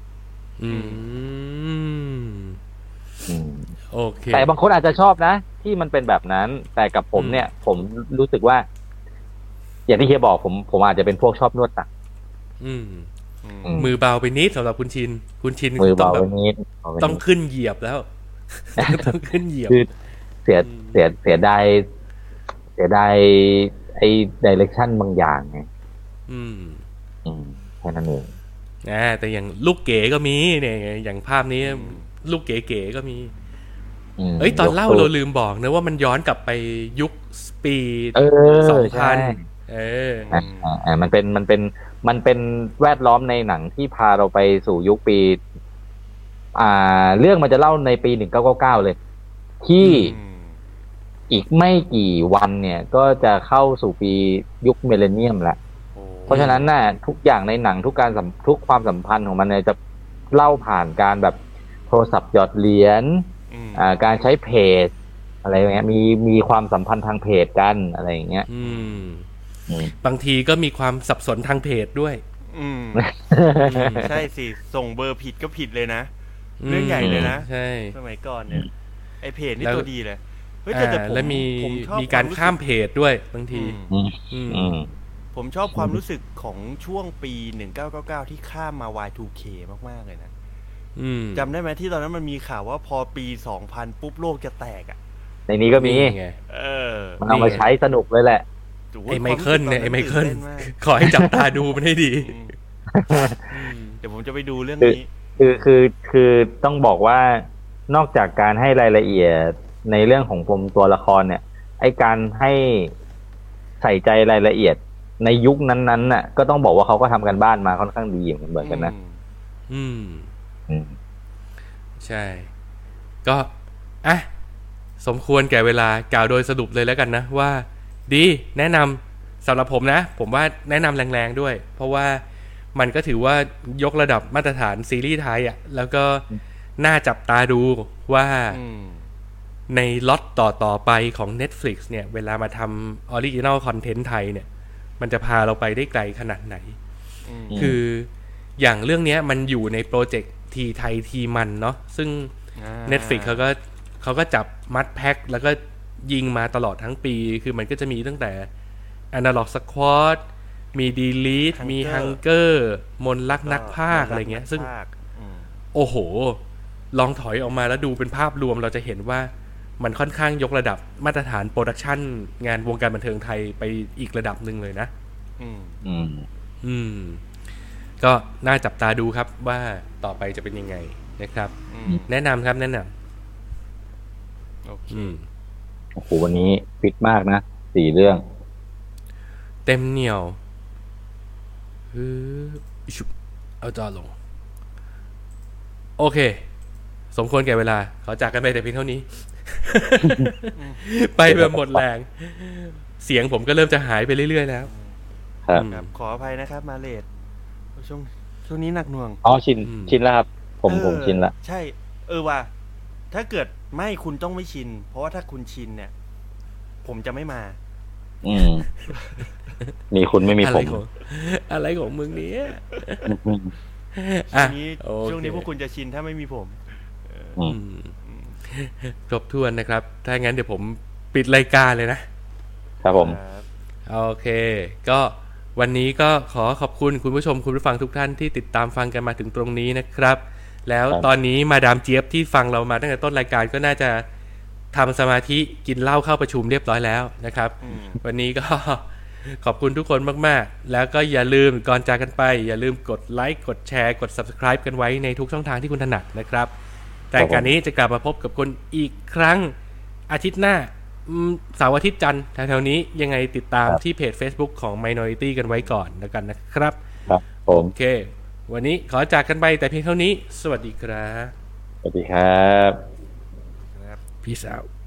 A: โอเค
B: แต่บางคนอาจจะชอบนะที่มันเป็นแบบนั้นแต่กับผมเนี่ยผมรู้สึกว่าอย่างที่เฮียบอกผมอาจจะเป็นพวกชอบนวดตัก
A: มือเบาไปนิดสำหรับคุณชิน
B: มือเบาไปนิด
A: ต้องขึ้นเหยียบแล้วต้องขึ้นเหยียบ
B: คือเสียดายไอ้ดิเรกชันบางอย่างไงแค่นั้นเอง
A: แต่อย่างลูกเก๋ก็มีเนี่ยอย่างภาพนี้ลูกเก๋ๆก็มีตอนเล่าเราลืมบอกนะว่ามันย้อนกลับไปยุคปี2000
B: มันเป็นแวดล้อมในหนังที่พาเราไปสู่ยุคปีเรื่องมันจะเล่าในปี1999เลยที่อีกไม่กี่วันเนี่ยก็จะเข้าสู่ปียุคมิลเลนเนียมแล้วเพราะฉะนั้นน่ะทุกอย่างในหนังทุกความสัมพันธ์ของมันเนี่ยจะเล่าผ่านการแบบโทรศัพท์หยอดเหรียญการใช้เพจอะไรอย่างเงี้ยมีความสัมพันธ์ทางเพจกันอะไรอย่างเงี้ย
A: บางทีก็มีความสับสนทางเพจด้วย
C: ใช่สิส่งเบอร์ผิดก็ผิดเลยนะเรื่องใหญ่เลยนะ
A: ใช่
C: สมัยก่อนเนี่ยไอเพจนี่ตัวดีเลย
A: แล้วมีการข้ามเพจด้วยบางที
C: ผมชอบความรู้สึกของช่วงปี1999ที่ข้ามมา Y2K มากๆเลยนะจำได้ไหมที่ตอนนั้นมันมีข่าวว่าพอปี2000ปุ๊บโลกจะแตกอ่ะ
B: ในนี้ก็มีมันเอามาใช้สนุกเลยแหละ
A: ไอ้ไมเคิลเนี่ยไอ้ไมเคิลขอให้จับตาดูมันให้ดี
C: เดี๋ยวผมจะไปดูเรื่องนี้
B: คือต้องบอกว่านอกจากการให้รายละเอียดในเรื่องของตัวละครเนี่ยไอ้การให้ใส่ใจรายละเอียดในยุคนั้นๆน่ะก็ต้องบอกว่าเขาก็ทำกันบ้านมาค่อนข้างดีเหมือนกันนะ
A: ใช่ก็สมควรแก่เวลากล่าวโดยสรุปเลยแล้วกันนะว่าดีแนะนำสำหรับผมนะผมว่าแนะนำแรงๆด้วยเพราะว่ามันก็ถือว่ายกระดับมาตรฐานซีรีส์ไทยแล้วก็น่าจับตาดูว่าในล็อตต่อไปของ Netflix เนี่ยเวลามาทำ Original Content ไทยเนี่ยมันจะพาเราไปได้ไกลขนาดไหนคืออย่างเรื่องนี้มันอยู่ในโปรเจกต์ทีไทยทีมันเนาะซึ่ง Netflix เขาก็จับมัดแพ็คแล้วก็ยิงมาตลอดทั้งปีคือมันก็จะมีตั้งแต่ Analog Squad มี Delete มี Hunger มนลักนักพากย์อะไรเงี้ยซึ่งโอ้โหลองถอยออกมาแล้วดูเป็นภาพรวมเราจะเห็นว่ามันค่อนข้างยกระดับมาตรฐานโปรดักชันงานวงการบันเทิงไทยไปอีกระดับหนึ่งเลยนะก็น่าจับตาดูครับว่าต่อไปจะเป็นยังไงนะครับแนะนำครับแนะนำ
B: โอ้โหวันนี้ฟิตมากนะ4 เรื่อง
A: เต็มเหนียวเอาจอลงโอเคสมควรแก่เวลาขอจากกันไปแต่เพียงเท่านี้ ไปแบบหมดแรงเสียงผมก็เริ่มจะหายไปเรื่อยๆแล้ว
C: ครับขออภัยนะครับมาเลทช่วงนี้หนักหน่วง
B: ชินแล้วครับผมชินละ
C: ใช่ว่าถ้าเกิดไม่คุณต้องไม่ชินเพราะว่าถ้าคุณชินเนี่ยผมจะไม่มา
B: มีคุณไม่มีผม
A: อะไรของมึงเนี่ย
C: ช่วงนี้พวกคุณจะชินถ้าไม่มีผม
A: ครบถ้วนนะครับถ้างั้นเดี๋ยวผมปิดรายการเลยนะครับ
B: ผม
A: โอเคก็วันนี้ก็ขอขอบคุณคุณผู้ชมคุณผู้ฟังทุกท่านที่ติดตามฟังกันมาถึงตรงนี้นะครับแล้วตอนนี้มาดามเจี๊ยบที่ฟังเรามาตั้งแต่ต้นรายการก็น่าจะทำสมาธิกินเหล้าเข้าประชุมเรียบร้อยแล้วนะครับวันนี้ก็ขอบคุณทุกคนมากๆแล้วก็อย่าลืมก่อนจากกันไปอย่าลืมกดไลค์กดแชร์กด Subscribe กันไว้ในทุกช่องทางที่คุณถนัดนะครับแต่การนี้จะกลับมาพบกับคุณอีกครั้งอาทิตย์หน้าเสาร์อาทิตย์จันทร์แถวๆนี้ยังไงติดตามที่เพจ Facebook ของ Minority กันไว้ก่อนแล้วกันนะครับโอเควันนี้ขอจากกันไปแต่เพียงเท่านี้สวัสดีครับ
B: สวัสดีครับ
A: Peace out